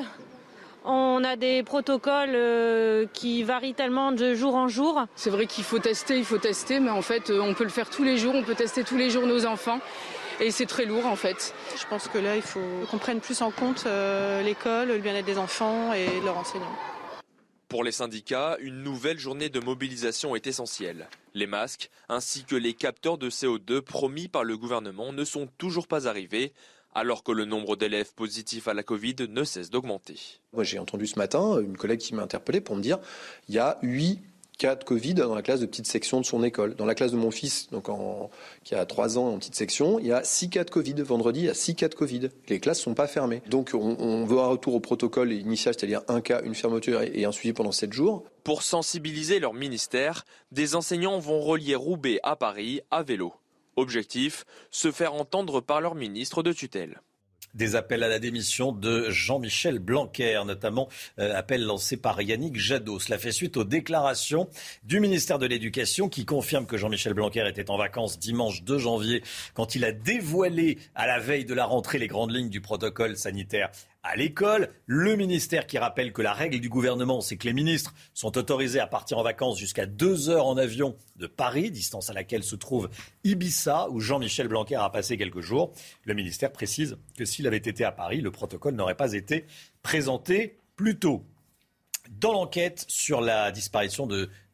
On a des protocoles euh, qui varient tellement de jour en jour. C'est vrai qu'il faut tester, il faut tester, mais en fait, on peut le faire tous les jours, on peut tester tous les jours nos enfants. Et c'est très lourd en fait. Je pense que là, il faut qu'on prenne plus en compte euh, l'école, le bien-être des enfants et de leurs enseignants. Pour les syndicats, une nouvelle journée de mobilisation est essentielle. Les masques, ainsi que les capteurs de C O deux promis par le gouvernement ne sont toujours pas arrivés, alors que le nombre d'élèves positifs à la Covid ne cesse d'augmenter. Moi, j'ai entendu ce matin une collègue qui m'a interpellé pour me dire il y a huit cas de Covid dans la classe de petite section de son école. Dans la classe de mon fils, donc en, qui a trois ans en petite section, il y a six cas de Covid. Vendredi, il y a six cas de Covid. Les classes ne sont pas fermées. Donc on, on veut un retour au protocole initial, c'est-à-dire un cas, une fermeture et un suivi pendant sept jours. Pour sensibiliser leur ministère, des enseignants vont relier Roubaix à Paris à vélo. Objectif, se faire entendre par leur ministre de tutelle. Des appels à la démission de Jean-Michel Blanquer, notamment euh, appel lancé par Yannick Jadot. Cela fait suite aux déclarations du ministère de l'Éducation qui confirme que Jean-Michel Blanquer était en vacances dimanche deux janvier quand il a dévoilé à la veille de la rentrée les grandes lignes du protocole sanitaire à l'école. Le ministère qui rappelle que la règle du gouvernement, c'est que les ministres sont autorisés à partir en vacances jusqu'à deux heures en avion de Paris, distance à laquelle se trouve Ibiza, où Jean-Michel Blanquer a passé quelques jours. Le ministère précise que s'il avait été à Paris, le protocole n'aurait pas été présenté plus tôt. Dans l'enquête sur la disparition de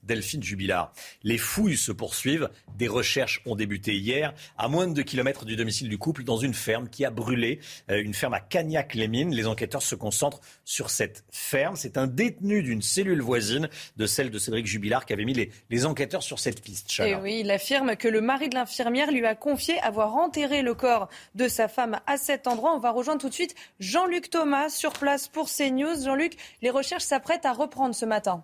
Delphine Jubilard. Les fouilles se poursuivent. Des recherches ont débuté hier à moins de deux kilomètres du domicile du couple dans une ferme qui a brûlé, euh, une ferme à Cagnac-les-Mines. Les enquêteurs se concentrent sur cette ferme. C'est un détenu d'une cellule voisine de celle de Cédric Jubilard qui avait mis les, les enquêteurs sur cette piste. Chana. Et oui, il affirme que le mari de l'infirmière lui a confié avoir enterré le corps de sa femme à cet endroit. On va rejoindre tout de suite Jean-Luc Thomas sur place pour CNews. Jean-Luc, les recherches s'apprêtent à reprendre ce matin.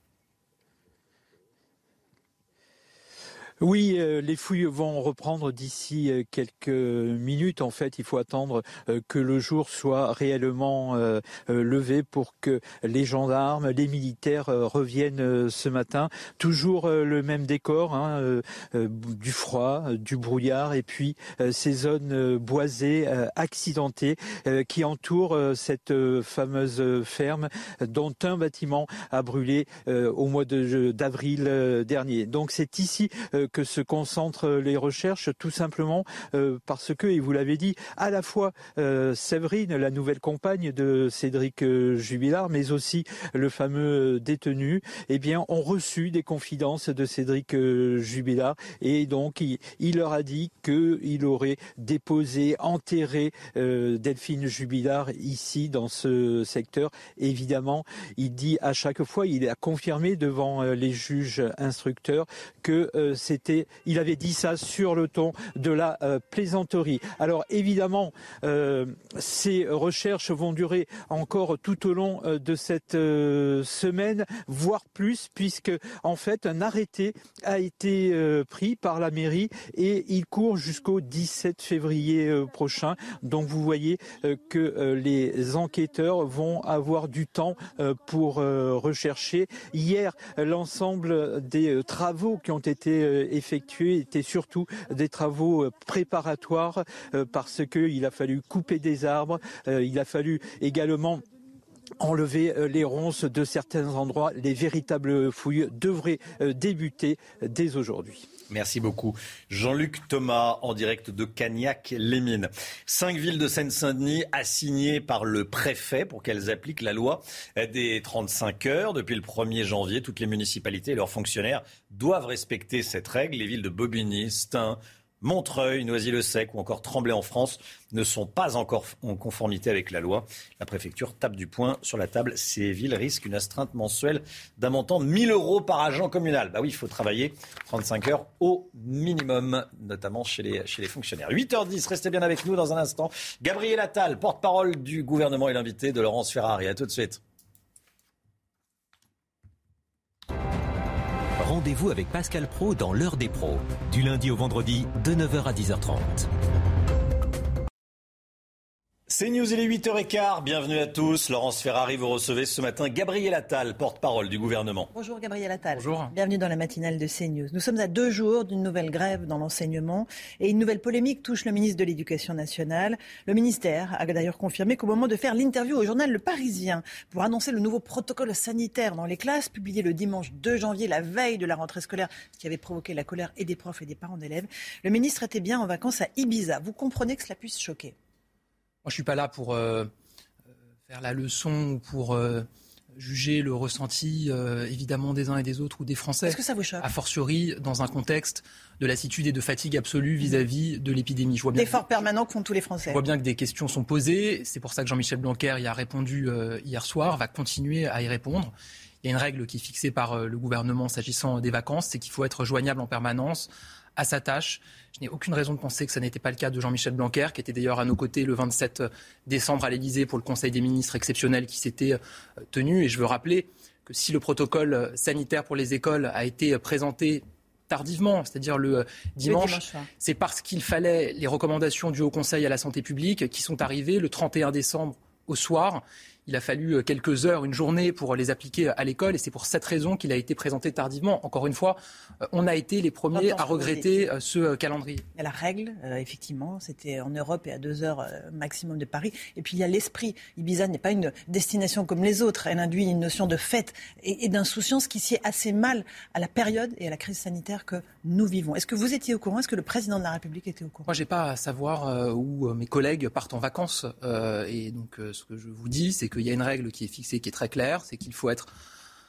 Oui, euh, les fouilles vont reprendre d'ici euh, quelques minutes. En fait, il faut attendre euh, que le jour soit réellement euh, euh, levé pour que les gendarmes, les militaires euh, reviennent euh, ce matin. Toujours euh, le même décor, hein, euh, euh, du froid, euh, du brouillard et puis euh, ces zones euh, boisées, euh, accidentées euh, qui entourent euh, cette euh, fameuse ferme dont un bâtiment a brûlé euh, au mois de, d'avril euh, dernier. Donc c'est ici euh, que se concentrent les recherches, tout simplement euh, parce que, et vous l'avez dit, à la fois euh, Séverine, la nouvelle compagne de Cédric euh, Jubilard, mais aussi le fameux détenu, eh bien, ont reçu des confidences de Cédric euh, Jubilard et donc il, il leur a dit qu'il aurait déposé, enterré euh, Delphine Jubilard ici dans ce secteur. Évidemment, il dit à chaque fois, il a confirmé devant euh, les juges instructeurs que euh, c'est C'était, il avait dit ça sur le ton de la euh, plaisanterie. Alors évidemment, euh, ces recherches vont durer encore tout au long euh, de cette euh, semaine, voire plus, puisque en fait un arrêté a été euh, pris par la mairie et il court jusqu'au dix-sept février euh, prochain. Donc vous voyez euh, que euh, les enquêteurs vont avoir du temps euh, pour euh, rechercher. Hier, l'ensemble des euh, travaux qui ont été euh, effectués étaient surtout des travaux préparatoires euh, parce qu'il a fallu couper des arbres, euh, il a fallu également enlever euh, les ronces de certains endroits. Les véritables fouilles devraient euh, débuter dès aujourd'hui. Merci beaucoup. Jean-Luc Thomas, en direct de Cagnac-les-Mines. Cinq villes de Seine-Saint-Denis assignées par le préfet pour qu'elles appliquent la loi des trente-cinq heures. Depuis le premier janvier, toutes les municipalités et leurs fonctionnaires doivent respecter cette règle. Les villes de Bobigny, Stein, Montreuil, Noisy-le-Sec ou encore Tremblay-en-France ne sont pas encore en conformité avec la loi. La préfecture tape du poing sur la table. Ces villes risquent une astreinte mensuelle d'un montant de mille euros par agent communal. Bah oui, il faut travailler trente-cinq heures au minimum, notamment chez les, chez les fonctionnaires. huit heures dix, restez bien avec nous dans un instant. Gabriel Attal, porte-parole du gouvernement et l'invité de Laurence Ferrari. À tout de suite. Rendez-vous avec Pascal Praud dans l'heure des pros, du lundi au vendredi de neuf heures à dix heures trente. C'est News, il est huit heures quinze, bienvenue à tous. Laurence Ferrari, vous recevez ce matin Gabriel Attal, porte-parole du gouvernement. Bonjour Gabriel Attal. Bonjour. Bienvenue dans la matinale de CNews. Nous sommes à deux jours d'une nouvelle grève dans l'enseignement et une nouvelle polémique touche le ministre de l'Éducation nationale. Le ministère a d'ailleurs confirmé qu'au moment de faire l'interview au journal Le Parisien pour annoncer le nouveau protocole sanitaire dans les classes, publié le dimanche deux janvier, la veille de la rentrée scolaire, ce qui avait provoqué la colère et des profs et des parents d'élèves, le ministre était bien en vacances à Ibiza. Vous comprenez que cela puisse choquer ? Moi, je ne suis pas là pour euh, faire la leçon ou pour euh, juger le ressenti, euh, évidemment, des uns et des autres ou des Français. Est-ce que ça vous choque ? A fortiori, dans un contexte de lassitude et de fatigue absolue vis-à-vis de l'épidémie. Je vois bien L'effort que, permanent que font tous les Français. Je vois bien que des questions sont posées. C'est pour ça que Jean-Michel Blanquer y a répondu euh, hier soir, va continuer à y répondre. Il y a une règle qui est fixée par euh, le gouvernement s'agissant des vacances, c'est qu'il faut être joignable en permanence à sa tâche. Je n'ai aucune raison de penser que ça n'était pas le cas de Jean-Michel Blanquer, qui était d'ailleurs à nos côtés le vingt-sept décembre à l'Élysée pour le Conseil des ministres exceptionnel qui s'était tenu. Et je veux rappeler que si le protocole sanitaire pour les écoles a été présenté tardivement, c'est-à-dire le dimanche, le dimanche c'est parce qu'il fallait les recommandations du Haut Conseil à la santé publique qui sont arrivées le trente et un décembre au soir. Il a fallu quelques heures, une journée pour les appliquer à l'école et c'est pour cette raison qu'il a été présenté tardivement. Encore une fois, on a été les premiers à regretter ce calendrier. Il y a la règle, euh, effectivement, c'était en Europe et à deux heures euh, maximum de Paris. Et puis il y a l'esprit. Ibiza n'est pas une destination comme les autres. Elle induit une notion de fête et, et d'insouciance qui sied assez mal à la période et à la crise sanitaire que nous vivons. Est-ce que vous étiez au courant ? Est-ce que le président de la République était au courant ? Moi, je n'ai pas à savoir euh, où euh, mes collègues partent en vacances. Euh, et donc, euh, ce que je vous dis, c'est qu'il y a une règle qui est fixée, qui est très claire, c'est qu'il faut être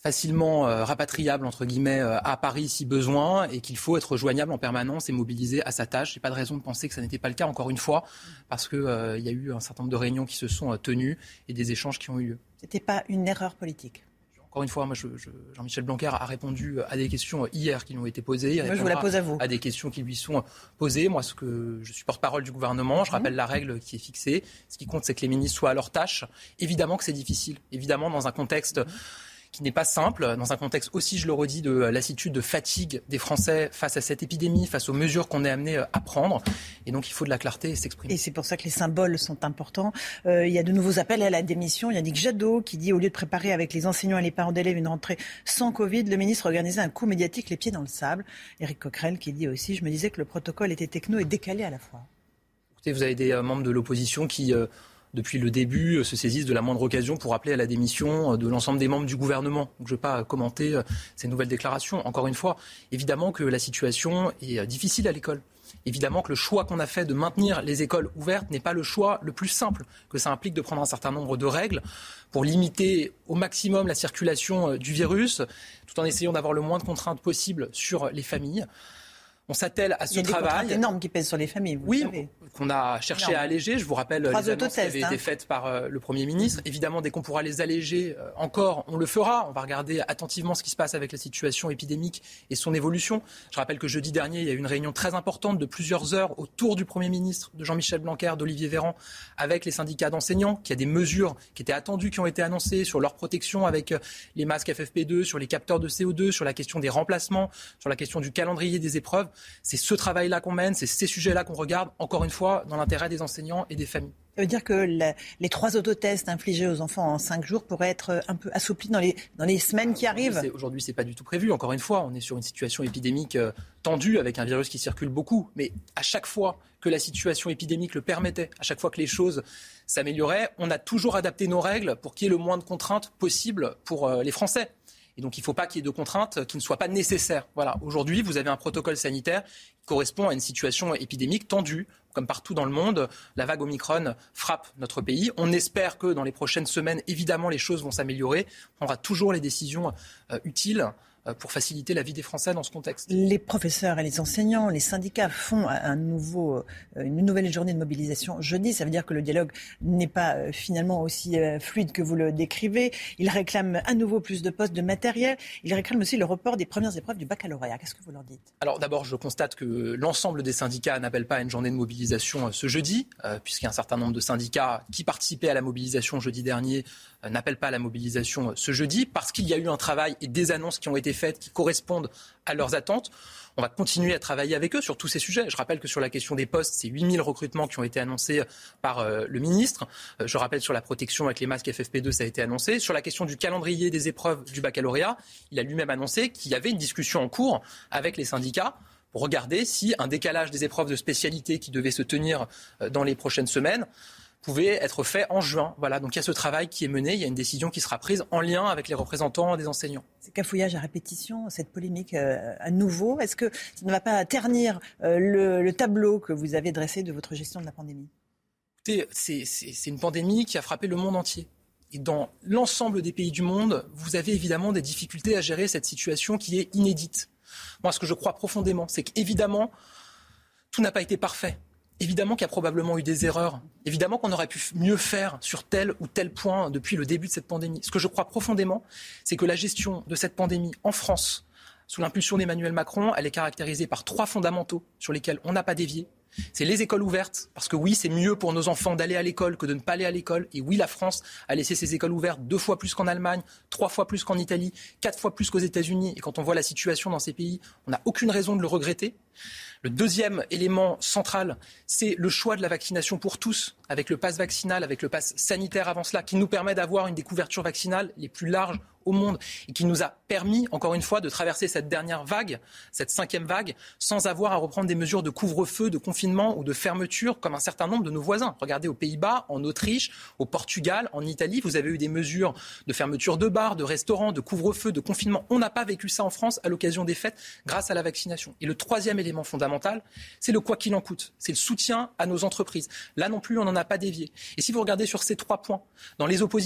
facilement euh, rapatriable entre guillemets euh, à Paris si besoin et qu'il faut être joignable en permanence et mobilisé à sa tâche. J'ai pas de raison de penser que ça n'était pas le cas encore une fois parce que euh, il y a eu un certain nombre de réunions qui se sont euh, tenues et des échanges qui ont eu lieu. C'était pas une erreur politique. Encore une fois, moi, je, je, Jean-Michel Blanquer a répondu à des questions hier qui lui ont été posées. Il moi, je vous la pose à vous. À des questions qui lui sont posées. Moi, ce que je suis porte-parole du gouvernement, je rappelle mmh. la règle qui est fixée. Ce qui compte, c'est que les ministres soient à leur tâche. Évidemment que c'est difficile. Évidemment, dans un contexte mmh. qui n'est pas simple, dans un contexte aussi, je le redis, de lassitude, de fatigue des Français face à cette épidémie, face aux mesures qu'on est amené à prendre. Et donc, il faut de la clarté et s'exprimer. Et c'est pour ça que les symboles sont importants. Euh, il y a de nouveaux appels à la démission. Il y a Yannick Jadot qui dit, au lieu de préparer avec les enseignants et les parents d'élèves une rentrée sans Covid, le ministre organisait un coup médiatique les pieds dans le sable. Éric Coquerel qui dit aussi, je me disais que le protocole était techno et décalé à la fois. Écoutez, vous avez des euh, membres de l'opposition qui... Euh, depuis le début, se saisissent de la moindre occasion pour appeler à la démission de l'ensemble des membres du gouvernement. Donc, je ne vais pas commenter ces nouvelles déclarations. Encore une fois, évidemment que la situation est difficile à l'école. Évidemment que le choix qu'on a fait de maintenir les écoles ouvertes n'est pas le choix le plus simple, que ça implique de prendre un certain nombre de règles pour limiter au maximum la circulation du virus, tout en essayant d'avoir le moins de contraintes possible sur les familles. On s'attelle à ce travail. Il y a des contraintes énormes qui pèsent sur les familles, vous oui, savez. Qu'on a cherché énorme. à alléger. Je vous rappelle Trois les annonces qui avaient hein. été faites par euh, le Premier ministre. Évidemment, dès qu'on pourra les alléger euh, encore, on le fera. On va regarder attentivement ce qui se passe avec la situation épidémique et son évolution. Je rappelle que jeudi dernier, il y a eu une réunion très importante de plusieurs heures autour du Premier ministre, de Jean-Michel Blanquer, d'Olivier Véran, avec les syndicats d'enseignants, qu'il y a des mesures qui étaient attendues, qui ont été annoncées sur leur protection avec les masques F F P deux, sur les capteurs de C O deux, sur la question des remplacements, sur la question du calendrier des épreuves. C'est ce travail là qu'on mène, c'est ces sujets-là qu'on regarde, encore une fois, dans l'intérêt des enseignants et des familles. Ça veut dire que la, les trois autotests infligés aux enfants en cinq jours pourraient être un peu assouplis dans les, dans les semaines qui arrivent. C'est, aujourd'hui, ce n'est pas du tout prévu. Encore une fois, on est sur une situation épidémique euh, tendue avec un virus qui circule beaucoup. Mais à chaque fois que la situation épidémique le permettait, à chaque fois que les choses s'amélioraient, on a toujours adapté nos règles pour qu'il y ait le moins de contraintes possible pour euh, les Français. Et donc, il ne faut pas qu'il y ait de contraintes qui ne soient pas nécessaires. Voilà. Aujourd'hui, vous avez un protocole sanitaire qui correspond à une situation épidémique tendue, comme partout dans le monde. La vague Omicron frappe notre pays. On espère que dans les prochaines semaines, évidemment, les choses vont s'améliorer. On aura toujours les décisions euh, utiles pour faciliter la vie des Français dans ce contexte. Les professeurs et les enseignants, les syndicats font un nouveau, une nouvelle journée de mobilisation jeudi. Ça veut dire que le dialogue n'est pas finalement aussi fluide que vous le décrivez. Ils réclament à nouveau plus de postes, de matériel. Ils réclament aussi le report des premières épreuves du baccalauréat. Qu'est-ce que vous leur dites ? Alors d'abord, je constate que l'ensemble des syndicats n'appellent pas à une journée de mobilisation ce jeudi, euh, puisqu'il y a un certain nombre de syndicats qui participaient à la mobilisation jeudi dernier euh, n'appellent pas à la mobilisation ce jeudi, parce qu'il y a eu un travail et des annonces qui ont été faites qui correspondent à leurs attentes. On va continuer à travailler avec eux sur tous ces sujets. Je rappelle que sur la question des postes, c'est huit mille recrutements qui ont été annoncés par euh, le ministre. Euh, je rappelle sur la protection avec les masques F F P deux, ça a été annoncé. Sur la question du calendrier des épreuves du baccalauréat, il a lui-même annoncé qu'il y avait une discussion en cours avec les syndicats pour regarder si un décalage des épreuves de spécialité qui devait se tenir euh, dans les prochaines semaines pouvait être fait en juin. Voilà, donc il y a ce travail qui est mené, il y a une décision qui sera prise en lien avec les représentants des enseignants. C'est cafouillage à répétition, cette polémique euh, à nouveau. Est-ce que ça ne va pas ternir euh, le, le tableau que vous avez dressé de votre gestion de la pandémie ? Écoutez, c'est, c'est, c'est une pandémie qui a frappé le monde entier. Et dans l'ensemble des pays du monde, vous avez évidemment des difficultés à gérer cette situation qui est inédite. Moi, ce que je crois profondément, c'est qu'évidemment, tout n'a pas été parfait. Évidemment qu'il y a probablement eu des erreurs. Évidemment qu'on aurait pu mieux faire sur tel ou tel point depuis le début de cette pandémie. Ce que je crois profondément, c'est que la gestion de cette pandémie en France, sous l'impulsion d'Emmanuel Macron, elle est caractérisée par trois fondamentaux sur lesquels on n'a pas dévié. C'est les écoles ouvertes, parce que oui, c'est mieux pour nos enfants d'aller à l'école que de ne pas aller à l'école. Et oui, la France a laissé ses écoles ouvertes deux fois plus qu'en Allemagne, trois fois plus qu'en Italie, quatre fois plus qu'aux États-Unis. Et quand on voit la situation dans ces pays, on n'a aucune raison de le regretter. Le deuxième élément central, c'est le choix de la vaccination pour tous, avec le pass vaccinal, avec le pass sanitaire avant cela, qui nous permet d'avoir une des couvertures vaccinales les plus larges au monde et qui nous a permis, encore une fois, de traverser cette dernière vague, cette cinquième vague, sans avoir à reprendre des mesures de couvre-feu, de confinement ou de fermeture, comme un certain nombre de nos voisins. Regardez aux Pays-Bas, en Autriche, au Portugal, en Italie, vous avez eu des mesures de fermeture de bars, de restaurants, de couvre-feu, de confinement. On n'a pas vécu ça en France à l'occasion des fêtes grâce à la vaccination. Et le troisième élément fondamental, c'est le quoi qu'il en coûte. C'est le soutien à nos entreprises. Là non plus, on n'en a pas dévié. Et si vous regardez sur ces trois points, dans les oppositions,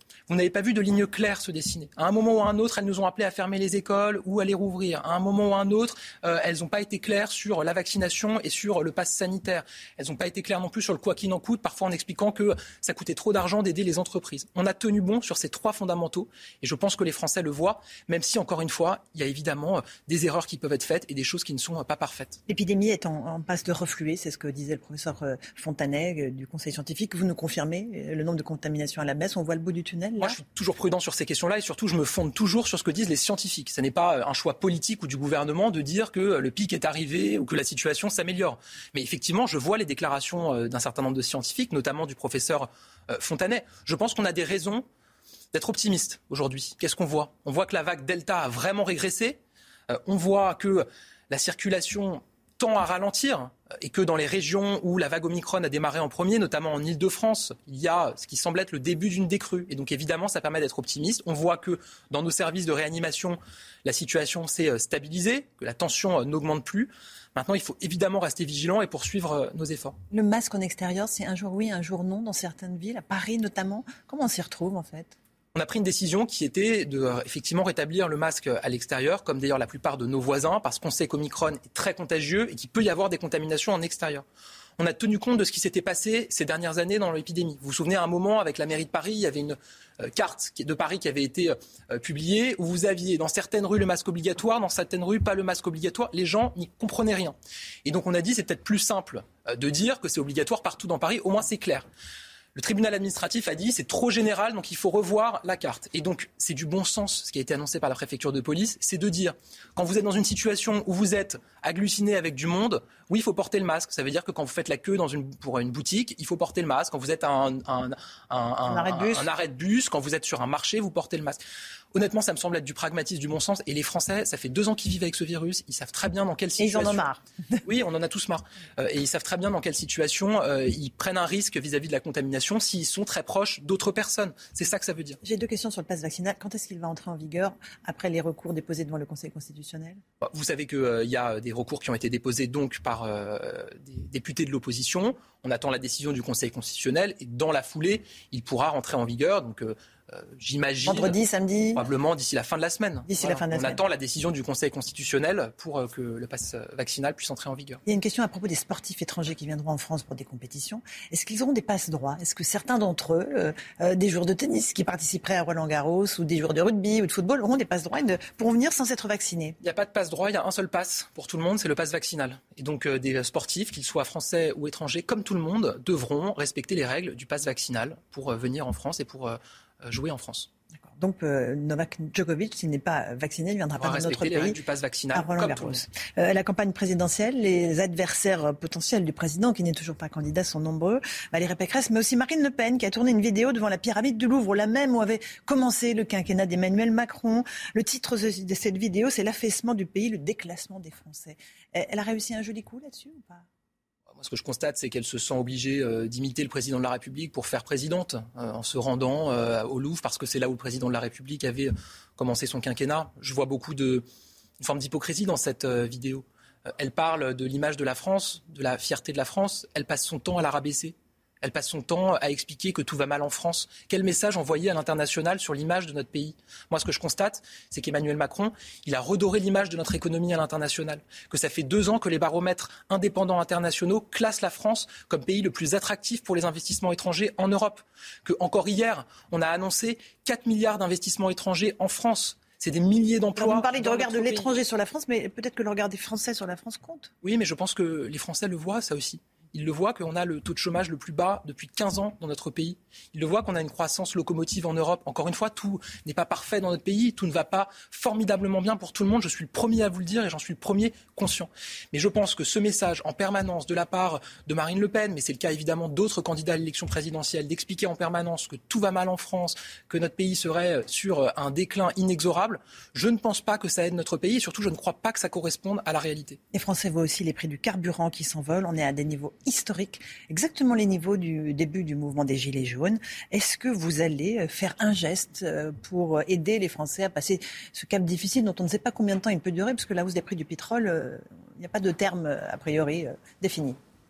vous n'avez pas vu de ligne claire se dessiner. À un moment ou à un autre, elles nous ont appelé à fermer les écoles ou à les rouvrir. À un moment ou à un autre, euh, elles n'ont pas été claires sur la vaccination et sur le pass sanitaire. Elles n'ont pas été claires non plus sur le quoi qu'il en coûte, parfois en expliquant que ça coûtait trop d'argent d'aider les entreprises. On a tenu bon sur ces trois fondamentaux et je pense que les Français le voient, même si, encore une fois, il y a évidemment des erreurs qui peuvent être faites et des choses qui ne sont pas parfaites. L'épidémie est en, en passe de refluer, c'est ce que disait le professeur Fontanet du Conseil scientifique. Vous nous confirmez le nombre de contaminations à la baisse, on voit le bout du tunnel là ? Moi, je suis toujours prudent sur ces questions-là et surtout, je me fonde toujours sur ce que disent les scientifiques. Ce n'est pas un choix politique ou du gouvernement de dire que le pic est arrivé ou que la situation s'améliore. Mais effectivement, je vois les déclarations d'un certain nombre de scientifiques, notamment du professeur Fontanet. Je pense qu'on a des raisons d'être optimiste aujourd'hui. Qu'est-ce qu'on voit ? On voit que la vague Delta a vraiment régressé. Euh, on voit que la circulation tend à ralentir et que dans les régions où la vague Omicron a démarré en premier, notamment en Ile-de-France, il y a ce qui semble être le début d'une décrue. Et donc évidemment, ça permet d'être optimiste. On voit que dans nos services de réanimation, la situation s'est stabilisée, que la tension n'augmente plus. Maintenant, il faut évidemment rester vigilant et poursuivre nos efforts. Le masque en extérieur, c'est un jour oui, un jour non dans certaines villes, à Paris notamment. Comment on s'y retrouve en fait ? On a pris une décision qui était de euh, effectivement rétablir le masque à l'extérieur, comme d'ailleurs la plupart de nos voisins, parce qu'on sait qu'Omicron est très contagieux et qu'il peut y avoir des contaminations en extérieur. On a tenu compte de ce qui s'était passé ces dernières années dans l'épidémie. Vous vous souvenez, à un moment, avec la mairie de Paris, il y avait une euh, carte de Paris qui avait été euh, publiée, où vous aviez dans certaines rues le masque obligatoire, dans certaines rues pas le masque obligatoire. Les gens n'y comprenaient rien. Et donc on a dit c'est peut-être plus simple euh, de dire que c'est obligatoire partout dans Paris, au moins c'est clair. Le tribunal administratif a dit c'est trop général, donc il faut revoir la carte. Et donc c'est du bon sens, ce qui a été annoncé par la préfecture de police, c'est de dire quand vous êtes dans une situation où vous êtes agglutiné avec du monde, oui, il faut porter le masque. Ça veut dire que quand vous faites la queue dans une, pour une boutique, il faut porter le masque. Quand vous êtes à un, un, un, un, un, arrêt de bus. un arrêt de bus, quand vous êtes sur un marché, vous portez le masque. Honnêtement, ça me semble être du pragmatisme, du bon sens. Et les Français, ça fait deux ans qu'ils vivent avec ce virus. Ils savent très bien dans quelle situation. Et ils en ont marre. Oui, on en a tous marre. Euh, et ils savent très bien dans quelle situation euh, ils prennent un risque vis-à-vis de la contamination s'ils sont très proches d'autres personnes. C'est ça que ça veut dire. J'ai deux questions sur le pass vaccinal. Quand est-ce qu'il va entrer en vigueur après les recours déposés devant le Conseil constitutionnel ? Vous savez qu'il euh, y a des recours qui ont été déposés donc par euh, des députés de l'opposition. On attend la décision du Conseil constitutionnel et dans la foulée, il pourra rentrer en vigueur. Donc, euh, Euh, j'imagine. Vendredi, samedi. Probablement d'ici la fin de la semaine. D'ici voilà. la fin de la On semaine. attend la décision du Conseil constitutionnel pour euh, que le pass vaccinal puisse entrer en vigueur. Il y a une question à propos des sportifs étrangers qui viendront en France pour des compétitions. Est-ce qu'ils auront des passes droits ? Est-ce que certains d'entre eux, euh, euh, des joueurs de tennis qui participeraient à Roland-Garros ou des joueurs de rugby ou de football, auront des passes droits et ne pourront venir sans être vaccinés ? Il n'y a pas de passe droit, il y a un seul pass pour tout le monde, c'est le pass vaccinal. Et donc euh, des sportifs, qu'ils soient français ou étrangers, comme tout le monde, devront respecter les règles du pass vaccinal pour euh, venir en France et pour euh, jouer en France. D'accord. Donc euh, Novak Djokovic, s'il n'est pas vacciné, il ne viendra pas dans notre pays. Les règles du pass vaccinal, comme tout le monde. Euh, la campagne présidentielle, les adversaires potentiels du président, qui n'est toujours pas candidat, sont nombreux. Valérie Pécresse, mais aussi Marine Le Pen, qui a tourné une vidéo devant la pyramide du Louvre, la même où avait commencé le quinquennat d'Emmanuel Macron. Le titre de cette vidéo, c'est l'affaissement du pays, le déclassement des Français. Elle a réussi un joli coup là-dessus ou pas ? Moi, ce que je constate, c'est qu'elle se sent obligée euh, d'imiter le président de la République pour faire présidente, euh, en se rendant euh, au Louvre, parce que c'est là où le président de la République avait commencé son quinquennat. Je vois beaucoup de une forme d'hypocrisie dans cette euh, vidéo. Euh, elle parle de l'image de la France, de la fierté de la France. Elle passe son temps à la rabaisser. Elle passe son temps à expliquer que tout va mal en France. Quel message envoyer à l'international sur l'image de notre pays ? Moi, ce que je constate, c'est qu'Emmanuel Macron, il a redoré l'image de notre économie à l'international. Que ça fait deux ans que les baromètres indépendants internationaux classent la France comme pays le plus attractif pour les investissements étrangers en Europe. Que encore hier, on a annoncé quatre milliards d'investissements étrangers en France. C'est des milliers d'emplois. Alors vous parlez du regard de l'étranger sur la France, mais peut-être que le regard des Français sur la France compte. Oui, mais je pense que les Français le voient, ça aussi. Ils le voient qu'on a le taux de chômage le plus bas depuis quinze ans dans notre pays. Ils le voient qu'on a une croissance locomotive en Europe. Encore une fois, tout n'est pas parfait dans notre pays. Tout ne va pas formidablement bien pour tout le monde. Je suis le premier à vous le dire et j'en suis le premier conscient. Mais je pense que ce message en permanence de la part de Marine Le Pen, mais c'est le cas évidemment d'autres candidats à l'élection présidentielle, d'expliquer en permanence que tout va mal en France, que notre pays serait sur un déclin inexorable, je ne pense pas que ça aide notre pays et surtout je ne crois pas que ça corresponde à la réalité. Les Français voient aussi les prix du carburant qui s'envolent. On est à des niveaux historique, exactement les niveaux du début du mouvement des Gilets jaunes. Est-ce que vous allez faire un geste pour aider les Français à passer ce cap difficile dont on ne sait pas combien de temps il peut durer, parce que la hausse des prix du pétrole, il n'y a pas de terme a priori défini?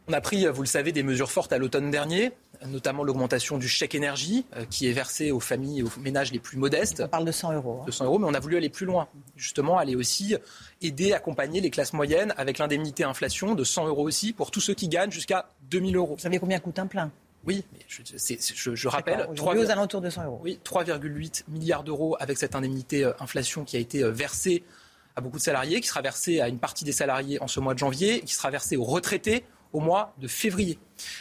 On a pris, vous le savez, des mesures fortes à l'automne dernier, notamment l'augmentation du chèque énergie euh, qui est versé aux familles et aux ménages les plus modestes. On parle de cent euros. Hein. De cent euros, mais on a voulu aller plus loin. Justement, aller aussi aider, accompagner les classes moyennes avec l'indemnité inflation de cent euros aussi pour tous ceux qui gagnent jusqu'à deux mille euros. Vous savez combien coûte un plein ? Oui, mais je, c'est, je, je rappelle, trois, aux alentours de cent euros. Oui, trois virgule huit milliards d'euros avec cette indemnité euh, inflation qui a été euh, versée à beaucoup de salariés, qui sera versée à une partie des salariés en ce mois de janvier, et qui sera versée aux retraités au mois de février.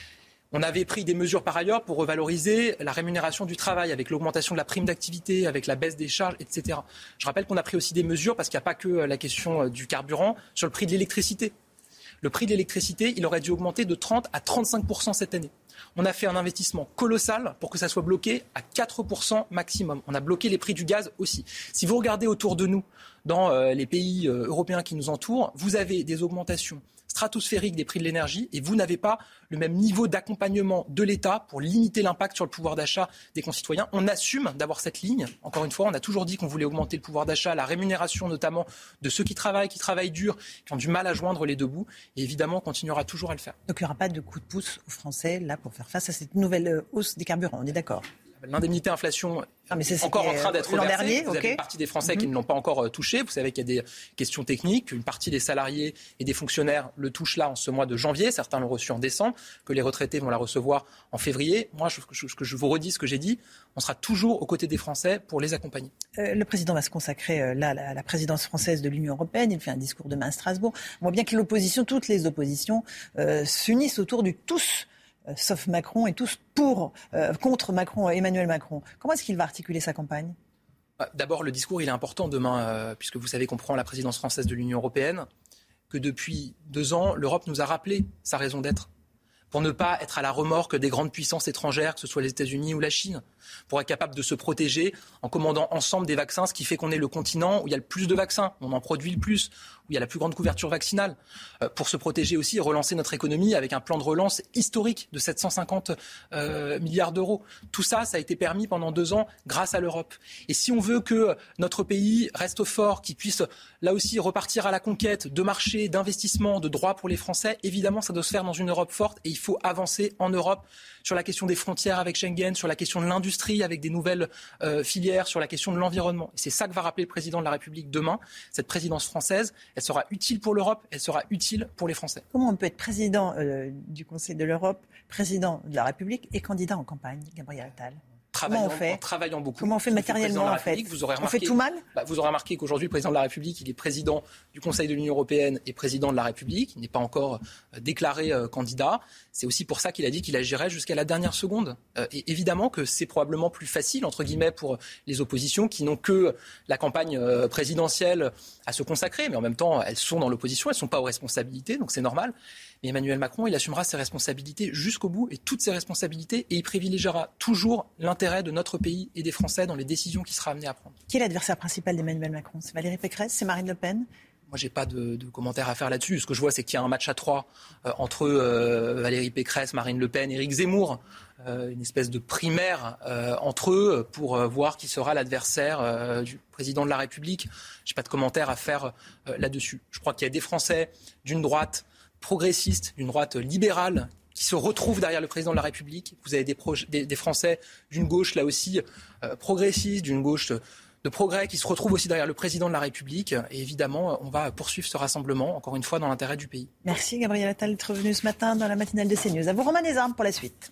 On avait pris des mesures par ailleurs pour revaloriser la rémunération du travail avec l'augmentation de la prime d'activité, avec la baisse des charges, et cetera. Je rappelle qu'on a pris aussi des mesures, parce qu'il n'y a pas que la question du carburant, sur le prix de l'électricité. Le prix de l'électricité, il aurait dû augmenter de trente à trente-cinq pour cent cette année. On a fait un investissement colossal pour que ça soit bloqué à quatre pour cent maximum. On a bloqué les prix du gaz aussi. Si vous regardez autour de nous, dans euh, les pays euh, européens qui nous entourent, vous avez des augmentations stratosphériques des prix de l'énergie et vous n'avez pas le même niveau d'accompagnement de l'État pour limiter l'impact sur le pouvoir d'achat des concitoyens. On assume d'avoir cette ligne. Encore une fois, on a toujours dit qu'on voulait augmenter le pouvoir d'achat, la rémunération notamment de ceux qui travaillent, qui travaillent dur, qui ont du mal à joindre les deux bouts. Et évidemment, on continuera toujours à le faire. Donc il n'y aura pas de coup de pouce aux Français là pour faire face à cette nouvelle hausse des carburants, on est d'accord ? L'indemnité inflation ah, mais est encore en train d'être versée. Dernier, vous okay. avez une partie des Français mm-hmm. qui ne l'ont pas encore touché. Vous savez qu'il y a des questions techniques. Une partie des salariés et des fonctionnaires le touchent là en ce mois de janvier. Certains l'ont reçu en décembre, que les retraités vont la recevoir en février. Moi, je, je, je, je vous redis ce que j'ai dit. On sera toujours aux côtés des Français pour les accompagner. Euh, le président va se consacrer euh, là à la, la présidence française de l'Union européenne. Il fait un discours demain à Strasbourg. On voit bien que l'opposition, toutes les oppositions, euh, s'unissent autour du tous. Sauf Macron et tous pour, euh, contre Macron, Emmanuel Macron. Comment est-ce qu'il va articuler sa campagne ? D'abord, le discours il est important demain, euh, puisque vous savez qu'on prend la présidence française de l'Union européenne, que depuis deux ans, l'Europe nous a rappelé sa raison d'être. Pour ne pas être à la remorque des grandes puissances étrangères, que ce soit les États-Unis ou la Chine, pour être capable de se protéger en commandant ensemble des vaccins, ce qui fait qu'on est le continent où il y a le plus de vaccins, on en produit le plus, où il y a la plus grande couverture vaccinale, euh, pour se protéger aussi et relancer notre économie avec un plan de relance historique de sept cent cinquante euh, milliards d'euros. Tout ça, ça a été permis pendant deux ans grâce à l'Europe. Et si on veut que notre pays reste fort, qu'il puisse là aussi repartir à la conquête de marchés, d'investissements, de droits pour les Français, évidemment, ça doit se faire dans une Europe forte et il faut avancer en Europe sur la question des frontières avec Schengen, sur la question de l'industrie avec des nouvelles euh, filières, sur la question de l'environnement. Et c'est ça que va rappeler le président de la République demain. Cette présidence française, elle sera utile pour l'Europe, elle sera utile pour les Français. Comment on peut être président euh, du Conseil de l'Europe, président de la République et candidat en campagne, Gabriel Attal ? Travaillant, Comment on fait en travaillant beaucoup. Comment on fait matériellement en fait vous aurez remarqué, On fait tout mal bah, Vous aurez remarqué qu'aujourd'hui, le président de la République, il est président du Conseil de l'Union européenne et président de la République. Il n'est pas encore euh, déclaré euh, candidat. C'est aussi pour ça qu'il a dit qu'il agirait jusqu'à la dernière seconde. Euh, et évidemment que c'est probablement plus facile, entre guillemets, pour les oppositions qui n'ont que la campagne euh, présidentielle à se consacrer. Mais en même temps, elles sont dans l'opposition, elles ne sont pas aux responsabilités, donc c'est normal. Mais Emmanuel Macron, il assumera ses responsabilités jusqu'au bout et toutes ses responsabilités et il privilégiera toujours l'intérêt de notre pays et des Français dans les décisions qu'il sera amené à prendre. Qui est l'adversaire principal d'Emmanuel Macron ? C'est Valérie Pécresse ? C'est Marine Le Pen ? Moi, j'ai pas de, de commentaires à faire là-dessus. Ce que je vois, c'est qu'il y a un match à trois euh, entre euh, Valérie Pécresse, Marine Le Pen, Éric Zemmour. Euh, une espèce de primaire euh, entre eux pour euh, voir qui sera l'adversaire euh, du président de la République. J'ai pas de commentaires à faire euh, là-dessus. Je crois qu'il y a des Français d'une droite progressiste, d'une droite libérale, qui se retrouvent derrière le président de la République. Vous avez des, proje- des, des Français d'une gauche, là aussi, euh, progressiste, d'une gauche de, de progrès, qui se retrouvent aussi derrière le président de la République. Et évidemment, on va poursuivre ce rassemblement, encore une fois, dans l'intérêt du pays. Merci Gabriel Attal d'être revenu ce matin dans la matinale de CNews. À vous Romain Desarmes pour la suite.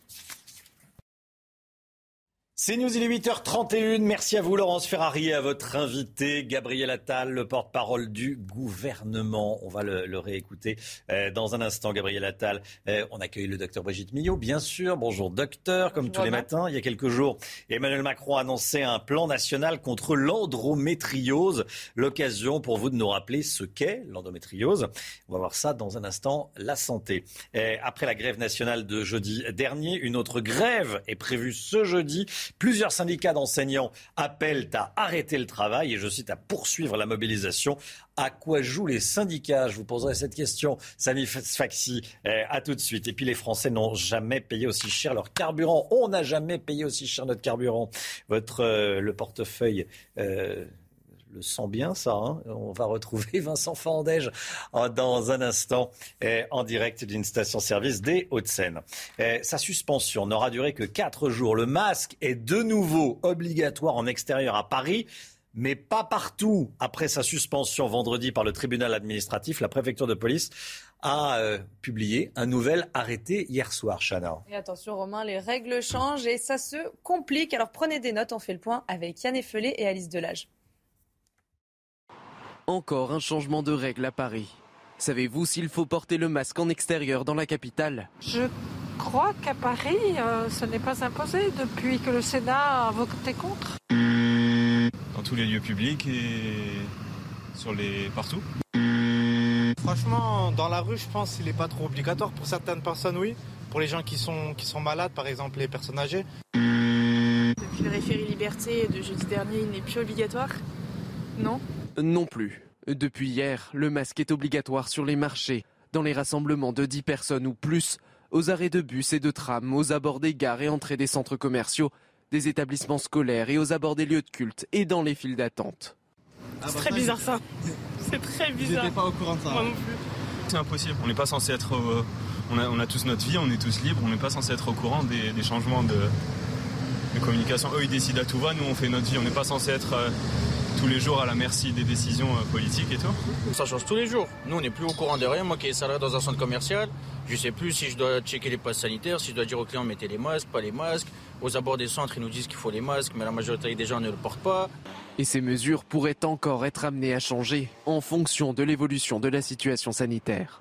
C'est News, il est huit heures trente et une. Merci à vous, Laurence Ferrari, et à votre invité, Gabriel Attal, le porte-parole du gouvernement. On va le, le réécouter euh, dans un instant, Gabriel Attal. Euh, on accueille le docteur Brigitte Millot, bien sûr. Bonjour, docteur, comme Bonjour, tous les matins. Il y a quelques jours, Emmanuel Macron a annoncé un plan national contre l'endométriose. L'occasion pour vous de nous rappeler ce qu'est l'endométriose. On va voir ça dans un instant. La santé. Euh, après la grève nationale de jeudi dernier, une autre grève est prévue ce jeudi. Plusieurs syndicats d'enseignants appellent à arrêter le travail et, je cite, à poursuivre la mobilisation. À quoi jouent les syndicats ? Je vous poserai cette question. Samy Sfaxi, euh, à tout de suite. Et puis les Français n'ont jamais payé aussi cher leur carburant. On n'a jamais payé aussi cher notre carburant. Votre, euh, le portefeuille... Euh, le sent bien ça. Hein. On va retrouver Vincent Fandège dans un instant en direct d'une station-service des Hauts-de-Seine. Sa suspension n'aura duré que quatre jours. Le masque est de nouveau obligatoire en extérieur à Paris, mais pas partout. Après sa suspension vendredi par le tribunal administratif, la préfecture de police a euh, publié un nouvel arrêté hier soir, Chana. Et attention Romain, les règles changent et ça se complique. Alors prenez des notes, on fait le point avec Yann Effelé et Alice Delage. Encore un changement de règles à Paris. Savez-vous s'il faut porter le masque en extérieur dans la capitale ? Je crois qu'à Paris, euh, ce n'est pas imposé depuis que le Sénat a voté contre. Dans tous les lieux publics et sur les partout. Franchement, dans la rue, je pense qu'il n'est pas trop obligatoire. Pour certaines personnes, oui. Pour les gens qui sont, qui sont malades, par exemple les personnes âgées. Depuis le référé liberté de jeudi dernier, il n'est plus obligatoire ? Non ? Non plus. Depuis hier, le masque est obligatoire sur les marchés, dans les rassemblements de dix personnes ou plus, aux arrêts de bus et de trams, aux abords des gares et entrées des centres commerciaux, des établissements scolaires et aux abords des lieux de culte et dans les files d'attente. Ah bah c'est très ça, bizarre ça. C'est très bizarre. J'étais pas au courant de ça. Moi non plus. C'est impossible. On n'est pas censé être. Euh, on, a, on a tous notre vie, on est tous libres. On n'est pas censé être au courant des, des changements de, de communication. Eux, ils décident à tout va. Nous, on fait notre vie. On n'est pas censé être euh, tous les jours à la merci des décisions euh, politiques et tout. Ça change tous les jours. Nous, on n'est plus au courant de rien. Moi qui est salarié dans un centre commercial, je sais plus si je dois checker les passes sanitaires, si je dois dire aux clients mettez les masques, pas les masques. Aux abords des centres, ils nous disent qu'il faut les masques, mais la majorité des gens ne le portent pas. Et ces mesures pourraient encore être amenées à changer en fonction de l'évolution de la situation sanitaire.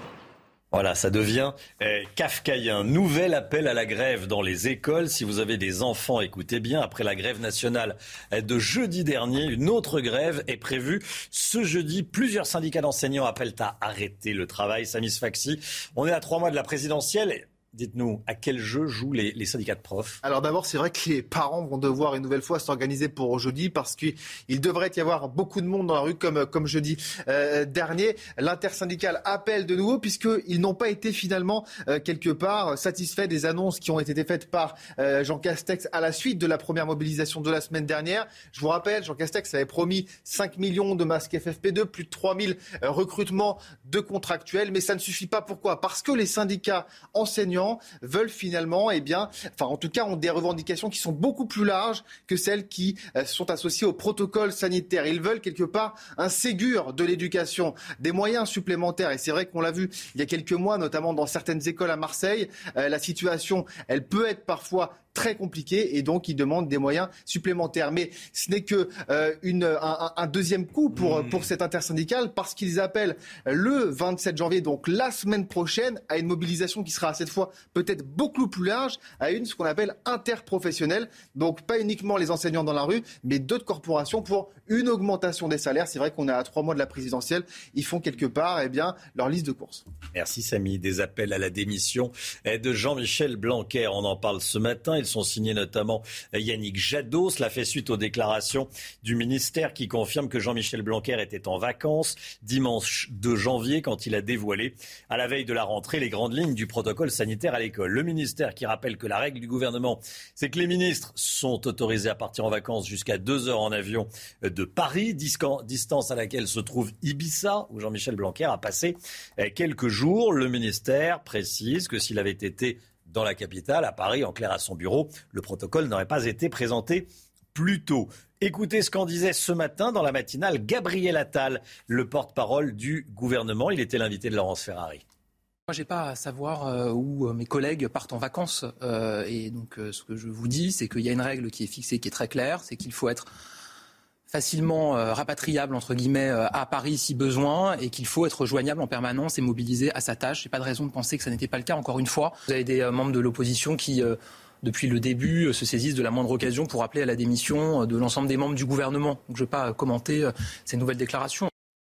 Voilà, ça devient euh, kafkaïen. Nouvel appel à la grève dans les écoles. Si vous avez des enfants, écoutez bien, après la grève nationale de jeudi dernier, une autre grève est prévue ce jeudi. Plusieurs syndicats d'enseignants appellent à arrêter le travail. Samy Sfaxi, on est à trois mois de la présidentielle. Dites-nous, à quel jeu jouent les, les syndicats de profs ? Alors d'abord, c'est vrai que les parents vont devoir une nouvelle fois s'organiser pour jeudi parce qu'il devrait y avoir beaucoup de monde dans la rue comme, comme jeudi euh, dernier. L'intersyndicale appelle de nouveau puisqu'ils n'ont pas été finalement euh, quelque part satisfaits des annonces qui ont été faites par euh, Jean Castex à la suite de la première mobilisation de la semaine dernière. Je vous rappelle, Jean Castex avait promis cinq millions de masques F F P deux, plus de trois mille euh, recrutements de contractuels, mais ça ne suffit pas. Pourquoi ? Parce que les syndicats enseignants veulent finalement, eh bien, enfin en tout cas ont des revendications qui sont beaucoup plus larges que celles qui euh, sont associées au protocole sanitaire. Ils veulent quelque part un Ségur de l'éducation, des moyens supplémentaires. Et c'est vrai qu'on l'a vu il y a quelques mois, notamment dans certaines écoles à Marseille, euh, la situation, elle peut être parfois très compliqué et donc ils demandent des moyens supplémentaires. Mais ce n'est que euh, une, un, un deuxième coup pour, mmh. pour cette intersyndicale parce qu'ils appellent le vingt-sept janvier, donc la semaine prochaine, à une mobilisation qui sera cette fois peut-être beaucoup plus large, à une ce qu'on appelle interprofessionnelle. Donc pas uniquement les enseignants dans la rue, mais d'autres corporations pour une augmentation des salaires. C'est vrai qu'on est à trois mois de la présidentielle. Ils font quelque part eh bien, leur liste de courses. Merci Samy. Des appels à la démission de Jean-Michel Blanquer. On en parle ce matin. Ils sont signés notamment Yannick Jadot. Cela fait suite aux déclarations du ministère qui confirme que Jean-Michel Blanquer était en vacances dimanche deux janvier quand il a dévoilé à la veille de la rentrée les grandes lignes du protocole sanitaire à l'école. Le ministère qui rappelle que la règle du gouvernement, c'est que les ministres sont autorisés à partir en vacances jusqu'à deux heures en avion de Paris, distance à laquelle se trouve Ibiza, où Jean-Michel Blanquer a passé quelques jours. Le ministère précise que s'il avait été dans la capitale, à Paris, en clair à son bureau, le protocole n'aurait pas été présenté plus tôt. Écoutez ce qu'en disait ce matin dans la matinale Gabriel Attal, le porte-parole du gouvernement. Il était l'invité de Laurence Ferrari. Moi, j'ai pas à savoir euh, où euh, mes collègues partent en vacances. Euh, et donc, euh, ce que je vous dis, c'est qu'il y a une règle qui est fixée, qui est très claire, c'est qu'il faut être facilement euh, rapatriable entre guillemets euh, à Paris si besoin et qu'il faut être joignable en permanence et mobilisé à sa tâche. J'ai pas de raison de penser que ça n'était pas le cas. Encore une fois, vous avez des euh, membres de l'opposition qui, euh, depuis le début, euh, se saisissent de la moindre occasion pour appeler à la démission euh, de l'ensemble des membres du gouvernement. Donc je ne vais pas euh, commenter euh, ces nouvelles déclarations.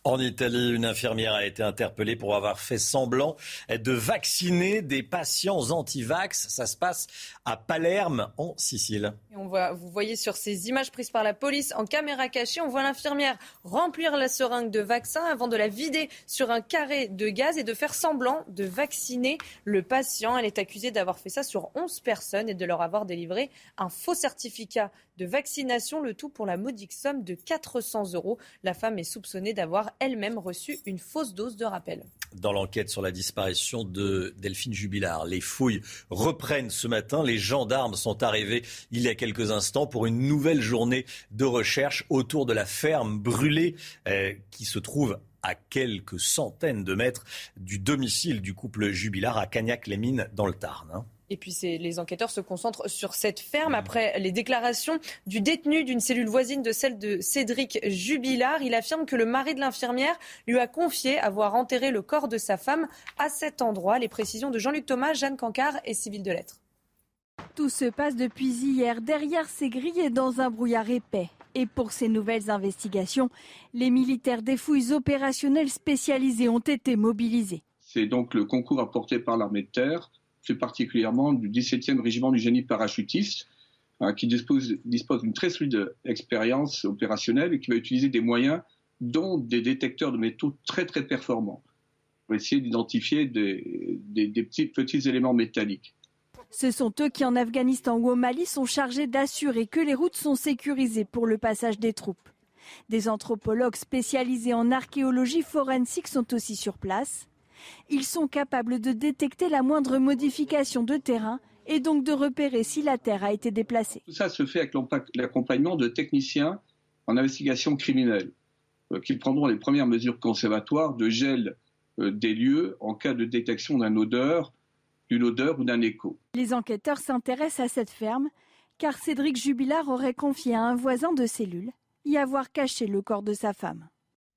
En Italie, une infirmière a été interpellée pour avoir fait semblant de vacciner des patients anti-vax. Ça se passe à Palerme, en Sicile. Et on voit, vous voyez sur ces images prises par la police en caméra cachée, on voit l'infirmière remplir la seringue de vaccin avant de la vider sur un carré de gaz et de faire semblant de vacciner le patient. Elle est accusée d'avoir fait ça sur onze personnes et de leur avoir délivré un faux certificat de vaccination, le tout pour la modique somme de quatre cents euros. La femme est soupçonnée d'avoir elle-même reçu une fausse dose de rappel. Dans l'enquête sur la disparition de Delphine Jubilard, les fouilles reprennent ce matin. Les gendarmes sont arrivés il y a quelques instants pour une nouvelle journée de recherche autour de la ferme brûlée euh, qui se trouve à quelques centaines de mètres du domicile du couple Jubilard à Cagnac-les-Mines dans le Tarn. Hein. Et puis c'est, les enquêteurs se concentrent sur cette ferme après les déclarations du détenu d'une cellule voisine de celle de Cédric Jubilard. Il affirme que le mari de l'infirmière lui a confié avoir enterré le corps de sa femme à cet endroit. Les précisions de Jean-Luc Thomas, Jeanne Cancard et Sybille Delettre. Tout se passe depuis hier derrière ces grilles et dans un brouillard épais. Et pour ces nouvelles investigations, les militaires des fouilles opérationnelles spécialisées ont été mobilisés. C'est donc le concours apporté par l'armée de terre, plus particulièrement du dix-septième régiment du génie parachutiste, hein, qui dispose, dispose d'une très solide expérience opérationnelle et qui va utiliser des moyens, dont des détecteurs de métaux très très performants, pour essayer d'identifier des, des, des petits, petits éléments métalliques. Ce sont eux qui, en Afghanistan ou au Mali, sont chargés d'assurer que les routes sont sécurisées pour le passage des troupes. Des anthropologues spécialisés en archéologie forensique sont aussi sur place. Ils sont capables de détecter la moindre modification de terrain et donc de repérer si la terre a été déplacée. Tout ça se fait avec l'accompagnement de techniciens en investigation criminelle euh, qui prendront les premières mesures conservatoires de gel euh, des lieux en cas de détection d'une odeur, d'une odeur ou d'un écho. Les enquêteurs s'intéressent à cette ferme car Cédric Jubilard aurait confié à un voisin de cellule y avoir caché le corps de sa femme.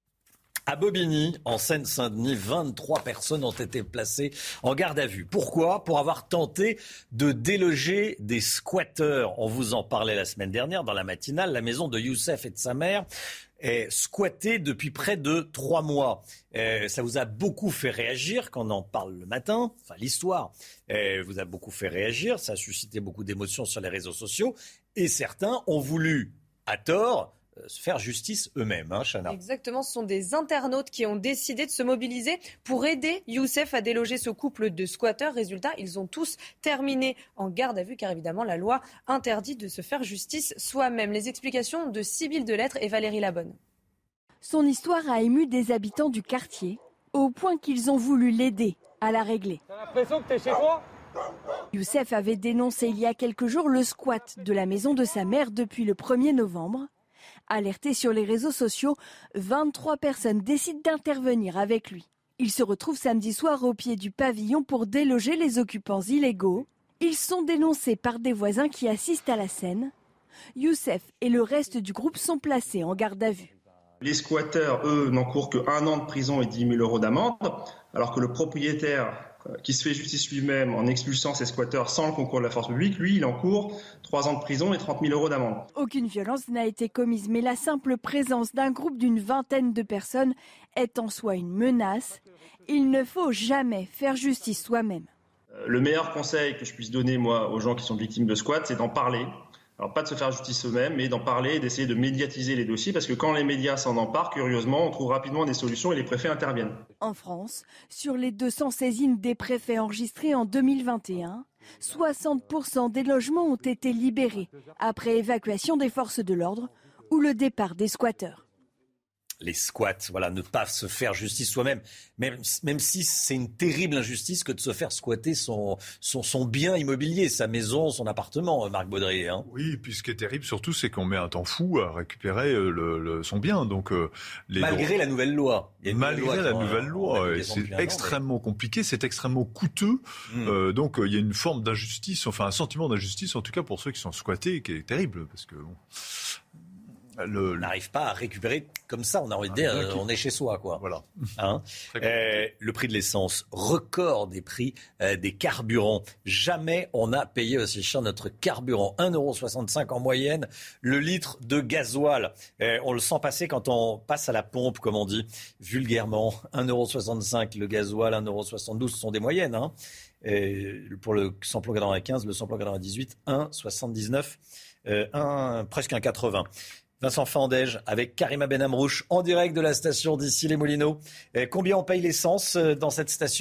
À Bobigny, en Seine-Saint-Denis, vingt-trois personnes ont été placées en garde à vue. Pourquoi ? Pour avoir tenté de déloger des squatteurs. On vous en parlait la semaine dernière dans la matinale. La maison de Youssef et de sa mère est squattée depuis près de trois mois. Euh, ça vous a beaucoup fait réagir quand on en parle le matin. Enfin, l'histoire euh, vous a beaucoup fait réagir. Ça a suscité beaucoup d'émotions sur les réseaux sociaux. Et certains ont voulu, à tort, se faire justice eux-mêmes, hein, Chana. Exactement, ce sont des internautes qui ont décidé de se mobiliser pour aider Youssef à déloger ce couple de squatteurs. Résultat, ils ont tous terminé en garde à vue car évidemment la loi interdit de se faire justice soi-même. Les explications de Sybille Delettre et Valérie Labonne. Son histoire a ému des habitants du quartier au point qu'ils ont voulu l'aider à la régler. T'as l'impression que t'es chez toi ? Youssef avait dénoncé il y a quelques jours le squat de la maison de sa mère depuis le premier novembre. Alerté sur les réseaux sociaux, vingt-trois personnes décident d'intervenir avec lui. Il se retrouve samedi soir au pied du pavillon pour déloger les occupants illégaux. Ils sont dénoncés par des voisins qui assistent à la scène. Youssef et le reste du groupe sont placés en garde à vue. Les squatteurs, eux, n'encourent qu'un an de prison et dix mille euros d'amende, alors que le propriétaire qui se fait justice lui-même en expulsant ses squatteurs sans le concours de la force publique, lui, il encourt trois ans de prison et trente mille euros d'amende. Aucune violence n'a été commise, mais la simple présence d'un groupe d'une vingtaine de personnes est en soi une menace. Il ne faut jamais faire justice soi-même. Le meilleur conseil que je puisse donner, moi, aux gens qui sont victimes de squat, c'est d'en parler. Alors pas de se faire justice eux-mêmes, mais d'en parler et d'essayer de médiatiser les dossiers, parce que quand les médias s'en emparent, curieusement, on trouve rapidement des solutions et les préfets interviennent. En France, sur les deux cents saisines des préfets enregistrées en deux mille vingt et un, soixante pour cent des logements ont été libérés après évacuation des forces de l'ordre ou le départ des squatteurs. Les squats, voilà, ne pas se faire justice soi-même, même, même si c'est une terrible injustice que de se faire squatter son, son, son bien immobilier, sa maison, son appartement, Marc Baudry. Hein. Oui, puis ce qui est terrible surtout, c'est qu'on met un temps fou à récupérer le, le, son bien. Donc, euh, les Malgré droits... la nouvelle loi. Il y a Malgré nouvelle la loi nouvelle loi, ouais, c'est extrêmement an, compliqué, c'est extrêmement coûteux. Mmh. Euh, donc euh, il y a une forme d'injustice, enfin un sentiment d'injustice, en tout cas pour ceux qui sont squattés, qui est terrible, parce que bon... Le... On n'arrive pas à récupérer comme ça, on a envie de dire, euh, on est chez soi, quoi. Voilà. Hein euh, le prix de l'essence, record des prix euh, des carburants. Jamais on a payé aussi cher notre carburant. un euro soixante-cinq en moyenne, le litre de gasoil. Euh, on le sent passer quand on passe à la pompe, comme on dit vulgairement. un euro soixante-cinq le gasoil, un euro soixante-douze, ce sont des moyennes. Hein. Et pour le samplon quatre-vingt-quinze, le samplon quatre-vingt-dix-huit, un euro soixante-dix-neuf, euh, un, presque un quatre-vingts. Vincent Fandège avec Karima Benamrouche en direct de la station d'Issy-les-Moulineaux. Et combien on paye l'essence dans cette station ?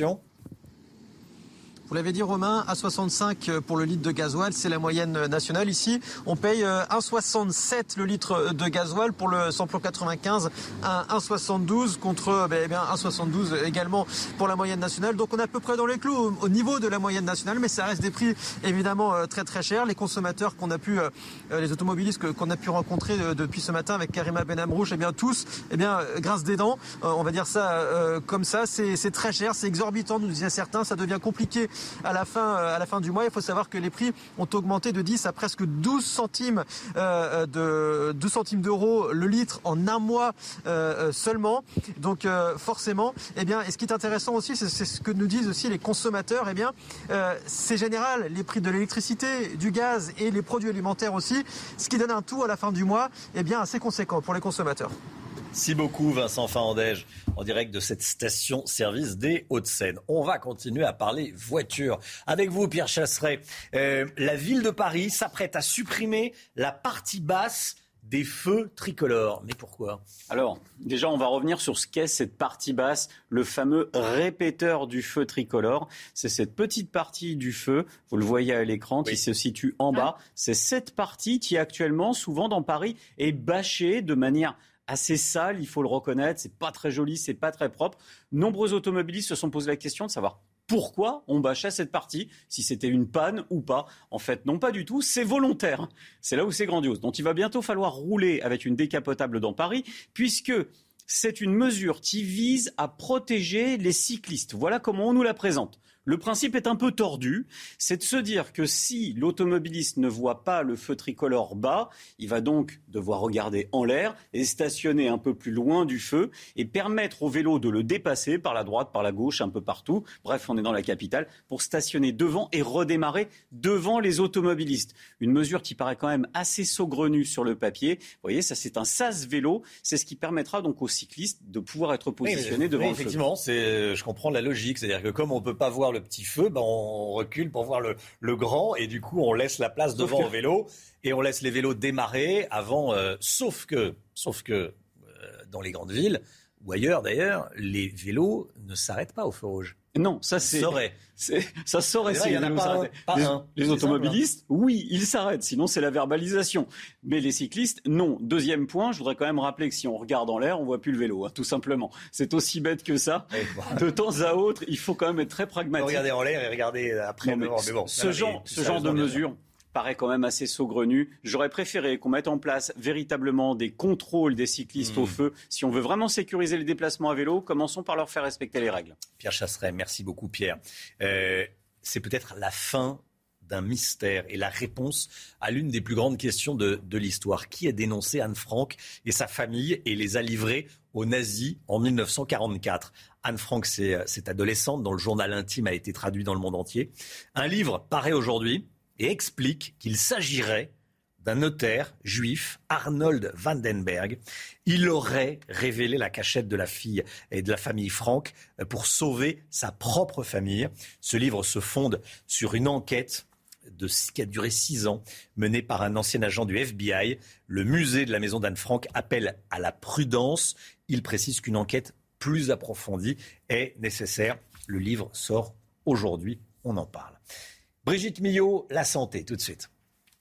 Vous l'avez dit Romain, un euro soixante-cinq pour le litre de gasoil, c'est la moyenne nationale. Ici, on paye un euro soixante-sept le litre de gasoil. Pour le samplon quatre-vingt-quinze, un euro soixante-douze contre eh bien, un euro soixante-douze également pour la moyenne nationale. Donc on est à peu près dans les clous au, au niveau de la moyenne nationale, mais ça reste des prix évidemment très très chers. Les consommateurs qu'on a pu, euh, les automobilistes que, qu'on a pu rencontrer euh, depuis ce matin avec Karima Benamrouche, eh bien tous, eh bien grincent des dents. Euh, on va dire ça euh, comme ça. C'est, c'est très cher, c'est exorbitant, nous disaient certains. Ça devient compliqué à la fin, à la fin du mois. Il faut savoir que les prix ont augmenté de dix à presque douze centimes, euh, de, douze centimes d'euros le litre en un mois euh, seulement. Donc euh, forcément, eh bien, et ce qui est intéressant aussi, c'est, c'est ce que nous disent aussi les consommateurs. Eh bien, euh, c'est général, les prix de l'électricité, du gaz et les produits alimentaires aussi, ce qui donne un tout à la fin du mois, eh bien, assez conséquent pour les consommateurs. Merci beaucoup Vincent Fandège en direct de cette station-service des Hauts-de-Seine. On va continuer à parler voiture. Avec vous Pierre Chasseret, euh, la ville de Paris s'apprête à supprimer la partie basse des feux tricolores. Mais pourquoi ? Alors, déjà, on va revenir sur ce qu'est cette partie basse, le fameux répéteur du feu tricolore. C'est cette petite partie du feu, vous le voyez à l'écran, oui, qui se situe en bas. C'est cette partie qui actuellement, souvent dans Paris, est bâchée de manière assez sale, il faut le reconnaître, c'est pas très joli, c'est pas très propre. Nombreux automobilistes se sont posé la question de savoir pourquoi on bâchait cette partie, si c'était une panne ou pas. En fait, non, pas du tout, c'est volontaire. C'est là où c'est grandiose. Donc il va bientôt falloir rouler avec une décapotable dans Paris, puisque c'est une mesure qui vise à protéger les cyclistes. Voilà comment on nous la présente. Le principe est un peu tordu, c'est de se dire que si l'automobiliste ne voit pas le feu tricolore bas, il va donc devoir regarder en l'air et stationner un peu plus loin du feu et permettre au vélo de le dépasser par la droite, par la gauche, un peu partout. Bref, on est dans la capitale pour stationner devant et redémarrer devant les automobilistes. Une mesure qui paraît quand même assez saugrenue sur le papier. Vous voyez, ça c'est un sas vélo, c'est ce qui permettra donc aux cyclistes de pouvoir être positionnés oui, devant oui, le feu. Effectivement, c'est, je comprends la logique, c'est-à-dire que comme on ne peut pas voir le petit feu, ben on recule pour voir le, le grand et du coup on laisse la place devant que... au vélo et on laisse les vélos démarrer avant, euh, sauf que, sauf que euh, dans les grandes villes ou ailleurs d'ailleurs, les vélos ne s'arrêtent pas au feu rouge. Non, ça c'est... Saurait. c'est ça saurait si il y en a pas un, pas les, un. les automobilistes, simple, hein. Oui, ils s'arrêtent, sinon c'est la verbalisation. Mais les cyclistes, non. Deuxième point, je voudrais quand même rappeler que si on regarde en l'air, on voit plus le vélo, hein, tout simplement. C'est aussi bête que ça. De temps à autre, il faut quand même être très pragmatique. Regarder en l'air et regarder après. Non, mais, mais bon, ce genre, ce genre de mesure paraît quand même assez saugrenu. J'aurais préféré qu'on mette en place véritablement des contrôles des cyclistes mmh. au feu. Si on veut vraiment sécuriser les déplacements à vélo, commençons par leur faire respecter les règles. Pierre Chasseret, merci beaucoup Pierre. Euh, c'est peut-être la fin d'un mystère et la réponse à l'une des plus grandes questions de, de l'histoire. Qui a dénoncé Anne Frank et sa famille et les a livrés aux nazis en dix-neuf cent quarante-quatre. Anne Frank, c'est cette adolescente dont le journal intime a été traduit dans le monde entier. Un livre paraît aujourd'hui et explique qu'il s'agirait d'un notaire juif, Arnold Vandenberg. Il aurait révélé la cachette de la fille et de la famille Frank pour sauver sa propre famille. Ce livre se fonde sur une enquête de, qui a duré six ans, menée par un ancien agent du F B I. Le musée de la maison d'Anne Frank appelle à la prudence. Il précise qu'une enquête plus approfondie est nécessaire. Le livre sort aujourd'hui, on en parle. Brigitte Millot, la santé, tout de suite.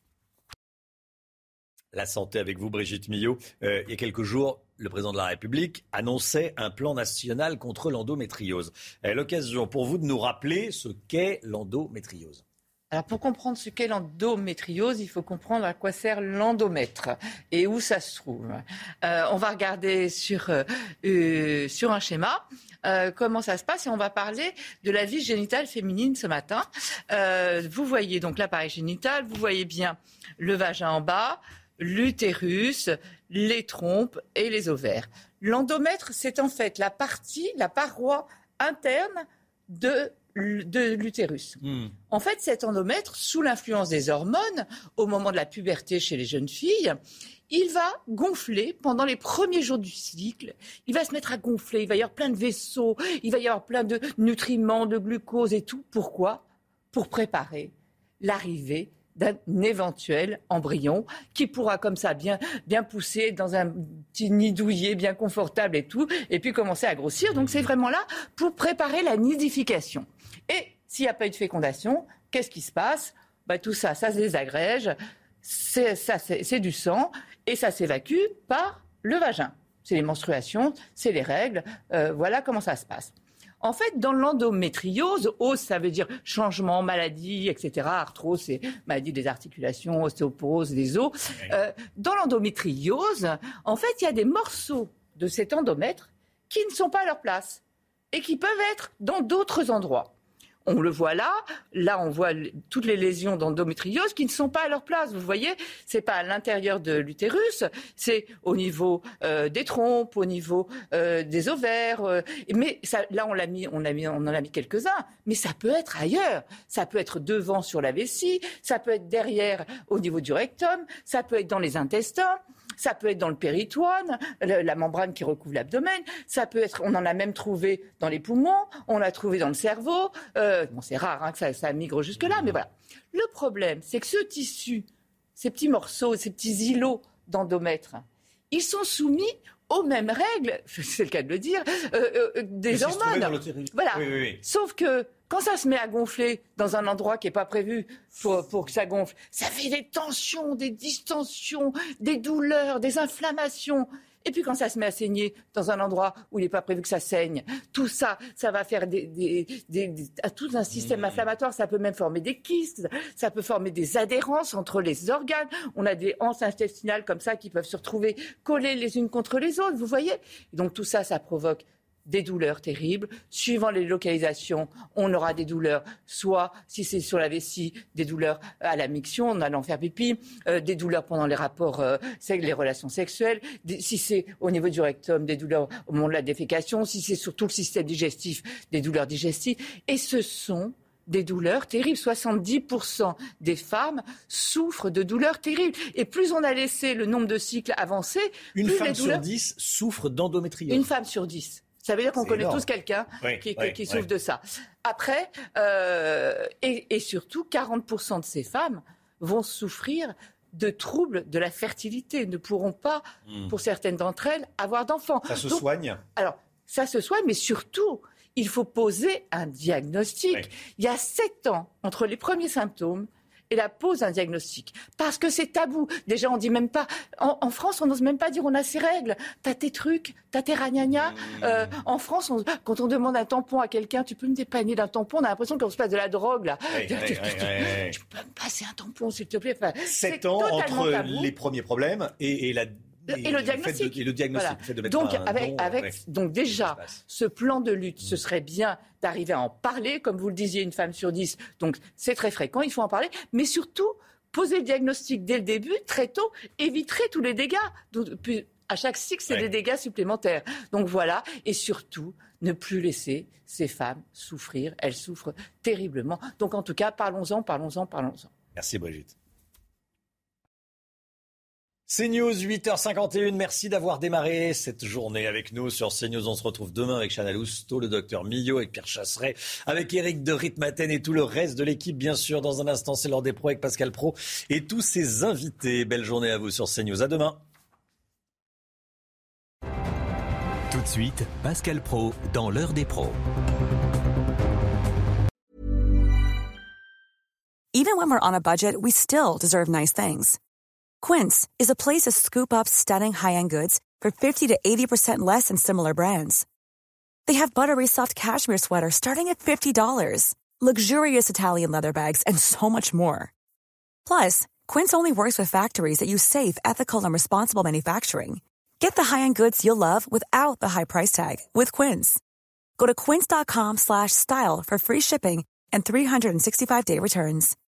La santé avec vous, Brigitte Millot. Euh, il y a quelques jours, le président de la République annonçait un plan national contre l'endométriose. Euh, l'occasion pour vous de nous rappeler ce qu'est l'endométriose. Alors pour comprendre ce qu'est l'endométriose, il faut comprendre à quoi sert l'endomètre et où ça se trouve. Euh, on va regarder sur, euh, sur un schéma euh, comment ça se passe et on va parler de la vie génitale féminine ce matin. Euh, vous voyez donc l'appareil génital, vous voyez bien le vagin en bas, l'utérus, les trompes et les ovaires. L'endomètre, c'est en fait la partie, la paroi interne de, de l'utérus. Mmh. En fait, cet endomètre, sous l'influence des hormones, au moment de la puberté chez les jeunes filles, il va gonfler pendant les premiers jours du cycle. Il va se mettre à gonfler, il va y avoir plein de vaisseaux, il va y avoir plein de nutriments, de glucose et tout. Pourquoi ? Pour préparer l'arrivée d'un éventuel embryon qui pourra comme ça bien, bien pousser dans un petit nid douillet bien confortable et tout, et puis commencer à grossir. Donc c'est vraiment là pour préparer la nidification. Et s'il n'y a pas eu de fécondation, qu'est-ce qui se passe ? Bah, tout ça, ça se désagrège, c'est, ça, c'est, c'est du sang, et ça s'évacue par le vagin. C'est les menstruations, c'est les règles, euh, voilà comment ça se passe. En fait, dans l'endométriose, os, ça veut dire changement, maladie, et cetera. Arthrose, c'est maladie des articulations, ostéoporose des os. Euh, dans l'endométriose, en fait, il y a des morceaux de cet endomètre qui ne sont pas à leur place et qui peuvent être dans d'autres endroits. On le voit là, là on voit toutes les lésions d'endométriose qui ne sont pas à leur place. Vous voyez, c'est pas à l'intérieur de l'utérus, c'est au niveau euh, des trompes, au niveau euh, des ovaires. Euh, mais ça, là on l'a mis, on a mis, on en a mis quelques-uns. Mais ça peut être ailleurs. Ça peut être devant sur la vessie, ça peut être derrière au niveau du rectum, ça peut être dans les intestins. Ça peut être dans le péritoine, la membrane qui recouvre l'abdomen. Ça peut être, on en a même trouvé dans les poumons, on l'a trouvé dans le cerveau. Euh, bon, c'est rare hein, que ça, ça migre jusque-là, mais voilà. Le problème, c'est que ce tissu, ces petits morceaux, ces petits îlots d'endomètre, ils sont soumis aux mêmes règles, c'est le cas de le dire, euh, euh, des hormones. Voilà. Oui, oui, oui. Sauf que quand ça se met à gonfler dans un endroit qui n'est pas prévu pour, pour que ça gonfle, ça fait des tensions, des distensions, des douleurs, des inflammations. Et puis quand ça se met à saigner dans un endroit où il n'est pas prévu que ça saigne, tout ça, ça va faire des, des, des, des, tout un système mmh. inflammatoire. Ça peut même former des kystes, ça peut former des adhérences entre les organes. On a des anses intestinales comme ça qui peuvent se retrouver collées les unes contre les autres, vous voyez. Et donc tout ça, ça provoque des douleurs terribles. Suivant les localisations, on aura des douleurs, soit, si c'est sur la vessie, des douleurs à la miction, en allant faire pipi, euh, des douleurs pendant les rapports, euh, les relations sexuelles, des, si c'est au niveau du rectum, des douleurs au moment de la défécation, si c'est sur tout le système digestif, des douleurs digestives. Et ce sont des douleurs terribles. soixante-dix pour cent des femmes souffrent de douleurs terribles. Et plus on a laissé le nombre de cycles avancer, Une plus femme les douleurs... sur dix souffre d'endométriose. Une femme sur dix. Ça veut dire qu'on C'est connaît énorme. tous quelqu'un oui, qui, oui, qui oui. souffre de ça. Après, euh, et, et surtout, quarante pour cent de ces femmes vont souffrir de troubles de la fertilité, ne pourront pas, mmh. pour certaines d'entre elles, avoir d'enfants. Ça se Donc, soigne ? Alors, ça se soigne, mais surtout, il faut poser un diagnostic. Oui. Il y a sept ans entre les premiers symptômes et la pose d'un diagnostic. Parce que c'est tabou. Déjà, on dit même pas... En, en France, on n'ose même pas dire on a ses règles. T'as tes trucs, t'as tes ragnagnas. Mmh. Euh, en France, on, quand on demande un tampon à quelqu'un, tu peux me dépanner d'un tampon, on a l'impression qu'on se passe de la drogue, là. Oui, oui, oui, oui. Tu peux me passer un tampon, s'il te plaît. Enfin, sept ans entre tabou. Les premiers problèmes et, et la... Et, et le diagnostic. De, et le diagnostic. Voilà. Fait de donc, un avec, don, avec, ouais. donc déjà, ce plan de lutte, ce serait bien d'arriver à en parler. Comme vous le disiez, une femme sur dix, donc c'est très fréquent, il faut en parler. Mais surtout, poser le diagnostic dès le début, très tôt, éviterait tous les dégâts. Donc, puis, à chaque cycle, c'est ouais. des dégâts supplémentaires. Donc voilà, et surtout, ne plus laisser ces femmes souffrir. Elles souffrent terriblement. Donc en tout cas, parlons-en, parlons-en, parlons-en. Merci Brigitte. CNews, huit heures cinquante et une. Merci d'avoir démarré cette journée avec nous sur CNews. On se retrouve demain avec Chana Lousteau, le docteur Millot, avec Pierre Chasseret, avec Éric de Ritmaten et tout le reste de l'équipe. Bien sûr, dans un instant, c'est l'heure des pros avec Pascal Praud et tous ses invités. Belle journée à vous sur CNews. À demain. Tout de suite, Pascal Praud dans l'heure des pros. Even when we're on a budget, we still deserve nice things. Quince is a place to scoop up stunning high-end goods for fifty to eighty percent less than similar brands. They have buttery soft cashmere sweaters starting at fifty dollars, luxurious Italian leather bags, and so much more. Plus, Quince only works with factories that use safe, ethical, and responsible manufacturing. Get the high-end goods you'll love without the high price tag with Quince. Go to quince.com slash style for free shipping and three sixty-five day returns.